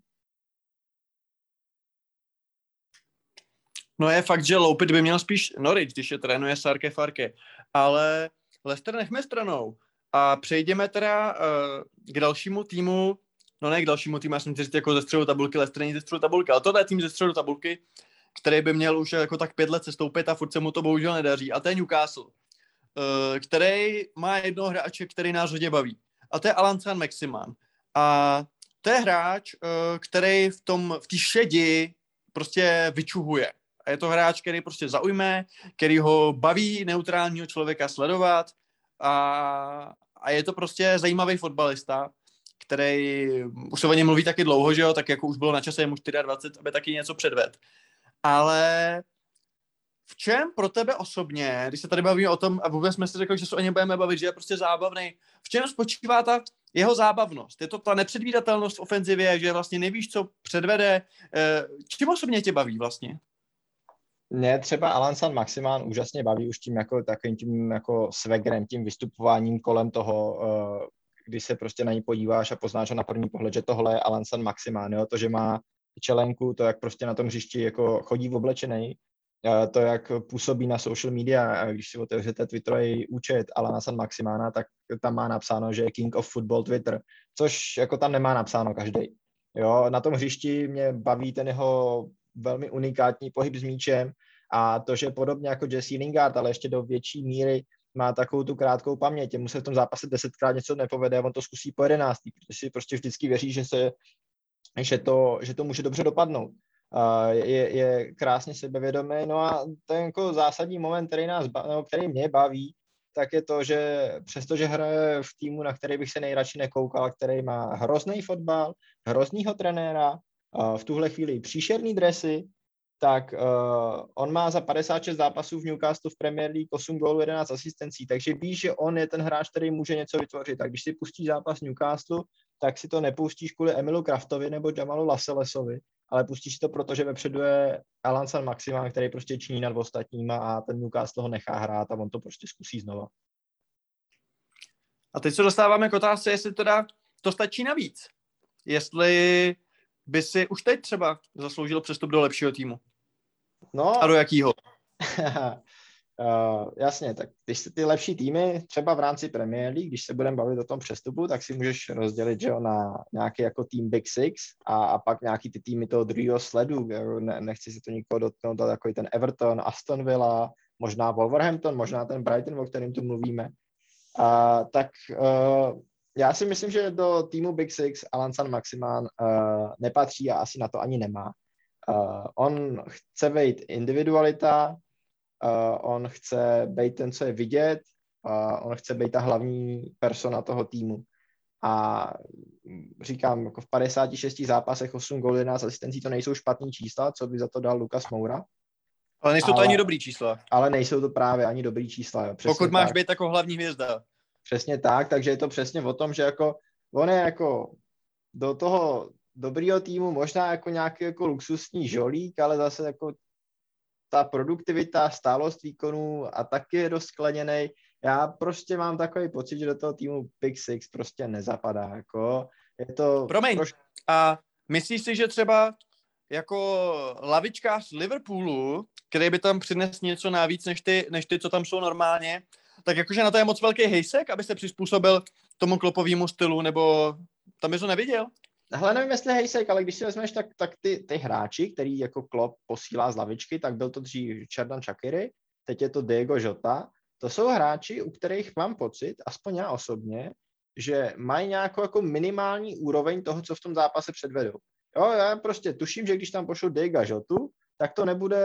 No je fakt, že loupit by měl spíš Norwich, když je trénuje Sarke Farke. Ale Leicester nechme stranou. A přejdeme teda k dalšímu týmu. No ne k dalšímu týmu, já jsem říct jako ze středu tabulky, Leicester není ze středu tabulky, ale tohle je tým ze středu tabulky, který by měl už jako tak 5 let sestoupit a furt se mu to bohužel nedaří. A to je Newcastle, který má jednoho hráče, který nás hodně baví. A to je Alan Saint-Maximin. A to je hráč, který v té šedi prostě vyčuhuje. A je to hráč, který prostě zaujme, který ho baví neutrálního člověka sledovat a je to prostě zajímavý fotbalista, který už se o něm mluví taky dlouho, že jo, tak jako už bylo na čase, je mu 24, aby taky něco předvedl. Ale v čem pro tebe osobně, když se tady bavíme o tom, a vůbec jsme si řekli, že se o něm budeme bavit, že je prostě zábavný, v čem spočívá ta jeho zábavnost? Je to ta nepředvídatelnost v ofenzivě, že vlastně nevíš, co předvede? Čím osobně tě baví vlastně? Mě třeba Alan Saint-Maximin úžasně baví už tím jako takovým tím jako swaggerem, tím vystupováním kolem toho, když se prostě na ní podíváš a poznáš na první pohled, že tohle je Alan Saint-Maximin, jo? To, že má čelenku, to, jak prostě na tom hřišti jako chodí v oblečenej, to, jak působí na social media, a když si otevřete Twitterový účet Alana Saint-Maximina, tak tam má napsáno, že je King of Football Twitter, což jako tam nemá napsáno každý. Jo, na tom hřišti mě baví ten jeho velmi unikátní pohyb s míčem A to, že podobně jako Jesse Lingard, ale ještě do větší míry má takovou tu krátkou paměť, mu se v tom zápase 10krát něco nepovede a on to zkusí po 11, protože si prostě vždycky věří, že to může dobře dopadnout. Je krásně sebevědomý, no a ten jako zásadní moment, který mě baví, tak je to, že přestože hraje v týmu, na který bych se nejradši nekoukal, který má hrozný fotbal, hroznýho trenéra, v tuhle chvíli příšerný dresy, tak on má za 56 zápasů v Newcastle v Premier League 8 gólů, 11 asistencí, takže víš, že on je ten hráč, který může něco vytvořit. Tak když si pustíš zápas Newcastle, tak si to nepustíš kvůli Emilu Kraftovi nebo Jamalu Lasselesovi, ale pustíš si to, protože vepředu je Alan Saint-Maximin, který prostě činí nad ostatníma a ten Newcastle ho nechá hrát a on to prostě zkusí znova. A teď se dostáváme k otázce, jestli teda to stačí navíc. Jestli by si už teď třeba zasloužil přestup do lepšího týmu. No, a do jakýho? Jasně, tak když se ty lepší týmy, třeba v rámci Premier League, když se budeme bavit o tom přestupu, tak si můžeš rozdělit, že jo, na nějaký jako tým Big Six a pak nějaký ty týmy toho druhého sledu, nechci si to nikoho dotknout, ale jako ten Everton, Aston Villa, možná Wolverhampton, možná ten Brighton, o kterém tu mluvíme. Já si myslím, že do týmu Big Six Alan Saint-Maximin nepatří a asi na to ani nemá. On chce být individualita, on chce být ten, co je vidět, on chce být ta hlavní persona toho týmu. A říkám, jako v 56 zápasech 8 gólů, 11 asistencí, to nejsou špatný čísla, co by za to dal Lucas Moura. Ale nejsou to ani dobrý čísla. Ale nejsou to právě ani dobrý čísla. Jo. Pokud máš být jako hlavní hvězda. Přesně tak, takže je to přesně o tom, že jako on je jako do toho dobrýho týmu možná jako nějaký jako luxusní žolík, ale zase jako ta produktivita, stálost výkonů a taky je dost skleněnej. Já prostě mám takový pocit, že do toho týmu Big Six prostě nezapadá. Jako je to Promiň, a myslíš si, že třeba jako lavičkář z Liverpoolu, který by tam přinesl něco navíc než ty, co tam jsou normálně, tak jakože na to je moc velký hejsek, aby se přizpůsobil tomu Kloppovému stylu, nebo tam to neviděl? Hele, nevím, jestli hejsek, ale když si vezmeš, tak ty hráči, který jako Klopp posílá z lavičky, tak byl to dřív Xherdan Shaqiri, teď je to Diego Jota. To jsou hráči, u kterých mám pocit, aspoň já osobně, že mají nějakou jako minimální úroveň toho, co v tom zápase předvedou. Jo, já prostě tuším, že když tam pošlu Diego Jotu, tak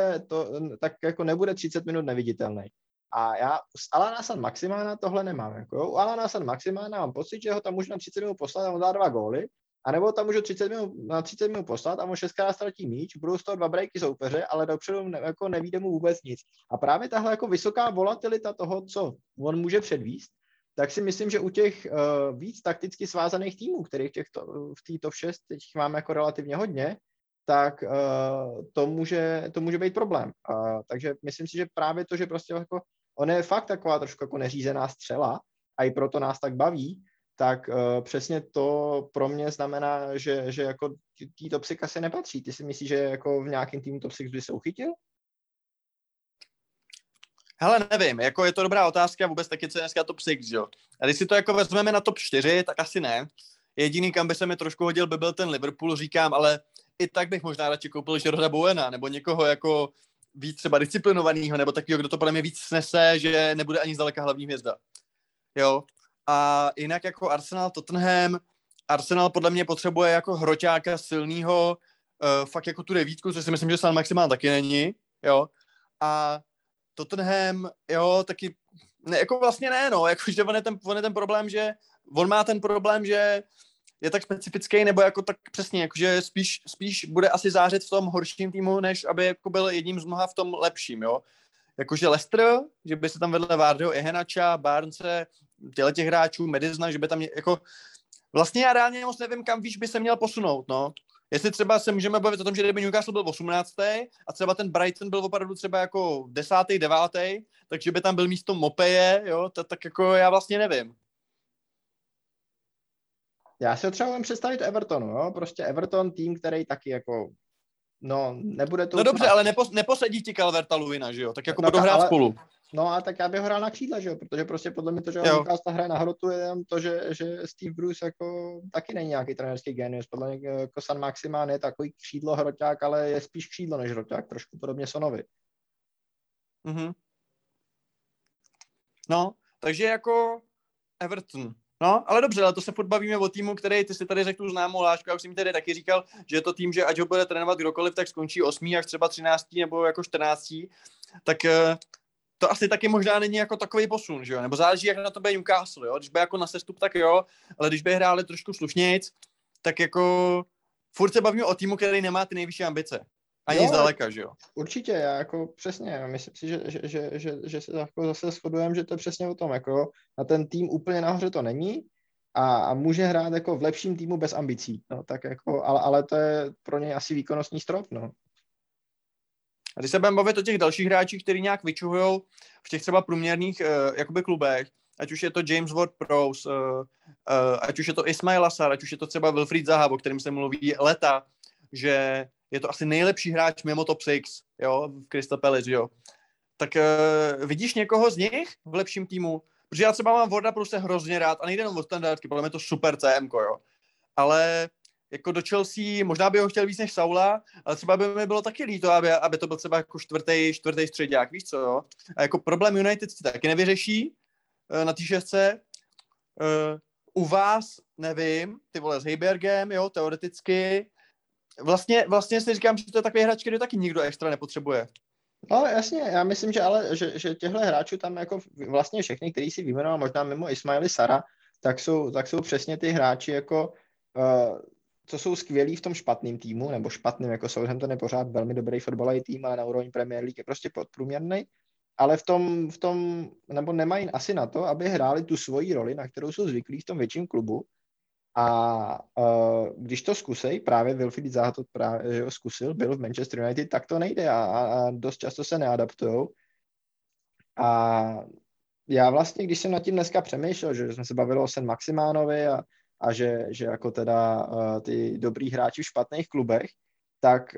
tak jako nebude 30 minut neviditelný. A já z Alana Saint-Maximina tohle nemám. Jako, u Alana Saint-Maximina mám pocit, že ho tam můžu na 30 minut poslat a on dá 2 góly, anebo tam můžu 30 minut poslat a on 6krát ztratí míč, budou z toho 2 breaky soupeře, ale dopředu jako nevíde mu vůbec nic. A právě tahle jako vysoká volatilita toho, co on může předvíst, tak si myslím, že u těch víc takticky svázaných týmů, kterých v té top 6 teď máme jako relativně hodně, tak to může být problém. Takže myslím si, že právě to, že prostě jako on je fakt taková trošku jako neřízená střela a i proto nás tak baví, tak přesně to pro mě znamená, že jako tý top 6 asi nepatří. Ty si myslíš, že jako v nějakém týmu top 6 by se uchytil? Hele, nevím, jako je to dobrá otázka, vůbec taky co je dneska top 6, jo. A když si to jako vezmeme na top 4, tak asi ne. Jediný, kam by se mi trošku hodil, by byl ten Liverpool, říkám, ale i tak bych možná radši koupil Jarrada Bowena, nebo někoho jako víc třeba disciplinovaného, nebo takového, kdo to podle mě víc snese, že nebude ani zdaleka hlavní hvězda. Jo. A jinak jako Arsenal, Tottenham, Arsenal podle mě potřebuje jako hroťáka silného, fakt jako tu devítku, což si myslím, že Saint-Maximin taky není, jo. A Tottenham, jo, taky, ne, jako vlastně ne, no, jakože on je ten problém, že on má ten problém, že je tak specifický, nebo jako tak přesně, jakože spíš bude asi zářit v tom horším týmu, než aby jako byl jedním z mnoha v tom lepším, jo. Jakože Leicester, že by se tam vedle Vardyho, Iheanacha, Barnese, těch hráčů, Madisona, že by tam jako vlastně já reálně moc nevím, kam víš by se měl posunout, no. Jestli třeba se můžeme bavit o tom, že kdyby Newcastle byl 18. a třeba ten Brighton byl opravdu třeba jako 10., 9., takže by tam byl místo Mopeje, jo, tak jako já vlastně nevím. Já si ho třeba můžu představit Evertonu, jo, prostě Everton tým, který taky jako, no, nebude to... No dobře, ale neposedí ti Calverta-Lewina, že jo, tak jako budou hrát spolu. No a tak já bych ho hrál na křídle, že jo, protože prostě podle mě to, že Newcastle hraje na hrotu, je jenom to, že Steve Bruce jako taky není nějaký trenerský genius. Podle mě jako Saint-Maximin je takový křídlo hroťák, ale je spíš křídlo než hroťák, trošku podobně Sonovi. Mhm. No, takže jako Everton. No, ale dobře, ale to se furt bavíme o týmu, který ty si tady řekl tu známou hlášku, já už jsem mi tady taky říkal, že je to tým, že ať ho bude trénovat kdokoliv, tak skončí 8. až třeba 13. nebo jako 14. Tak to asi taky možná není jako takový posun, že jo? Nebo záleží, jak na to bude Newcastle, jo? Když by jako na sestup, tak jo, ale když by hráli trošku slušnějc, tak jako furt se bavíme o týmu, který nemá ty nejvyšší ambice. Ani zdaleka, že jo? Určitě, já jako přesně, myslím si, že se jako zase shodujeme, že to je přesně o tom, jako na ten tým úplně nahoře to není a může hrát jako v lepším týmu bez ambicí, no, tak jako, ale to je pro něj asi výkonnostní strop, no. A když se budeme bavit o těch dalších hráčích, kteří nějak vyčuhujou v těch třeba průměrných jakoby klubech, ať už je to James Ward-Prowse, ať už je to Ismail Assar, ať už je to třeba Wilfried Zaha, o kterém se mluví leta, že je to asi nejlepší hráč mimo top 6, jo, v Crystal Palace, jo. Tak vidíš někoho z nich v lepším týmu? Protože já třeba mám Warda prostě hrozně rád a nejde jenom o standardky, podle mě to super CMko, jo. Ale jako do Chelsea, možná by ho chtěl víc než Saula, ale třeba by mi bylo taky líto, aby to byl třeba jako čtvrtý středák, víš co, jo? A jako problém United si taky nevyřeší na té šestce. U vás, nevím, ty vole s Heibergem, jo, teoreticky. Vlastně si říkám, že to je takový hráč, který taky nikdo extra nepotřebuje. No jasně, já myslím, že těchto hráčů tam jako vlastně všechny, který si vyjmenoval, možná mimo Ismaili Sara, tak jsou přesně ty hráči jako co jsou skvělí v tom špatném týmu, nebo špatným, jako Southampton je pořád velmi dobrý fotbalový tým, ale na úrovni Premier League je prostě podprůměrný, ale v tom, nebo nemají asi na to, aby hráli tu svoji roli, na kterou jsou zvyklí v tom větším klubu. A když to zkusej, právě Wilfried Zaha to právě že ho zkusil, byl v Manchester United, tak to nejde a dost často se neadaptujou. A já vlastně, když jsem nad tím dneska přemýšlel, že jsme se bavili o Saint-Maximánovi a že jako teda ty dobrý hráči v špatných klubech, tak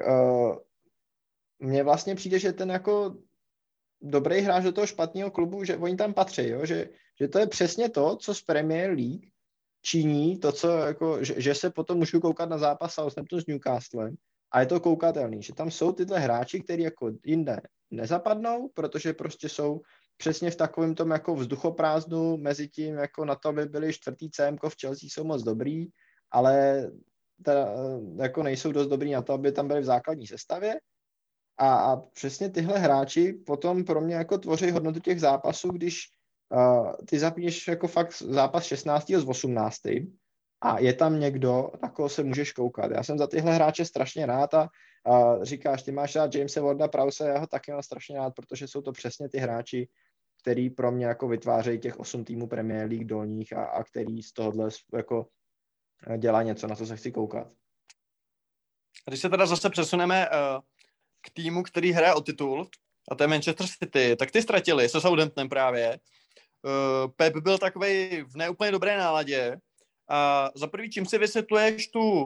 mně vlastně přijde, že ten jako dobrý hráč do toho špatného klubu, že oni tam patří, jo? Že to je přesně to, co z Premier League činí, to, co jako, že se potom můžu koukat na zápas Southamptonu s Newcastlem a je to koukatelný, že tam jsou tyhle hráči, kteří jako jinde nezapadnou, protože prostě jsou přesně v takovém tom jako vzduchoprázdnu mezi tím, jako na to, aby byli čtvrtý CMko v Chelsea, jsou moc dobrý, ale teda, jako nejsou dost dobrý na to, aby tam byli v základní sestavě. A přesně tyhle hráči potom pro mě jako tvoří hodnotu těch zápasů, když ty zapíš jako fakt zápas 16. s 18. a je tam někdo, na koho se můžeš koukat. Já jsem za tyhle hráče strašně rád a říkáš, ty máš rád Jamese Warda-Prowse, já ho taky mám strašně rád, protože jsou to přesně ty hráči, který pro mě jako vytvářejí těch 8 týmů Premier League dolních a který z tohohle jako dělá něco, na co se chci koukat. A když se teda zase přesuneme k týmu, který hraje o titul, a to je Manchester City, tak ty ztratili se Southamptonem právě. Pep byl takovej v neúplně dobré náladě a za prvý, čím si vysvětluješ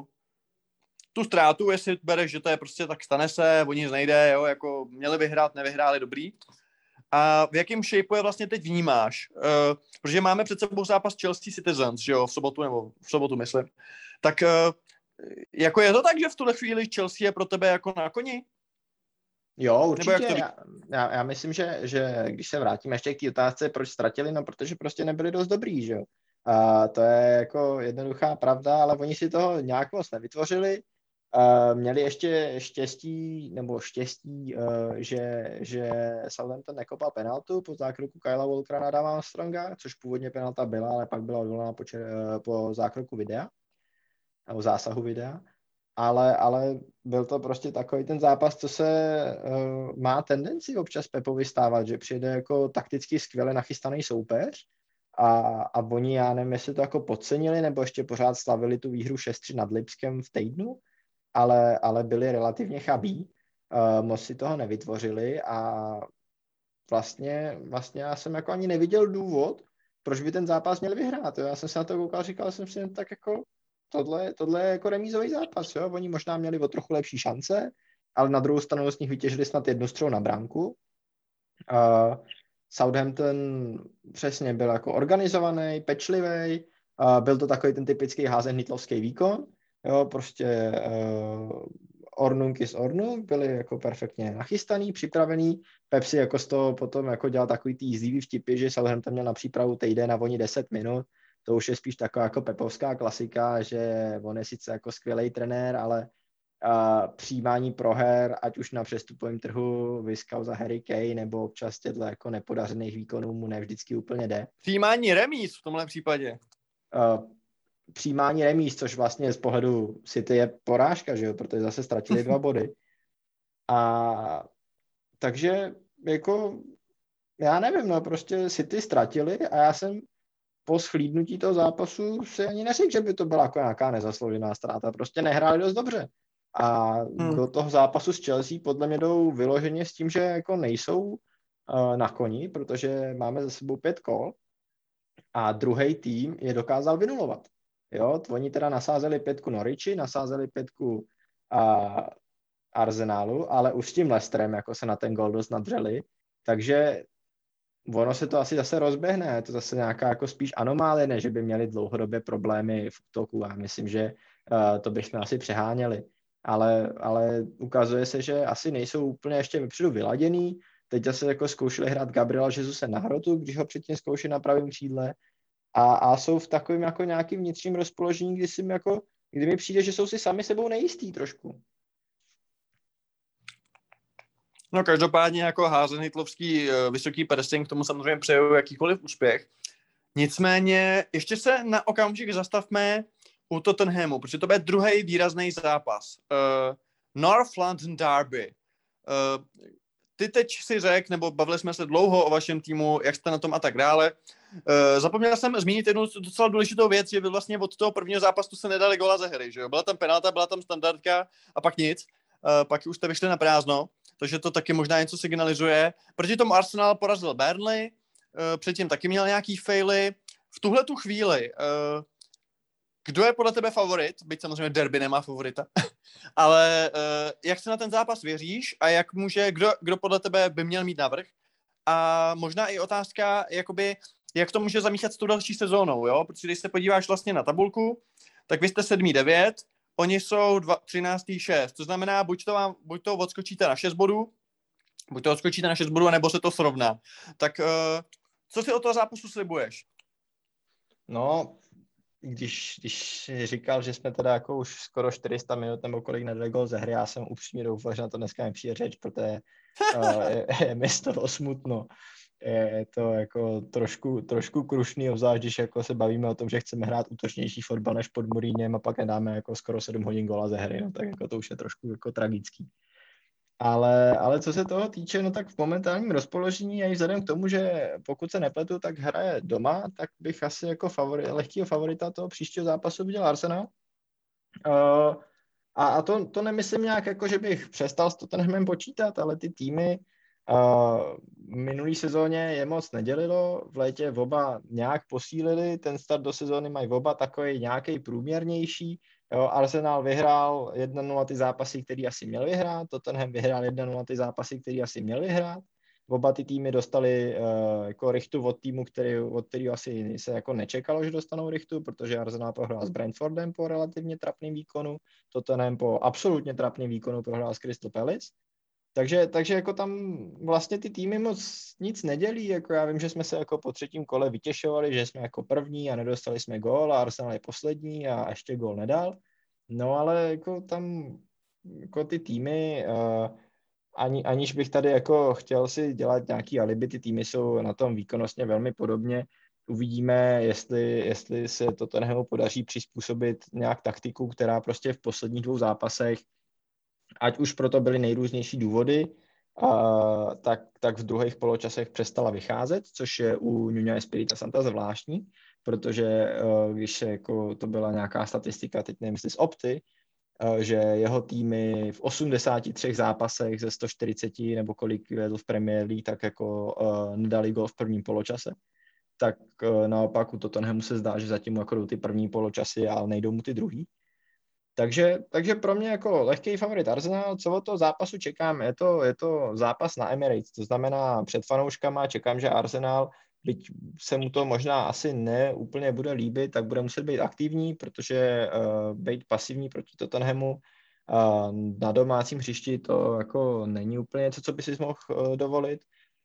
tu ztrátu, jestli bereš, že to je prostě tak stane se, o nic nejde, jo, jako měli vyhrát, nevyhráli, dobrý. A v jakém shapeu je vlastně teď vnímáš? Protože máme před sebou zápas Chelsea Citizens, že jo, v sobotu myslím. Tak jako je to tak, že v tuhle chvíli Chelsea je pro tebe jako na koni? Jo, určitě. Já myslím, že když se vrátíme ještě k té otázce, proč ztratili, no protože prostě nebyli dost dobrý, že jo. A to je jako jednoduchá pravda, ale oni si toho nějak moc nevytvořili. Měli ještě štěstí, že Southampton nekopal penaltu po zákroku Kylea Walkera na Adama Armstronga, což původně penalta byla, ale pak byla odvolaná po zákroku videa, nebo zásahu videa. Ale byl to prostě takový ten zápas, co se má tendenci občas Pepovi stávat, že přijde jako takticky skvěle nachystaný soupeř a oni, já nevím, jestli to jako podcenili, nebo ještě pořád slavili tu výhru 6-3 nad Lipskem v týdnu, ale byli relativně chabí, moc si toho nevytvořili a vlastně já jsem jako ani neviděl důvod, proč by ten zápas měl vyhrát. Jo? Já jsem se na to koukal, říkal jsem si tak jako tohle je jako remízový zápas, jo? Oni možná měli o trochu lepší šance, ale na druhou stranu z nich vytěžili snad jednu střelu na branku. Southampton přesně byl jako organizovaný, pečlivý, byl to takový ten typický házen hitlovský výkon, jo? Prostě Ornunky z Ornung byli jako perfektně nachystaný, připravený. Pep si jako z toho potom jako dělal takový ty jízdivý vtipy, že Southampton měl na přípravu týden a oni 10 minut. To už je spíš taková jako pepovská klasika, že on je sice jako skvělý trenér, ale přijímání proher, ať už na přestupovém trhu, vyskal za Harry Kane, nebo občas těchto jako nepodařených výkonů mu nevždycky úplně jde. Přijímání remíz v tomhle případě. Přijímání remíz, což vlastně z pohledu City je porážka, že jo, protože zase ztratili 2 body. A takže jako já nevím, no prostě City ztratili a já jsem po shlídnutí toho zápasu si ani neřekl, že by to byla jako nějaká nezasloužená ztráta. Prostě nehráli dost dobře. A do toho zápasu s Chelsea podle mě jdou vyloženě s tím, že jako nejsou na koni, protože máme za sebou 5 kol a druhý tým je dokázal vynulovat. Jo, oni teda nasázeli 5 Norwichi, nasázeli 5 Arsenalu, ale už s tím Leicesterem jako se na ten gol dost nadřeli, takže ono se to asi zase rozběhne, je to zase nějaká jako spíš anomálie, ne, že by měli dlouhodobě problémy v útoku a myslím, že to bychom asi přeháněli. Ale ukazuje se, že asi nejsou úplně ještě vepředu vyladěný. Teď zase jako zkoušeli hrát Gabriela Jesuse na hrotu, když ho předtím zkoušeli na pravém křídle a jsou v takovém jako nějakým vnitřním rozpoložení, kdy mi přijde, že jsou si sami sebou nejistý trošku. No každopádně jako Hasenhüttelovský vysoký pressing, k tomu samozřejmě přeju jakýkoliv úspěch. Nicméně ještě se na okamžik zastavme u Tottenhamu, protože to bude druhý výrazný zápas. North London Derby. Ty teď si řekl, nebo bavili jsme se dlouho o vašem týmu, jak jste na tom a tak dále. Zapomněl jsem zmínit jednu docela důležitou věc, že vy vlastně od toho prvního zápasu se nedali góla ze hry, že jo? Byla tam penalta, byla tam standardka a pak nic. Pak už jste vyšli na prázdno, takže to taky možná něco signalizuje. Proti tomu Arsenal porazil Burnley, předtím taky měl nějaký faily. V tuhle tu chvíli, kdo je podle tebe favorit? Byť samozřejmě derby nemá favorita. Ale jak se na ten zápas věříš a jak může, kdo podle tebe by měl mít navrch? A možná i otázka, jakoby, jak to může zamíchat s tou další sezónou, jo? Protože když se podíváš vlastně na tabulku, tak vy jste 7-9, oni jsou 13-6, to znamená, buď to odskočíte na 6 bodů, anebo se to srovná. Tak co si od toho zápasu slibuješ? No, když říkal, že jsme teda jako už skoro 400 minut nebo kolik nedali gol ze hry, já jsem upřímně doufal, že na to dneska nepřijde řeč, protože je mi z toho smutno. Je to jako trošku krušný, obzvlášť když jako se bavíme o tom, že chceme hrát útočnější fotbal než pod Mourinhem a pak nedáme jako skoro 7 hodin góla ze hry, no, tak jako to už je trošku jako tragický. Ale co se toho týče, no tak v momentálním rozpoložení a i vzhledem k tomu, že pokud se nepletu, tak hraje doma, tak bych asi jako lehkýho favorita toho příštího zápasu viděl Arsenal. A to nemyslím nějak jako, že bych přestal s Tottenhamem počítat, ale ty týmy minulý sezóně je moc nedělilo, v létě oba nějak posílili, ten start do sezóny mají oba takový nějaký průměrnější. Jo, Arsenal vyhrál 1-0 ty zápasy, který asi měl vyhrát, Tottenham vyhrál 1-0 ty zápasy, který asi měl vyhrát. Oba ty týmy dostali jako rychtu od týmu, od kterého asi se jako nečekalo, že dostanou rychtu, protože Arsenal prohrál s Brentfordem po relativně trapném výkonu, Tottenham po absolutně trapném výkonu prohrál s Crystal Palace. Takže jako tam vlastně ty týmy moc nic nedělí, jako já vím, že jsme se jako po třetím kole vytěšovali, že jsme jako první a nedostali jsme gól a Arsenal je poslední a ještě gól nedal. No ale jako tam jako ty týmy, aniž bych tady jako chtěl si dělat nějaký alibi, ty týmy jsou na tom výkonnostně velmi podobně. Uvidíme, jestli se Tottenhamu podaří přizpůsobit nějak taktiku, která prostě v posledních 2 zápasech, ať už proto byly nejrůznější důvody, tak v druhých poločasech přestala vycházet, což je u Nuno Espirita Santa zvláštní, protože když jako to byla nějaká statistika, teď nevím, jestli z Opty, že jeho týmy v 83 zápasech ze 140 nebo kolik vedl v Premier League, tak jako nedali gol v prvním poločase. Tak naopak u Tottenhamu se zdá, že zatím jako jdou ty první poločasy, ale nejdou mu ty druhý. Takže pro mě jako lehký favorit Arsenal, co od toho zápasu čekám, je to zápas na Emirates, to znamená před fanouškama čekám, že Arsenal, byť se mu to možná asi ne úplně bude líbit, tak bude muset být aktivní, protože být pasivní proti Tottenhamu Na domácím hřišti to jako není úplně něco, co by si mohl dovolit.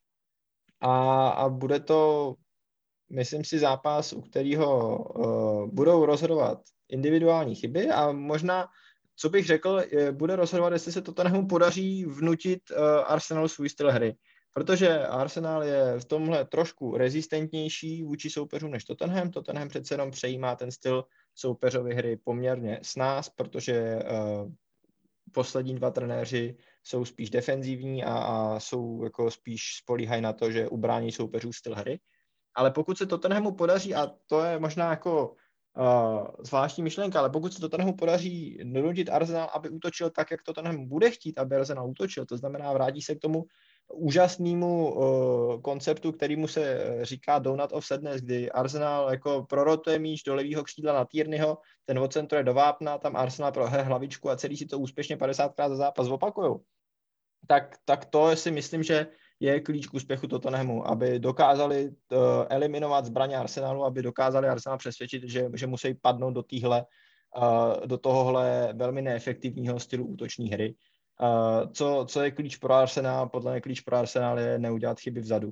A bude to, myslím si, zápas, u kterého budou rozhodovat individuální chyby a možná, co bych řekl, bude rozhodovat, jestli se Tottenhamu podaří vnutit Arsenalu svůj styl hry. Protože Arsenal je v tomhle trošku rezistentnější vůči soupeřům než Tottenham. Tottenham přece jenom přejímá ten styl soupeřovy hry poměrně s nás, protože poslední dva trenéři jsou spíš defenzivní a jsou jako spíš spolíhají na to, že ubrání soupeřů styl hry. Ale pokud se Tottenhamu podaří, a to je možná jako zvláštní myšlenka, ale pokud se Tottenhamu podaří donutit Arsenal, aby útočil tak, jak Tottenham bude chtít, aby Arsenal útočil, to znamená vrátí se k tomu úžasnému konceptu, kterýmu se říká Donut of Sadness, kdy Arsenal jako prorotuje míč do levýho křídla na Tierneyho, ten odcentruje do vápna, tam Arsenal prohraje hlavičku a celý si to úspěšně 50krát za zápas opakujou. Tak to si myslím, že je klíč k úspěchu Tottenhamu, aby dokázali eliminovat zbraně Arsenalu, aby dokázali Arsenal přesvědčit, že musí padnout do tohohle velmi neefektivního stylu útoční hry. Co je klíč pro Arsenal? Podle mě klíč pro Arsenal je neudělat chyby vzadu.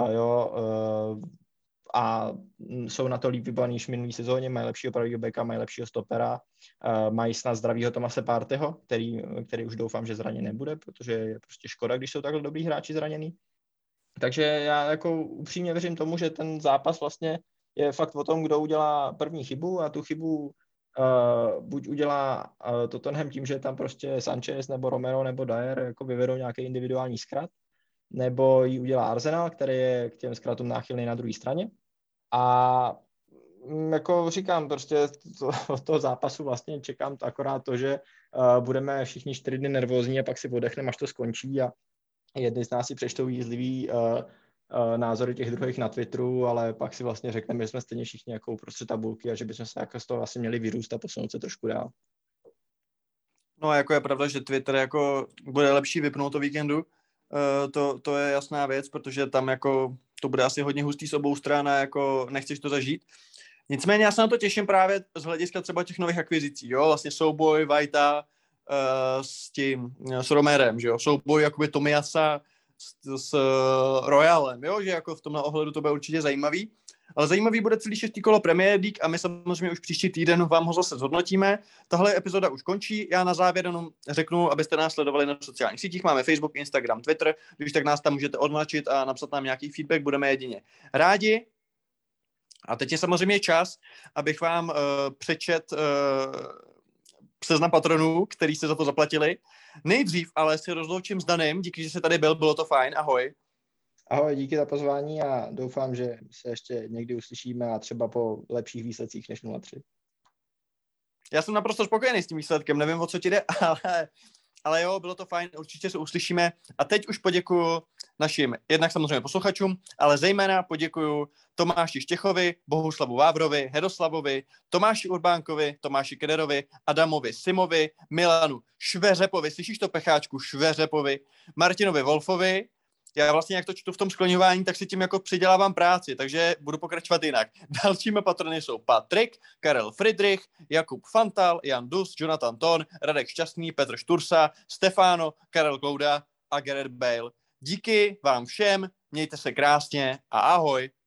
A jsou na to líp vybavený než v minulý sezóně, mají lepšího pravýho beka, mají lepšího stopera, mají snad zdravýho Thomase Parteyho, který už doufám, že zraněn nebude, protože je prostě škoda, když jsou takhle dobrý hráči zraněný. Takže já jako upřímně věřím tomu, že ten zápas vlastně je fakt o tom, kdo udělá první chybu a tu chybu buď udělá Tottenham tím, že tam prostě Sanchez nebo Romero nebo Dyer jako vyvedou nějaký individuální zkrat, nebo ji udělá Arsenal, který je k těm zkratům náchylný na druhé straně. A jako říkám, prostě od toho zápasu vlastně čekám akorát to, že budeme všichni 4 dny nervózní a pak si oddechneme, až to skončí a jedni z nás si přečtou jízlivý názory těch druhých na Twitteru, ale pak si vlastně řekneme, že jsme stejně všichni jako uprostřed tabulky a že bychom se jako z toho vlastně měli vyrůst a posunout se trošku dál. No jako je pravda, že Twitter jako bude lepší vypnout to víkendu, to je jasná věc, protože tam jako to bude asi hodně hustý s obou stran a jako nechceš to zažít. Nicméně já se na to těším právě z hlediska třeba těch nových akvizicí, jo, vlastně souboj Vajta s Romerem, že jo, souboj jakoby Tomiyasa s Royalem, jo, že jako v tomhle ohledu to bude určitě zajímavý. Ale zajímavý bude celý 6. kolo Premier League a my samozřejmě už příští týden vám ho zase zhodnotíme. Tahle epizoda už končí. Já na závěr jenom řeknu, abyste nás sledovali na sociálních sítích. Máme Facebook, Instagram, Twitter. Když tak nás tam můžete odmlačit a napsat nám nějaký feedback. Budeme jedině rádi. A teď je samozřejmě čas, abych vám přečet seznam patronů, který se za to zaplatili. Nejdřív ale si rozloučím s Danem. Díky, že jsi tady byl. Bylo to fajn. Ahoj. Ahoj, díky za pozvání a doufám, že se ještě někdy uslyšíme a třeba po lepších výsledcích než 0-3. Já jsem naprosto spokojený s tím výsledkem, nevím, o co ti jde, ale jo, bylo to fajn, určitě se uslyšíme. A teď už poděkuju našim, jednak samozřejmě posluchačům, ale zejména poděkuju Tomáši Štěchovi, Bohuslavu Vávrovi, Hedoslavovi, Tomáši Urbánkovi, Tomáši Kederovi, Adamovi Simovi, Milanu Šveřepovi, slyšíš to, Pecháčku, Šveřepovi, Martinovi Wolfovi. Já vlastně, jak to čtu v tom skloňování, tak si tím jako přidělávám práci, takže budu pokračovat jinak. Dalšími patrony jsou Patrik, Karel Friedrich, Jakub Fantal, Jan Dus, Jonathan Ton, Radek Šťastný, Petr Štursa, Stefano, Karel Klouda a Gareth Bale. Díky vám všem, mějte se krásně a ahoj.